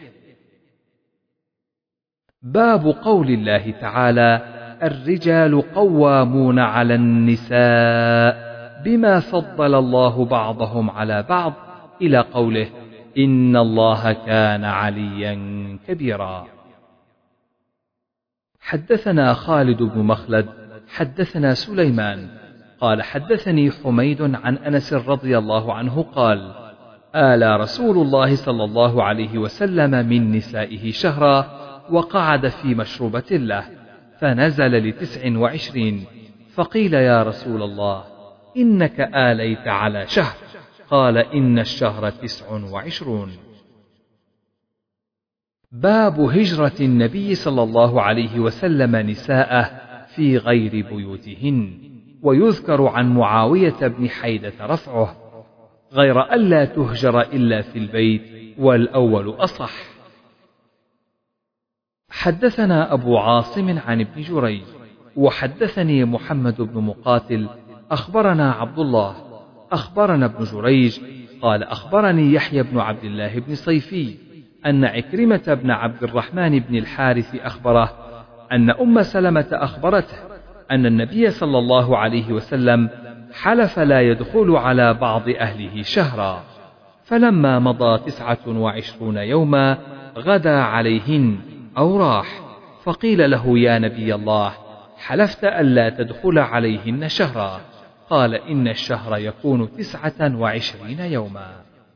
باب قول الله تعالى: الرجال قوامون على النساء بما فضل الله بعضهم على بعض، إلى قوله: إن الله كان عليا كبيرا. حدثنا خالد بن مخلد حدثنا سليمان قال حدثني حميد عن أنس رضي الله عنه قال: آلى رسول الله صلى الله عليه وسلم من نسائه شهرا، وقعد في مشروبة له، فنزل لتسع وعشرين، فقيل: يا رسول الله، إنك آليت على شهر. قال: إن الشهر تسع وعشرون. باب هجرة النبي صلى الله عليه وسلم نساءه في غير بيوتهن. ويذكر عن معاوية بن حيدة رفعه، غير ألا تهجر إلا في البيت، والأول أصح. حدثنا أبو عاصم عن ابن جريج وحدثني محمد بن مقاتل أخبرنا عبد الله أخبرنا ابن جريج قال أخبرني يحيى بن عبد الله بن صيفي أن عكرمة بن عبد الرحمن بن الحارث أخبره أن أم سلمة أخبرته أن النبي صلى الله عليه وسلم حلف لا يدخل على بعض أهله شهرا، فلما مضى تسعة وعشرون يوما غدا عليهن أو راح، فقيل له يا نبي الله حلفت ألا تدخل عليهن شهرا؟ قال إن الشهر يكون تسعة وعشرين يوما.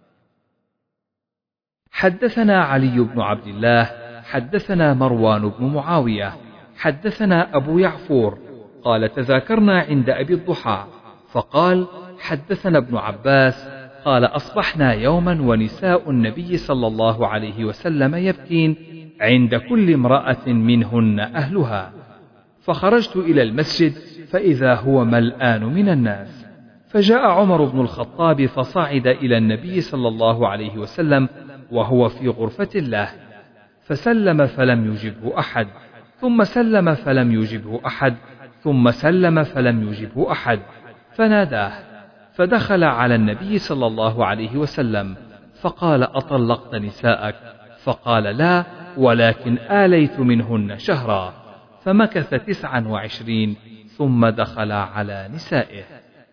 حدثنا علي بن عبد الله حدثنا مروان بن معاوية حدثنا أبو يعفور قال تذاكرنا عند أبي الضحى فقال حدثنا ابن عباس قال أصبحنا يوما ونساء النبي صلى الله عليه وسلم يبكين عند كل امرأة منهن أهلها، فخرجت إلى المسجد فإذا هو ملآن من الناس، فجاء عمر بن الخطاب فصعد إلى النبي صلى الله عليه وسلم وهو في غرفة له، فسلم فلم يجبه أحد، ثم سلم فلم يجبه أحد، ثم سلم فلم يجبه أحد، فناداه فدخل على النبي صلى الله عليه وسلم فقال أطلقت نساءك؟ فقال لا، ولكن آليت منهن شهرا، فمكث تسعا وعشرين ثم دخل على نسائه.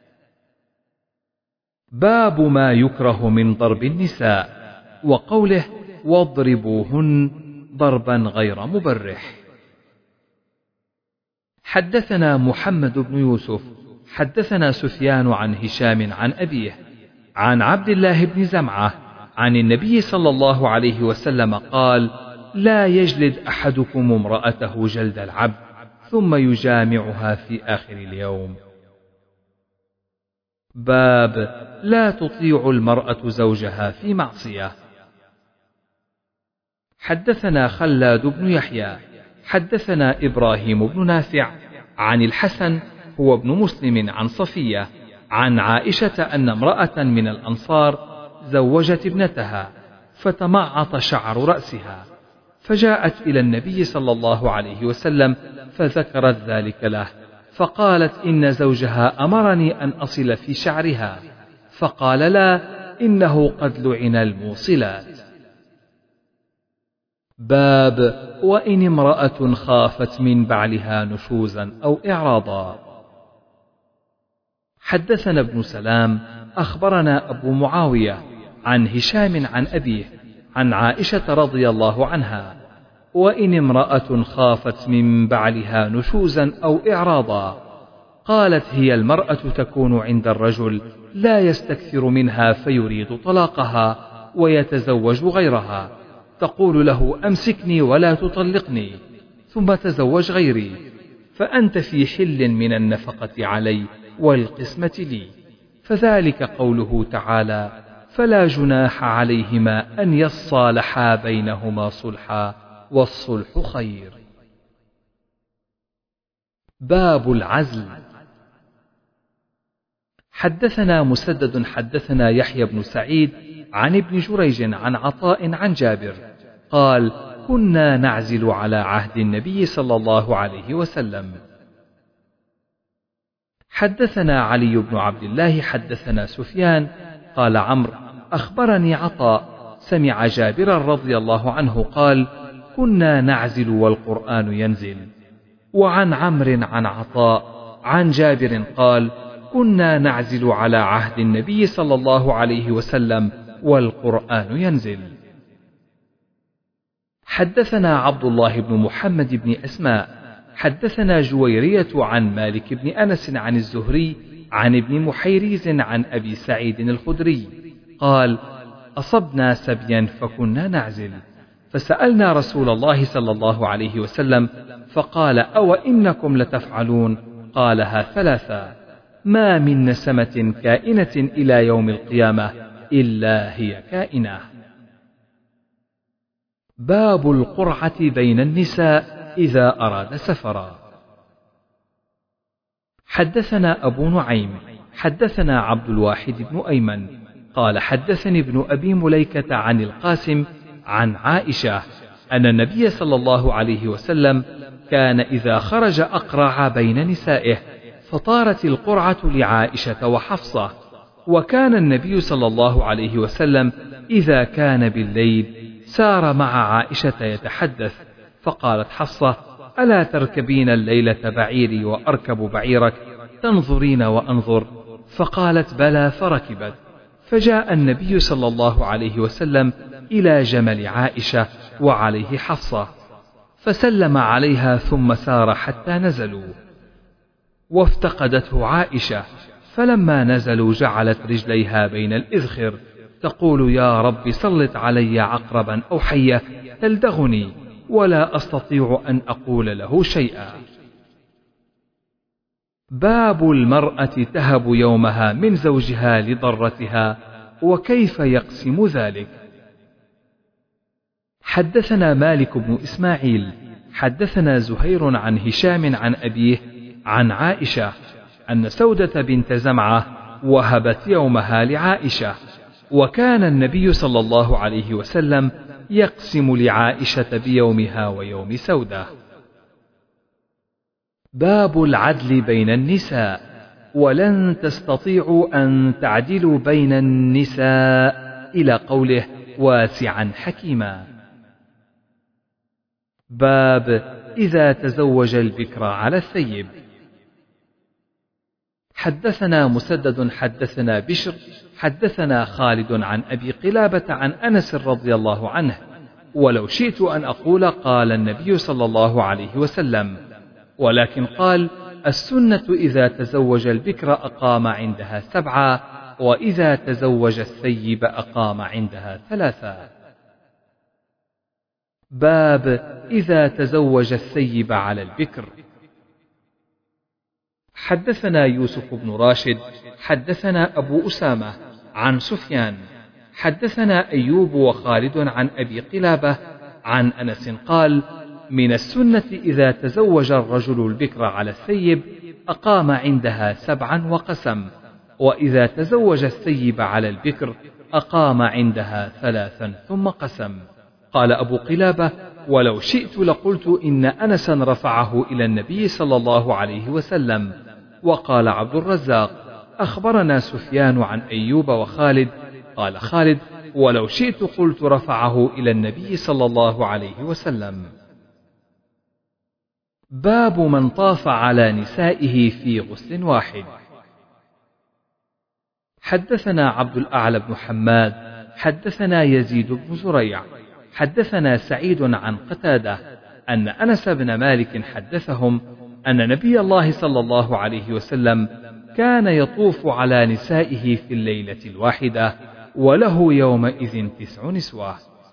باب ما يكره من ضرب النساء، وقوله واضربوهن ضربا غير مبرح. حدثنا محمد بن يوسف حدثنا سفيان عن هشام عن أبيه عن عبد الله بن زمعة عن النبي صلى الله عليه وسلم قال لا يجلد أحدكم امرأته جلد العبد ثم يجامعها في آخر اليوم. باب لا تطيع المرأة زوجها في معصية. حدثنا خلاد بن يحيى حدثنا إبراهيم بن نافع عن الحسن هو ابن مسلم عن صفية عن عائشة أن امرأة من الأنصار زوجت ابنتها فتمعط شعر رأسها، فجاءت إلى النبي صلى الله عليه وسلم فذكرت ذلك له، فقالت إن زوجها أمرني أن أصل في شعرها، فقال لا، إنه قد لعن الموصلات. باب وإن امرأة خافت من بعلها نشوزا أو إعراضا. حدثنا ابن سلام أخبرنا أبو معاوية عن هشام عن أبيه عن عائشة رضي الله عنها وإن امرأة خافت من بعلها نشوزا أو إعراضا، قالت هي المرأة تكون عند الرجل لا يستكثر منها فيريد طلاقها ويتزوج غيرها، تقول له أمسكني ولا تطلقني ثم تزوج غيري، فأنت في حل من النفقة علي والقسمة لي، فذلك قوله تعالى فلا جناح عليهما أن يصالحا بينهما صلحا والصلح خير. باب العزل. حدثنا مسدد حدثنا يحيى بن سعيد عن ابن جريج عن عطاء عن جابر قال كنا نعزل على عهد النبي صلى الله عليه وسلم. حدثنا علي بن عبد الله حدثنا سفيان قال عمرو أخبرني عطاء سمع جابرا رضي الله عنه قال كنا نعزل والقرآن ينزل. وعن عمرو عن عطاء عن جابر قال كنا نعزل على عهد النبي صلى الله عليه وسلم والقرآن ينزل. حدثنا عبد الله بن محمد بن أسماء حدثنا جويرية عن مالك بن أنس عن الزهري عن ابن محيريز عن أبي سعيد الخدري قال أصبنا سبيا فكنا نعزل، فسألنا رسول الله صلى الله عليه وسلم فقال أو إنكم لتفعلون؟ قالها ثلاثا، ما من نسمة كائنة إلى يوم القيامة إلا هي كائنة. باب القرعة بين النساء إذا أراد سفرا. حدثنا أبو نعيم حدثنا عبد الواحد بن أيمن قال حدثني ابن أبي مليكة عن القاسم عن عائشة أن النبي صلى الله عليه وسلم كان إذا خرج أقرع بين نسائه، فطارت القرعة لعائشة وحفصة. وكان النبي صلى الله عليه وسلم إذا كان بالليل سار مع عائشة يتحدث، فقالت حفصة: ألا تركبين الليلة بعيري وأركب بعيرك، تنظرين وأنظر؟ فقالت: بلى، فركبت. فجاء النبي صلى الله عليه وسلم إلى جمل عائشة وعليه حفصة، فسلم عليها ثم سار حتى نزلوا، وافتقدته عائشة، فلما نزلوا جعلت رجليها بين الإذخر تقول: يا رب سلط علي عقربا أو حية تلدغني ولا أستطيع أن أقول له شيئا. باب المرأة تهب يومها من زوجها لضرتها وكيف يقسم ذلك. حدثنا مالك بن إسماعيل حدثنا زهير عن هشام عن أبيه عن عائشة أن سودة بنت زمعة وهبت يومها لعائشة، وكان النبي صلى الله عليه وسلم يقسم لعائشة بيومها ويوم سودة. باب العدل بين النساء، ولن تستطيعوا أن تعدلوا بين النساء إلى قوله: واسعا حكيما. باب إذا تزوج البكر على الثيب. حدثنا مسدد حدثنا بشر حدثنا خالد عن أبي قلابة عن أنس رضي الله عنه: ولو شئت أن أقول قال النبي صلى الله عليه وسلم، ولكن قال: السنة إذا تزوج البكر أقام عندها سبعة، وإذا تزوج الثيب أقام عندها ثلاثة. باب إذا تزوج الثيب على البكر. حدثنا يوسف بن راشد حدثنا أبو أسامة عن سفيان حدثنا أيوب وخالد عن أبي قلابة عن أنس قال: من السنة إذا تزوج الرجل البكر على الثيب أقام عندها سبعا وقسم، وإذا تزوج الثيب على البكر أقام عندها ثلاثا ثم قسم. قال أبو قلابة: ولو شئت لقلت إن أنسا رفعه إلى النبي صلى الله عليه وسلم. وقال عبد الرزاق: أخبرنا سفيان عن أيوب وخالد. قال خالد: ولو شئت قلت رفعه إلى النبي صلى الله عليه وسلم. باب من طاف على نسائه في غسل واحد. حدثنا عبد الأعلى بن حماد حدثنا يزيد بن زريع حدثنا سعيد عن قتادة أن أنس بن مالك حدثهم أن نبي الله صلى الله عليه وسلم كان يطوف على نسائه في الليلة الواحدة، وله يومئذ تسع نسوة.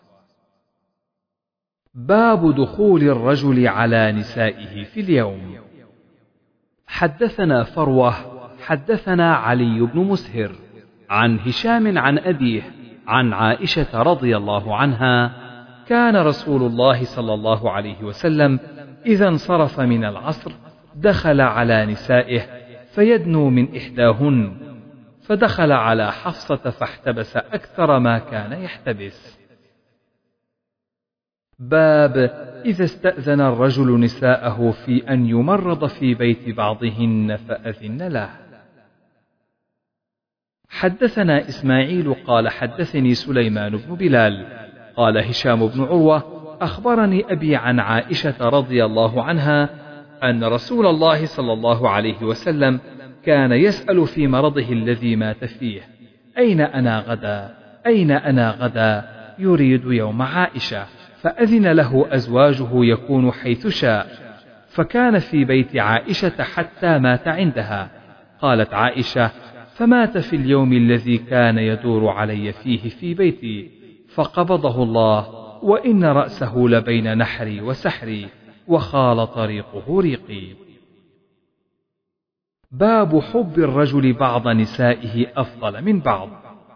باب دخول الرجل على نسائه في اليوم. حدثنا فروة حدثنا علي بن مسهر عن هشام عن أبيه عن عائشة رضي الله عنها: كان رسول الله صلى الله عليه وسلم إذا انصرف من العصر دخل على نسائه فيدنو من إحداهن، فدخل على حفصة فاحتبس أكثر ما كان يحتبس. باب إذا استأذن الرجل نساءه في أن يمرض في بيت بعضهن فأذن له. حدثنا إسماعيل قال حدثني سليمان بن بلال قال هشام بن عروة أخبرني أبي عن عائشة رضي الله عنها أن رسول الله صلى الله عليه وسلم كان يسأل في مرضه الذي مات فيه: أين أنا غدا؟ أين أنا غدا؟ يريد يوم عائشة، فأذن له أزواجه يكون حيث شاء، فكان في بيت عائشة حتى مات عندها. قالت عائشة: فمات في اليوم الذي كان يدور علي فيه في بيتي، فقبضه الله، وإن رأسه لبين نحري وسحري، وخال طريقه ريقي. باب حب الرجل بعض نسائه أفضل من بعض.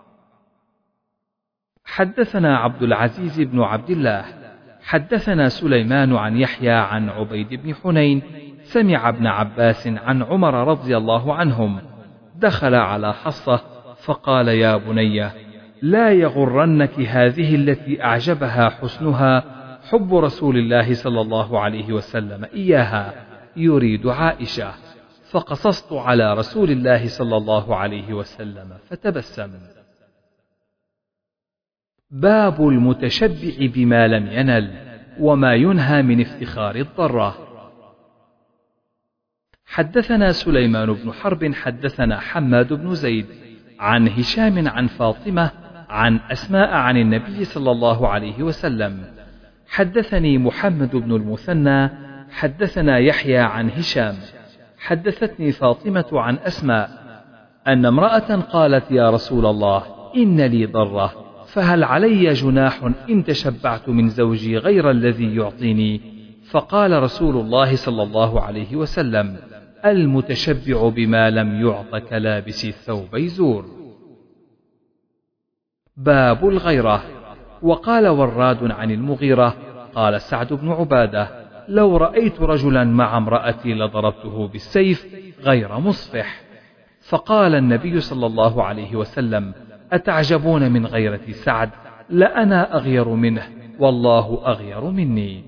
حدثنا عبد العزيز بن عبد الله حدثنا سليمان عن يحيى عن عبيد بن حنين سمع ابن عباس عن عمر رضي الله عنهم دخل على حصة فقال يا بني لا يغرنك هذه التي أعجبها حسنها حب رسول الله صلى الله عليه وسلم إياها، يريد عائشة، فقصصت على رسول الله صلى الله عليه وسلم فتبسم. باب المتشبع بما لم ينل وما ينهى من افتخار الضرة. حدثنا سليمان بن حرب حدثنا حماد بن زيد عن هشام عن فاطمة عن أسماء عن النبي صلى الله عليه وسلم. حدثني محمد بن المثنى حدثنا يحيى عن هشام حدثتني فاطمة عن أسماء أن امرأة قالت يا رسول الله إن لي ضرة فهل علي جناح إن تشبعت من زوجي غير الذي يعطيني؟ فقال رسول الله صلى الله عليه وسلم المتشبع بما لم يعط كلابس الثوب يزور. باب الغيرة. وقال وراد عن المغيرة قال سعد بن عبادة لو رأيت رجلا مع امرأتي لضربته بالسيف غير مصفح. فقال النبي صلى الله عليه وسلم أتعجبون من غيرة سعد؟ لأنا أغير منه والله أغير مني.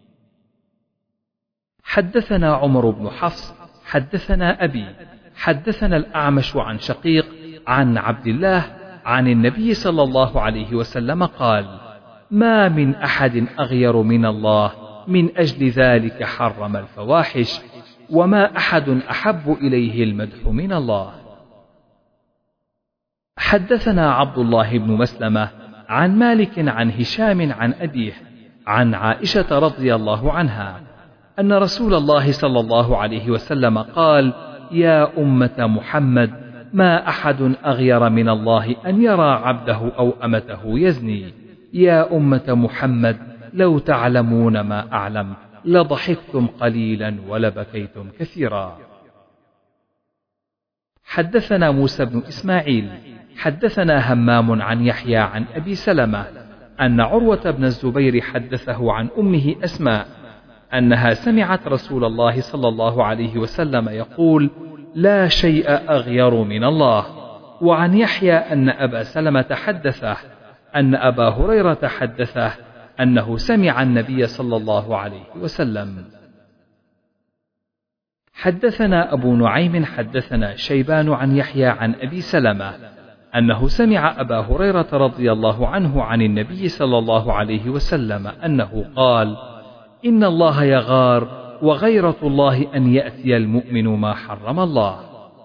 حدثنا عمر بن حفص حدثنا أبي حدثنا الأعمش عن شقيق عن عبد الله عن النبي صلى الله عليه وسلم قال ما من أحد أغير من الله من أجل ذلك حرم الفواحش وما أحد أحب إليه المدح من الله. حدثنا عبد الله بن مسلمة عن مالك عن هشام عن أبيه عن عائشة رضي الله عنها أن رسول الله صلى الله عليه وسلم قال يا أمة محمد ما أحد أغير من الله أن يرى عبده أو أمته يزني. يا أمة محمد لو تعلمون ما أعلم لضحكتم قليلا ولبكيتم كثيرا. حدثنا موسى بن إسماعيل حدثنا همام عن يحيى عن أبي سلمة أن عروة بن الزبير حدثه عن أمه أسماء أنها سمعت رسول الله صلى الله عليه وسلم يقول لا شيء أغير من الله. وعن يحيى أن أبا سلمة حدثه أن أبا هريرة حدثه أنه سمع النبي صلى الله عليه وسلم. حدثنا أبو نعيم حدثنا شيبان عن يحيى عن أبي سلمة أنه سمع أبا هريرة رضي الله عنه عن النبي صلى الله عليه وسلم أنه قال إن الله يغار وغيرة الله أن يأتي المؤمن ما حرم الله.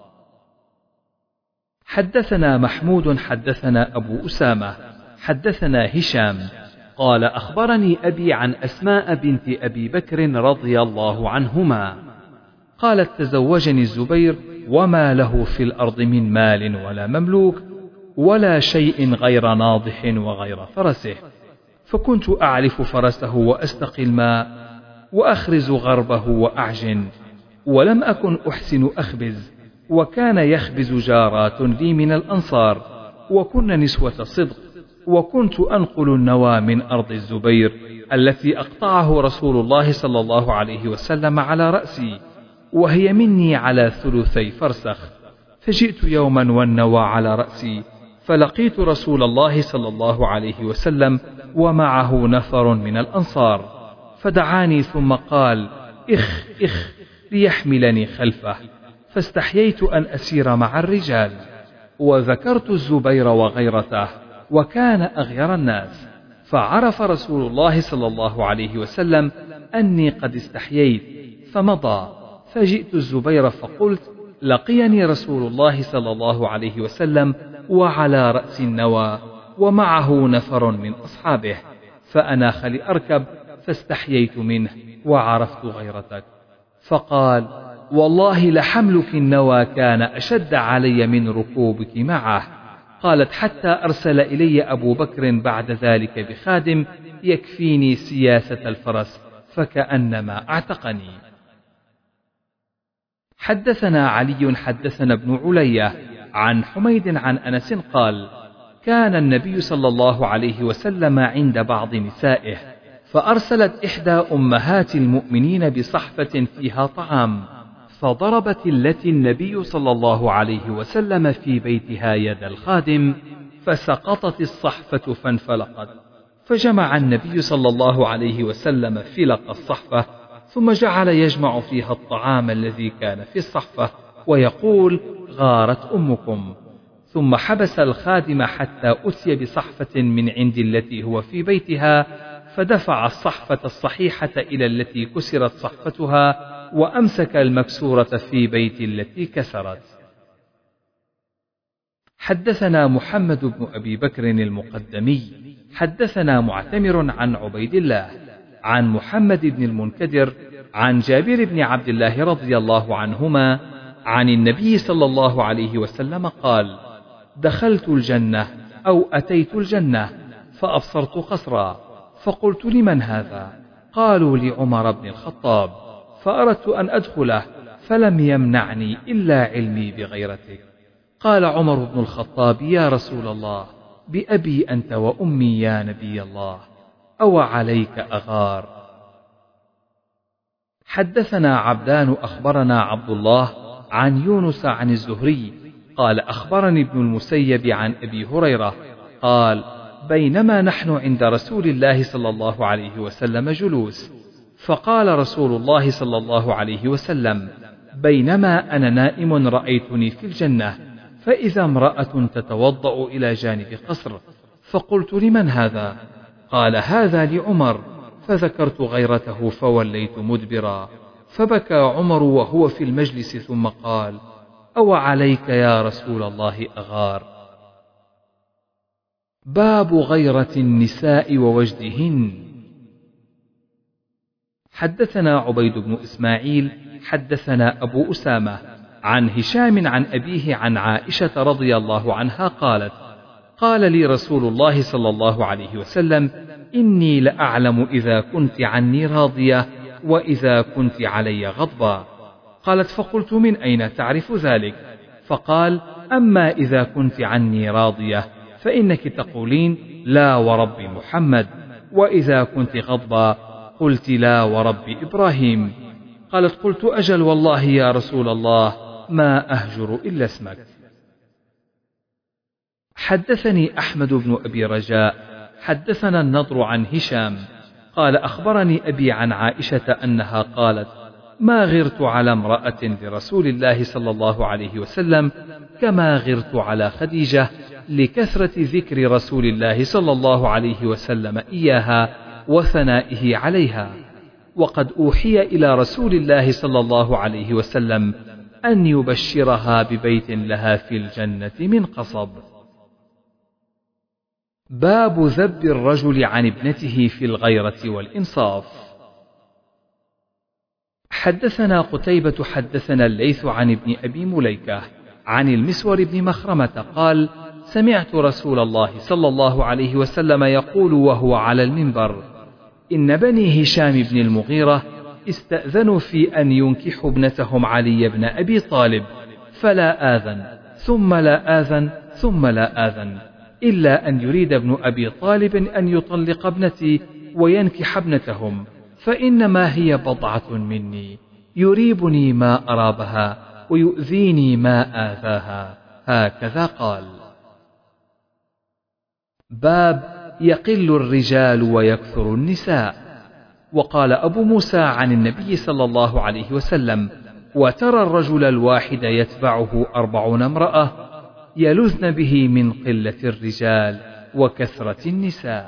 حدثنا محمود حدثنا أبو أسامة حدثنا هشام قال أخبرني أبي عن أسماء بنت أبي بكر رضي الله عنهما قالت تزوجني الزبير وما له في الأرض من مال ولا مملوك ولا شيء غير ناضح وغير فرسه، فكنت أعلف فرسه وأستقي الماء وأخرز غربه وأعجن، ولم أكن أحسن أخبز، وكان يخبز جارات لي من الأنصار وكن نسوة صدق، وكنت أنقل النوى من أرض الزبير التي أقطعه رسول الله صلى الله عليه وسلم على رأسي وهي مني على ثلثي فرسخ. فجئت يوما والنوى على رأسي فلقيت رسول الله صلى الله عليه وسلم ومعه نفر من الأنصار، فدعاني ثم قال إخ إخ ليحملني خلفه، فاستحييت أن أسير مع الرجال، وذكرت الزبير وغيرته وكان أغير الناس، فعرف رسول الله صلى الله عليه وسلم أني قد استحييت فمضى. فجئت الزبير فقلت لقيني رسول الله صلى الله عليه وسلم وعلى رأس النوى ومعه نفر من أصحابه، فأناخ لأركب فاستحييت منه وعرفت غيرتك. فقال والله لحملك النوى كان أشد علي من ركوبك معه. قالت حتى أرسل إلي أبو بكر بعد ذلك بخادم يكفيني سياسة الفرس فكأنما اعتقني. حدثنا علي حدثنا ابن علية عن حميد عن أنس قال كان النبي صلى الله عليه وسلم عند بعض نسائه فأرسلت إحدى أمهات المؤمنين بصحفة فيها طعام، فضربت التي النبي صلى الله عليه وسلم في بيتها يد الخادم، فسقطت الصحفة فانفلقت، فجمع النبي صلى الله عليه وسلم فلق الصحفة، ثم جعل يجمع فيها الطعام الذي كان في الصحفة ويقول: غارت أمكم. ثم حبس الخادم حتى أتي بصحفة من عند التي هو في بيتها، فدفع الصحفة الصحيحة إلى التي كسرت صحفتها، وأمسك المكسورة في بيت التي كسرت. حدثنا محمد بن أبي بكر المقدمي حدثنا معتمر عن عبيد الله عن محمد بن المنكدر عن جابر بن عبد الله رضي الله عنهما عن النبي صلى الله عليه وسلم قال: دخلت الجنة أو أتيت الجنة فأبصرت قصرا، فقلت: لمن هذا؟ قالوا: لعمر بن الخطاب، فأردت أن أدخله فلم يمنعني إلا علمي بغيرتك. قال عمر بن الخطاب: يا رسول الله، بأبي أنت وأمي يا نبي الله، أو عليك أغار. حدثنا عبدان أخبرنا عبد الله عن يونس عن الزهري قال: أخبرني ابن المسيب عن أبي هريرة قال: بينما نحن عند رسول الله صلى الله عليه وسلم جلوس، فقال رسول الله صلى الله عليه وسلم: بينما أنا نائم رأيتني في الجنة، فإذا امرأة تتوضأ إلى جانب قصر، فقلت: لمن هذا؟ قال: هذا لعمر، فذكرت غيرته فوليت مدبرا، فبكى عمر وهو في المجلس ثم قال: أو عليك يا رسول الله أغار. باب غيرة النساء ووجدهن. حدثنا عبيد بن إسماعيل حدثنا أبو أسامة عن هشام عن أبيه عن عائشة رضي الله عنها قالت: قال لي رسول الله صلى الله عليه وسلم: إني لأعلم إذا كنت عني راضية وإذا كنت علي غضبا. قالت: فقلت: من أين تعرف ذلك؟ فقال: أما إذا كنت عني راضية فإنك تقولين: لا ورب محمد، وإذا كنت غضبا قلت: لا ورب إبراهيم. قالت: قلت: أجل والله يا رسول الله ما أهجر إلا اسمك. حدثني أحمد بن أبي رجاء حدثنا النضر عن هشام قال: أخبرني أبي عن عائشة أنها قالت: ما غرت على امرأة لرسول الله صلى الله عليه وسلم كما غرت على خديجة، لكثرة ذكر رسول الله صلى الله عليه وسلم إياها وثنائه عليها، وقد أوحي إلى رسول الله صلى الله عليه وسلم أن يبشرها ببيت لها في الجنة من قصب. باب ذب الرجل عن ابنته في الغيرة والإنصاف. حدثنا قتيبة حدثنا الليث عن ابن أبي مليكة عن المسور بن مخرمة قال: سمعت رسول الله صلى الله عليه وسلم يقول وهو على المنبر: إن بني هشام بن المغيرة استأذنوا في أن ينكحوا ابنتهم علي بن أبي طالب، فلا آذن ثم لا آذن ثم لا آذن، إلا أن يريد ابن أبي طالب أن يطلق ابنتي وينكح ابنتهم، فإنما هي بضعة مني، يريبني ما أرابها ويؤذيني ما آذاها. هكذا قال. باب يقل الرجال ويكثر النساء. وقال أبو موسى عن النبي صلى الله عليه وسلم: وترى الرجل الواحد يتبعه أربعون امرأة يلذن به من قلة الرجال وكثرة النساء.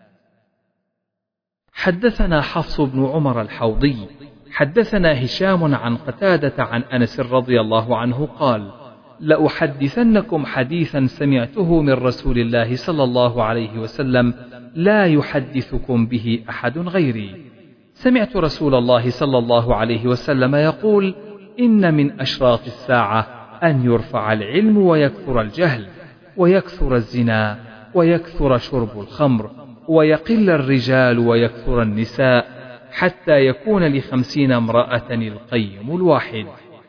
حدثنا حفص بن عمر الحوضي حدثنا هشام عن قتادة عن أنس رضي الله عنه قال: لأحدثنكم حديثا سمعته من رسول الله صلى الله عليه وسلم لا يحدثكم به أحد غيري. سمعت رسول الله صلى الله عليه وسلم يقول: إن من أشراط الساعة أن يرفع العلم ويكثر الجهل ويكثر الزنا ويكثر شرب الخمر ويقل الرجال ويكثر النساء، حتى يكون لخمسين امرأة القيم الواحد.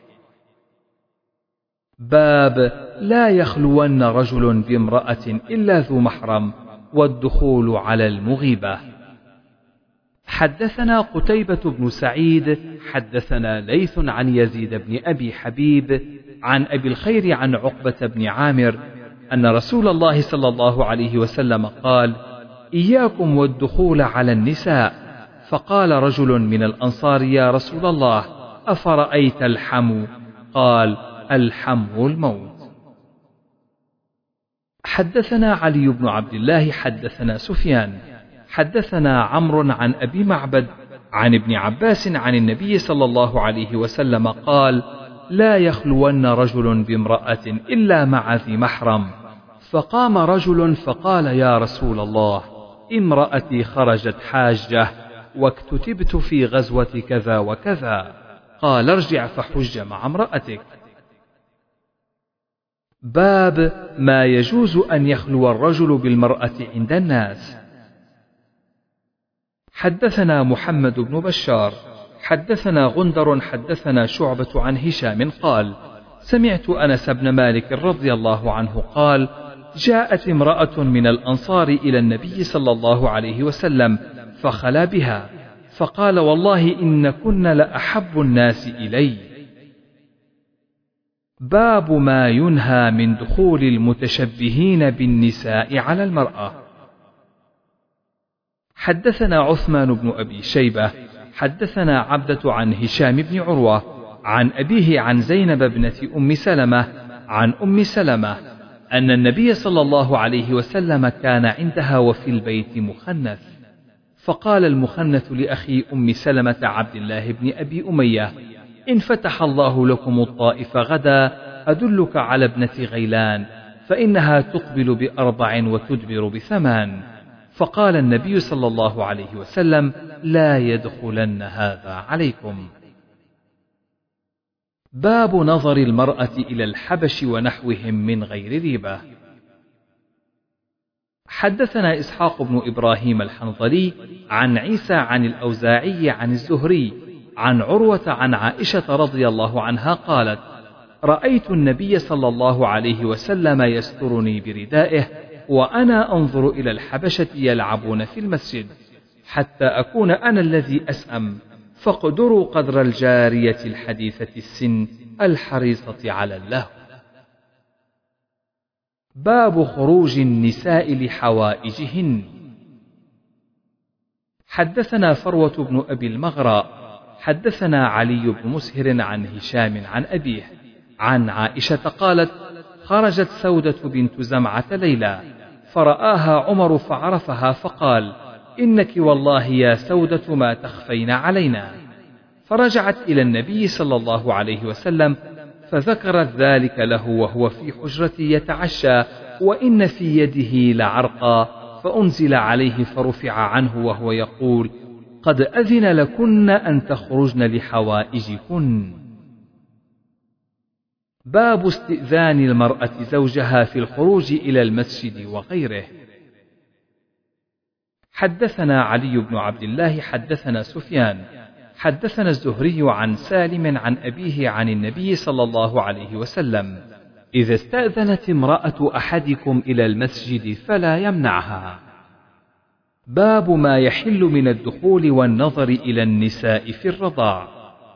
باب لا يخلون رجل بامرأة إلا ذو محرم والدخول على المغيبة. حدثنا قتيبة بن سعيد حدثنا ليث عن يزيد بن أبي حبيب عن أبي الخير عن عقبة بن عامر أن رسول الله صلى الله عليه وسلم قال: إياكم والدخول على النساء. فقال رجل من الأنصار: يا رسول الله، أفرأيت الحمو؟ قال: الحمو الموت. حدثنا علي بن عبد الله حدثنا سفيان حدثنا عمرو عن أبي معبد عن ابن عباس عن النبي صلى الله عليه وسلم قال: لا يخلون رجل بامرأة إلا مع ذي محرم. فقام رجل فقال: يا رسول الله، امرأتي خرجت حاجة واكتتبت في غزوة كذا وكذا. قال: ارجع فحج مع امرأتك. باب ما يجوز أن يخلو الرجل بالمرأة عند الناس. حدثنا محمد بن بشار حدثنا غندر حدثنا شعبة عن هشام قال: سمعت أنس بن مالك رضي الله عنه قال: جاءت امرأة من الأنصار إلى النبي صلى الله عليه وسلم فخلا بها، فقال: والله إن كن لأحب الناس إلي. باب ما ينهى من دخول المتشبهين بالنساء على المرأة. حدثنا عثمان بن أبي شيبة حدثنا عبدة عن هشام بن عروة عن أبيه عن زينب بنت أم سلمة عن أم سلمة أن النبي صلى الله عليه وسلم كان عندها وفي البيت مخنث، فقال المخنث لأخي أم سلمة عبد الله بن أبي أمية: إن فتح الله لكم الطائف غدا أدلك على ابنة غيلان، فإنها تقبل بأربع وتدبر بثمان. فقال النبي صلى الله عليه وسلم: لا يدخلن هذا عليكم. باب نظر المرأة إلى الحبش ونحوهم من غير ريبة. حدثنا إسحاق بن إبراهيم الحنظلي عن عيسى عن الأوزاعي عن الزهري عن عروة عن عائشة رضي الله عنها قالت: رأيت النبي صلى الله عليه وسلم يسترني بردائه وأنا أنظر إلى الحبشة يلعبون في المسجد حتى أكون أنا الذي أسأم، فاقدروا قدر الجارية الحديثة السن الحريصة على اللهو. باب خروج النساء لحوائجهن. حدثنا فروة بن أبي المغراء حدثنا علي بن مسهر عن هشام عن أبيه عن عائشة قالت: خرجت سودة بنت زمعة ليلى فرآها عمر فعرفها فقال: إنك والله يا سودة ما تخفين علينا. فرجعت إلى النبي صلى الله عليه وسلم فذكرت ذلك له وهو في حجرتي يتعشى وإن في يده لعرقا، فأنزل عليه فرفع عنه وهو يقول: قد أذن لكن أن تخرجن لحوائجكن. باب استئذان المرأة زوجها في الخروج إلى المسجد وغيره. حدثنا علي بن عبد الله حدثنا سفيان حدثنا الزهري عن سالم عن أبيه عن النبي صلى الله عليه وسلم: إذا استأذنت امرأة أحدكم إلى المسجد فلا يمنعها. باب ما يحل من الدخول والنظر إلى النساء في الرضاع.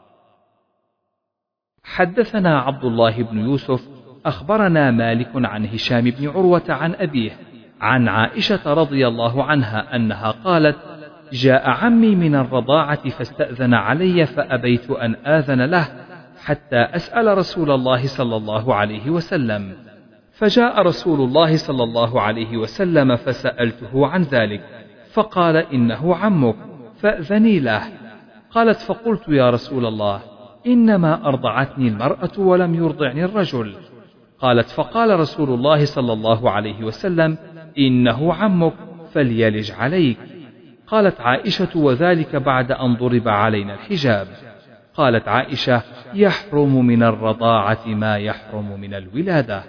حدثنا عبد الله بن يوسف أخبرنا مالك عن هشام بن عروة عن أبيه عن عائشة رضي الله عنها أنها قالت: جاء عمي من الرضاعة فاستأذن علي فأبيت أن آذن له حتى أسأل رسول الله صلى الله عليه وسلم، فجاء رسول الله صلى الله عليه وسلم فسألته عن ذلك فقال: إنه عمك فأذني له. قالت: فقلت: يا رسول الله، إنما أرضعتني المرأة ولم يرضعني الرجل. قالت: فقال رسول الله صلى الله عليه وسلم: إنه عمك فليلج عليك. قالت عائشة: وذلك بعد أن ضرب علينا الحجاب. قالت عائشة: يحرم من الرضاعة ما يحرم من الولادة.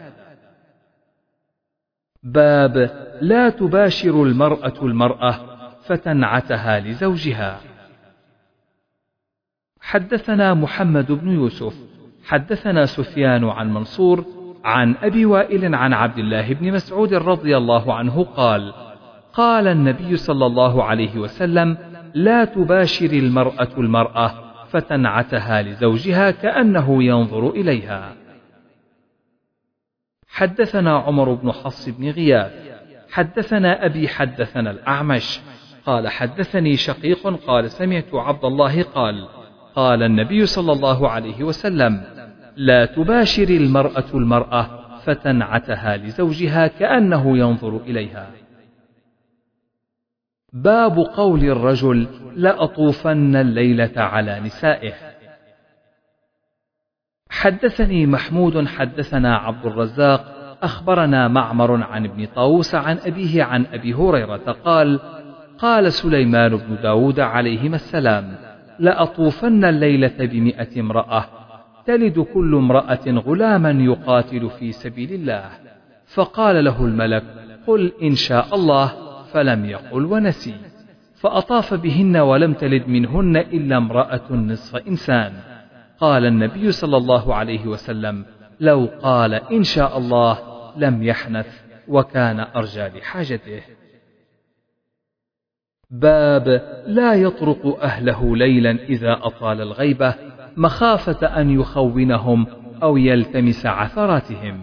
باب لا تباشر المرأة المرأة فتنعتها لزوجها. حدثنا محمد بن يوسف حدثنا سفيان عن منصور عن أبي وائل عن عبد الله بن مسعود رضي الله عنه قال: قال النبي صلى الله عليه وسلم: لا تباشر المرأة المرأة فتنعتها لزوجها كأنه ينظر إليها. حدثنا عمر بن حفص بن غياث حدثنا أبي حدثنا الأعمش قال حدثني شقيق قال سمعت عبد الله قال قال النبي صلى الله عليه وسلم لا تباشر المرأة المرأة فتنعتها لزوجها كأنه ينظر إليها. باب قول الرجل لأطوفن الليلة على نسائه. حدثني محمود حدثنا عبد الرزاق أخبرنا معمر عن ابن طاووس عن أبيه عن أبي هريرة قال قال سليمان بن داود عليهما السلام لأطوفن الليلة بمئة امرأة تلد كل امرأة غلاما يقاتل في سبيل الله. فقال له الملك قل إن شاء الله، فلم يقل ونسي. فأطاف بهن ولم تلد منهن إلا امرأة نصف إنسان. قال النبي صلى الله عليه وسلم لو قال إن شاء الله لم يحنث وكان أرجى لحاجته. باب لا يطرق أهله ليلا إذا أطال الغيبة مخافة أن يخونهم أو يلتمس عثراتهم.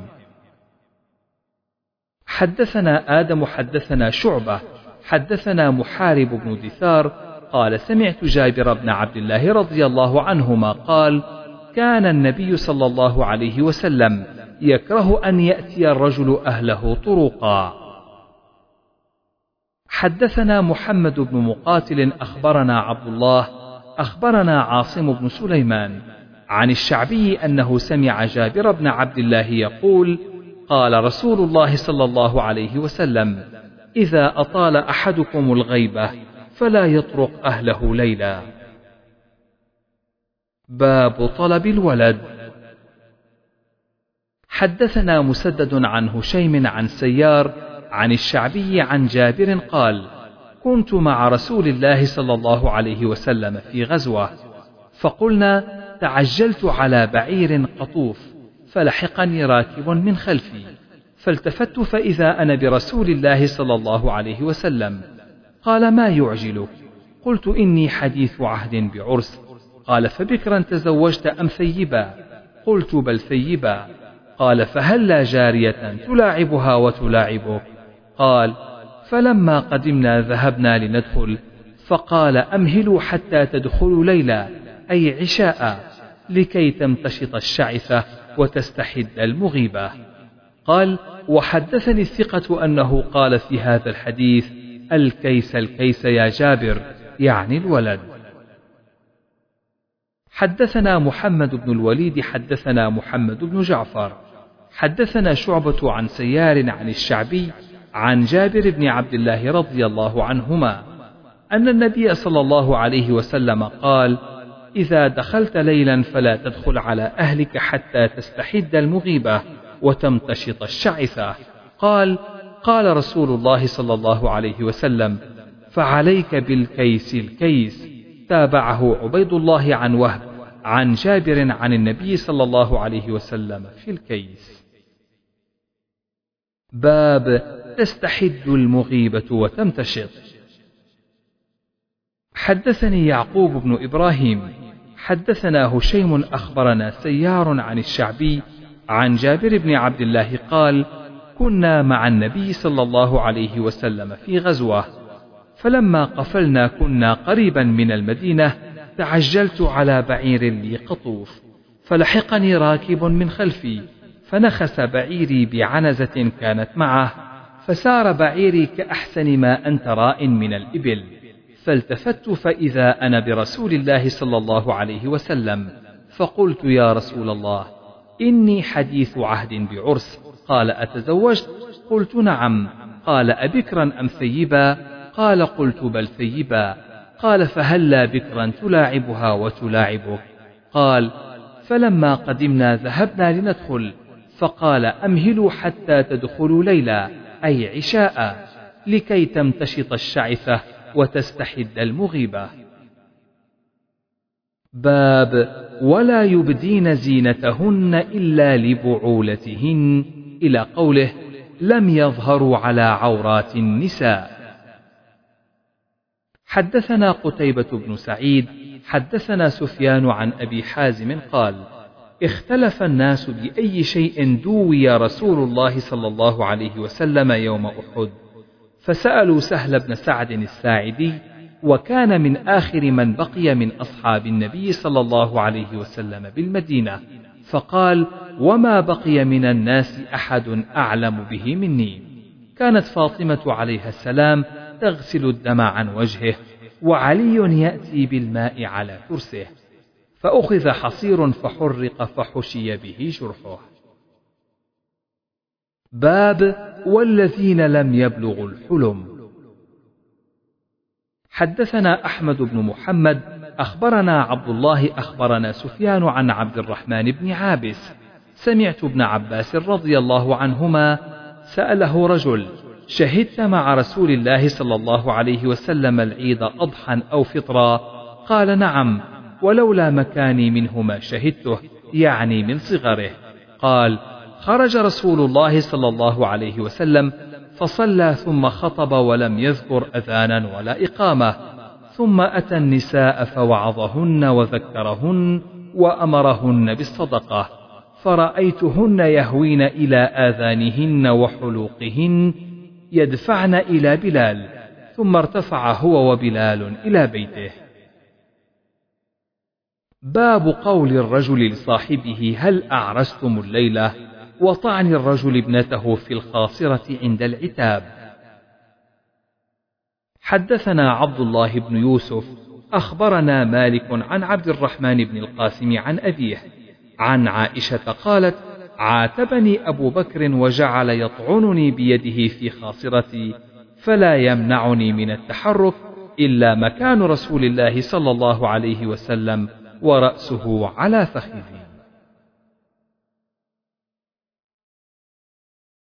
حدثنا آدم حدثنا شعبة حدثنا محارب بن دثار قال سمعت جابر بن عبد الله رضي الله عنهما قال كان النبي صلى الله عليه وسلم يكره أن يأتي الرجل أهله طرقا. حدثنا محمد بن مقاتل أخبرنا عبد الله أخبرنا عاصم بن سليمان عن الشعبي أنه سمع جابر بن عبد الله يقول قال رسول الله صلى الله عليه وسلم إذا أطال أحدكم الغيبة فلا يطرق أهله ليلا. باب طلب الولد. حدثنا مسدد عن هشيم عن سيار عن الشعبي عن جابر قال كنت مع رسول الله صلى الله عليه وسلم في غزوة فقلنا تعجلت على بعير قطوف فلحقني راكب من خلفي فالتفت فإذا أنا برسول الله صلى الله عليه وسلم. قال ما يعجلك؟ قلت إني حديث عهد بعرس. قال فبكرا تزوجت أم ثيبا؟ قلت بل ثيبا. قال فهلا جارية تلاعبها وتلاعبك؟ قال فلما قدمنا ذهبنا لندخل فقال أمهلوا حتى تدخلوا ليلا أي عشاء لكي تمتشط الشعثة وتستحد المغيبة. قال وحدثني الثقة أنه قال في هذا الحديث الكيس الكيس يا جابر يعني الولد. حدثنا محمد بن الوليد حدثنا محمد بن جعفر حدثنا شعبة عن سيار عن الشعبي عن جابر بن عبد الله رضي الله عنهما أن النبي صلى الله عليه وسلم قال إذا دخلت ليلا فلا تدخل على أهلك حتى تستحد المغيبة وتمتشط الشعثة. قال قال رسول الله صلى الله عليه وسلم فعليك بالكيس الكيس. تابعه عبيد الله عن وهب عن جابر عن النبي صلى الله عليه وسلم في الكيس. باب تستحد المغيبة وتمتشط. حدثني يعقوب بن إبراهيم حدثنا هشيم أخبرنا سيار عن الشعبي عن جابر بن عبد الله قال كنا مع النبي صلى الله عليه وسلم في غزوة فلما قفلنا كنا قريبا من المدينة تعجلت على بعير لي قطوف فلحقني راكب من خلفي فنخس بعيري بعنزة كانت معه فسار بعيري كأحسن ما أنت راء من الإبل فالتفت فإذا أنا برسول الله صلى الله عليه وسلم فقلت يا رسول الله إني حديث عهد بعرس. قال أتزوجت؟ قلت نعم. قال أبكرا أم ثيبا؟ قال قلت بل ثيبا. قال فهلا بكرا تلاعبها وتلاعبك؟ قال فلما قدمنا ذهبنا لندخل فقال أمهلوا حتى تدخلوا ليلا أي عشاء لكي تمتشط الشعثة وتستحد المغيبة. باب ولا يبدين زينتهن إلا لبعولتهن إلى قوله لم يظهروا على عورات النساء. حدثنا قتيبة بن سعيد حدثنا سفيان عن أبي حازم قال اختلف الناس بأي شيء دوي رسول الله صلى الله عليه وسلم يوم أحد، فسألوا سهل بن سعد الساعدي، وكان من آخر من بقي من أصحاب النبي صلى الله عليه وسلم بالمدينة، فقال وما بقي من الناس أحد أعلم به مني. كانت فاطمة عليها السلام تغسل الدم عن وجهه، وعلي يأتي بالماء على ترسه، فأخذ حصير فحرق فحشي به جرحه. باب والذين لم يبلغوا الحلم. حدثنا أحمد بن محمد أخبرنا عبد الله أخبرنا سفيان عن عبد الرحمن بن عابس سمعت ابن عباس رضي الله عنهما سأله رجل شهدت مع رسول الله صلى الله عليه وسلم العيد أضحى أو فطرا؟ قال نعم، ولولا مكاني منه ما شهدته، يعني من صغره. قال خرج رسول الله صلى الله عليه وسلم فصلى ثم خطب ولم يذكر أذانا ولا إقامة، ثم أتى النساء فوعظهن وذكرهن وأمرهن بالصدقة، فرأيتهن يهوين إلى آذانهن وحلوقهن يدفعن إلى بلال، ثم ارتفع هو وبلال إلى بيته. باب قول الرجل لصاحبه هل أعرستم الليلة، وطعن الرجل ابنته في الخاصرة عند العتاب. حدثنا عبد الله بن يوسف أخبرنا مالك عن عبد الرحمن بن القاسم عن أبيه عن عائشة قالت عاتبني أبو بكر وجعل يطعنني بيده في خاصرتي، فلا يمنعني من التحرك إلا مكان رسول الله صلى الله عليه وسلم ورأسه على فخذي.